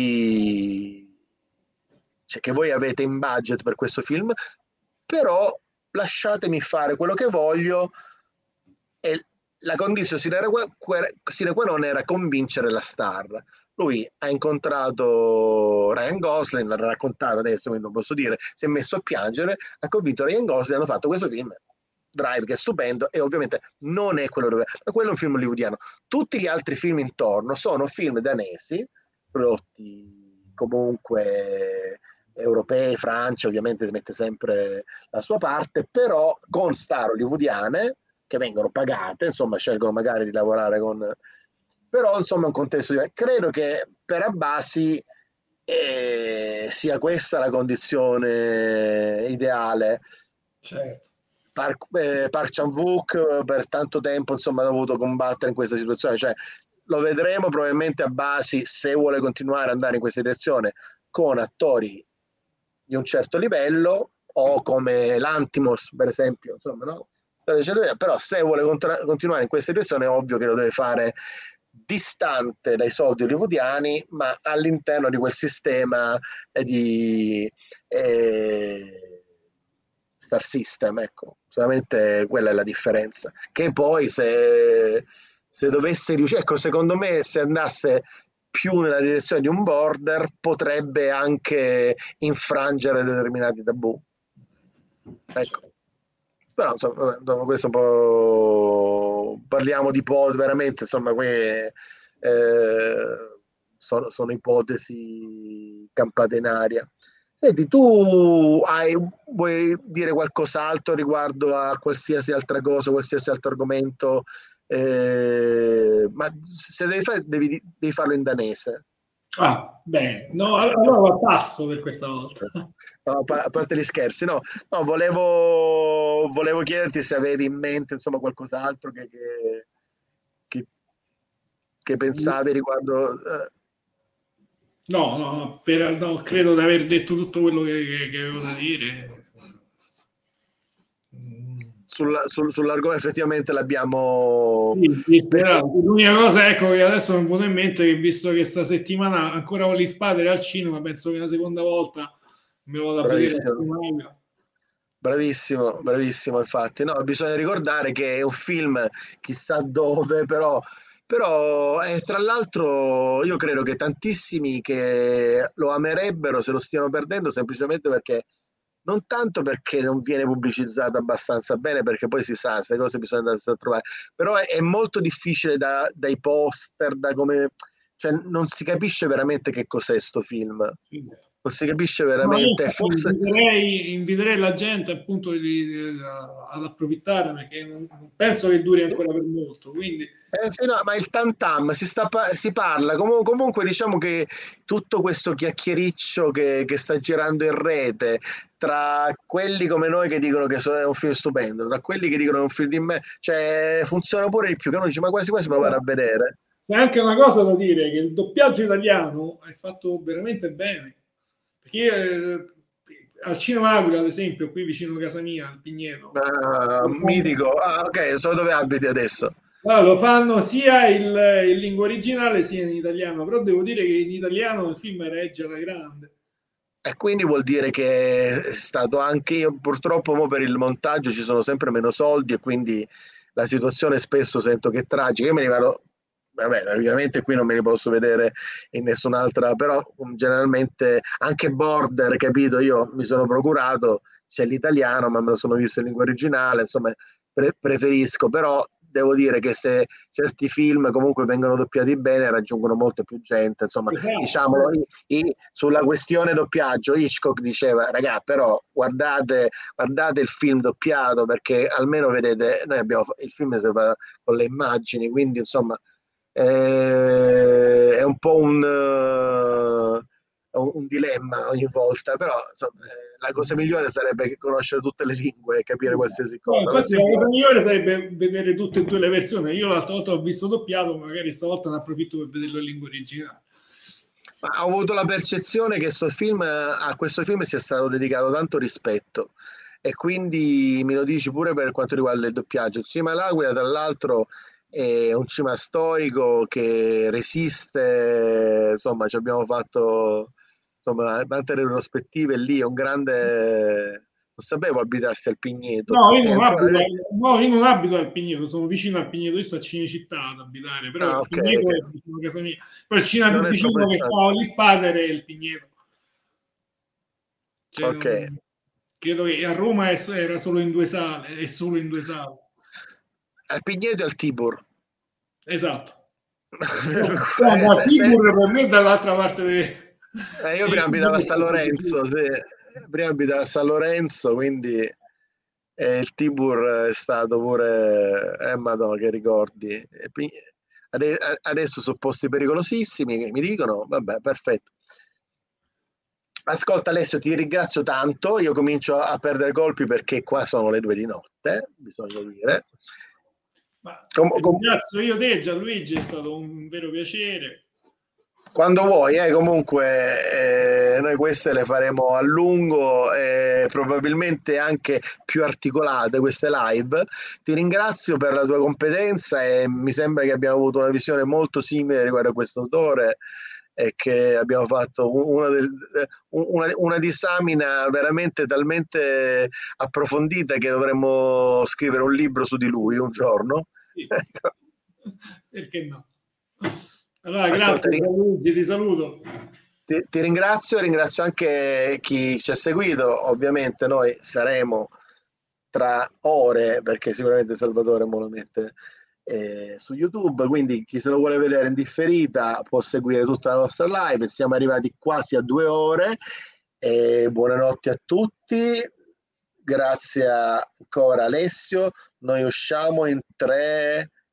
S3: voi avete in budget per questo film, però lasciatemi fare quello che voglio. E la condizione sine qua non era convincere la star. Lui ha incontrato Ryan Gosling, l'ha raccontato adesso, quindi non posso dire, si è messo a piangere, ha convinto Ryan Gosling, hanno fatto questo film Drive, che è stupendo, e ovviamente non è quello dove, ma quello è un film hollywoodiano. Tutti gli altri film intorno sono film danesi, prodotti comunque europei, Francia ovviamente si mette sempre la sua parte, però con star hollywoodiane che vengono pagate, insomma, scelgono magari di lavorare con... Però insomma è un contesto di... Credo che per Abbasi sia questa la condizione ideale.
S4: Certo.
S3: Park Chan-wook per tanto tempo, insomma, ha dovuto combattere in questa situazione, cioè lo vedremo probabilmente Abbasi, se vuole continuare ad andare in questa direzione, con attori di un certo livello, o come Lantimos per esempio, insomma, no? Però se vuole continuare in questa direzione è ovvio che lo deve fare distante dai soldi hollywoodiani, ma all'interno di quel sistema di Star System, ecco, solamente quella è la differenza, che poi se dovesse riuscire, ecco, secondo me se andasse più nella direzione di un border potrebbe anche infrangere determinati tabù, ecco. Però insomma, questo un po' parliamo di ipotesi, veramente, insomma, sono ipotesi campate in aria. Senti, tu vuoi dire qualcos'altro riguardo a qualsiasi altra cosa, qualsiasi altro argomento Ma se devi fare, devi farlo in danese.
S4: Ah, bene. No, allora passo per questa volta.
S3: No, a parte gli scherzi, no, volevo chiederti se avevi in mente, insomma, qualcos'altro che, che pensavi riguardo.
S4: No, credo di aver detto tutto quello che avevo da dire.
S3: Sull'argomento effettivamente l'abbiamo.
S4: Sì, l'unica cosa, ecco, che adesso mi viene in mente, che visto che sta settimana ancora Only Spider al cinema, penso che una seconda volta mi vado a vedere.
S3: Bravissimo, infatti. No, bisogna ricordare che è un film chissà dove, però tra l'altro io credo che tantissimi che lo amerebbero se lo stiano perdendo semplicemente perché, non tanto perché non viene pubblicizzato abbastanza bene, perché poi si sa, queste cose bisogna andarsi a trovare, però è molto difficile dai poster, da come, cioè non si capisce veramente che cos'è sto film. Non si capisce veramente. Forse
S4: inviterei la gente appunto ad approfittare, perché non penso che duri ancora per molto, quindi
S3: sì, no, ma il tam tam si parla comunque, diciamo che tutto questo chiacchiericcio che sta girando in rete tra quelli come noi che dicono che è un film stupendo, tra quelli che dicono che è un film di me, cioè funziona pure di più, che uno dice ma quasi quasi me lo vado a vedere.
S4: C'è anche una cosa da dire, che il doppiaggio italiano è fatto veramente bene. Perché al Cinema Aquila, ad esempio, qui vicino a casa mia, al Pigneto,
S3: mitico. Ok, so dove abiti adesso.
S4: Allora, lo fanno sia in lingua originale sia in italiano, però devo dire che in italiano il film regge alla grande.
S3: E quindi vuol dire che è stato anche io, purtroppo per il montaggio ci sono sempre meno soldi e quindi la situazione spesso sento che è tragica. Io me ne vado. Vabbè, ovviamente qui non me li posso vedere in nessun'altra, però generalmente anche Border, capito? Io mi sono procurato, c'è l'italiano, ma me lo sono visto in lingua originale, insomma, preferisco, però devo dire che se certi film comunque vengono doppiati bene raggiungono molto più gente, insomma,
S4: esatto.
S3: Diciamolo, sulla questione doppiaggio Hitchcock diceva, ragà, però guardate il film doppiato, perché almeno vedete, noi abbiamo il film si fa con le immagini, quindi insomma è un po' un dilemma ogni volta, però insomma, la cosa migliore sarebbe conoscere tutte le lingue e capire qualsiasi cosa.
S4: La cosa migliore sarebbe vedere tutte e due le versioni. Io l'altra volta l'ho visto doppiato, magari stavolta ne approfitto per vederlo in lingua originale.
S3: Ma ho avuto la percezione che a questo film sia stato dedicato tanto rispetto, e quindi me lo dici pure per quanto riguarda il doppiaggio. Il Cinema L'Aquila, tra l'altro, è un cinema storico che resiste, insomma, ci abbiamo fatto tante retrospettive lì, è un grande. Non sapevo abitassi al Pigneto.
S4: No, io non abito al Pigneto, sono vicino al Pigneto, io sto a Cinecittà ad abitare, però il Pigneto è vicino a casa mia. Poi il cinema più vicino che stava agli Spader è il Pigneto. Cioè, credo che a Roma era solo in 2 sale, è solo in 2 sale.
S3: Al Pigneto e al Tibur.
S4: Esatto. Al Tibur per me è dall'altra parte
S3: io prima abitavo a San Lorenzo, prima abitavo a San Lorenzo, quindi il Tibur è stato pure madonna, che ricordi. Adesso sono posti pericolosissimi, mi dicono, vabbè, perfetto. Ascolta Alessio, ti ringrazio tanto, io comincio a perdere colpi perché qua sono le 2 di notte, bisogna dire.
S4: Ringrazio io te, Gianluigi, è stato un vero piacere.
S3: Quando vuoi, comunque noi queste le faremo a lungo e probabilmente anche più articolate, queste live. Ti ringrazio per la tua competenza e mi sembra che abbiamo avuto una visione molto simile riguardo a questo autore e che abbiamo fatto una disamina veramente talmente approfondita che dovremmo scrivere un libro su di lui un giorno.
S4: Sì. Perché no? Allora, grazie Luigi, ti saluto.
S3: Ti ringrazio anche chi ci ha seguito. Ovviamente noi saremo tra ore, perché sicuramente Salvatore me lo mette su YouTube, quindi chi se lo vuole vedere in differita può seguire tutta la nostra live. Siamo arrivati quasi a 2 ore e buonanotte a tutti. Grazie ancora Alessio. Noi usciamo in 3,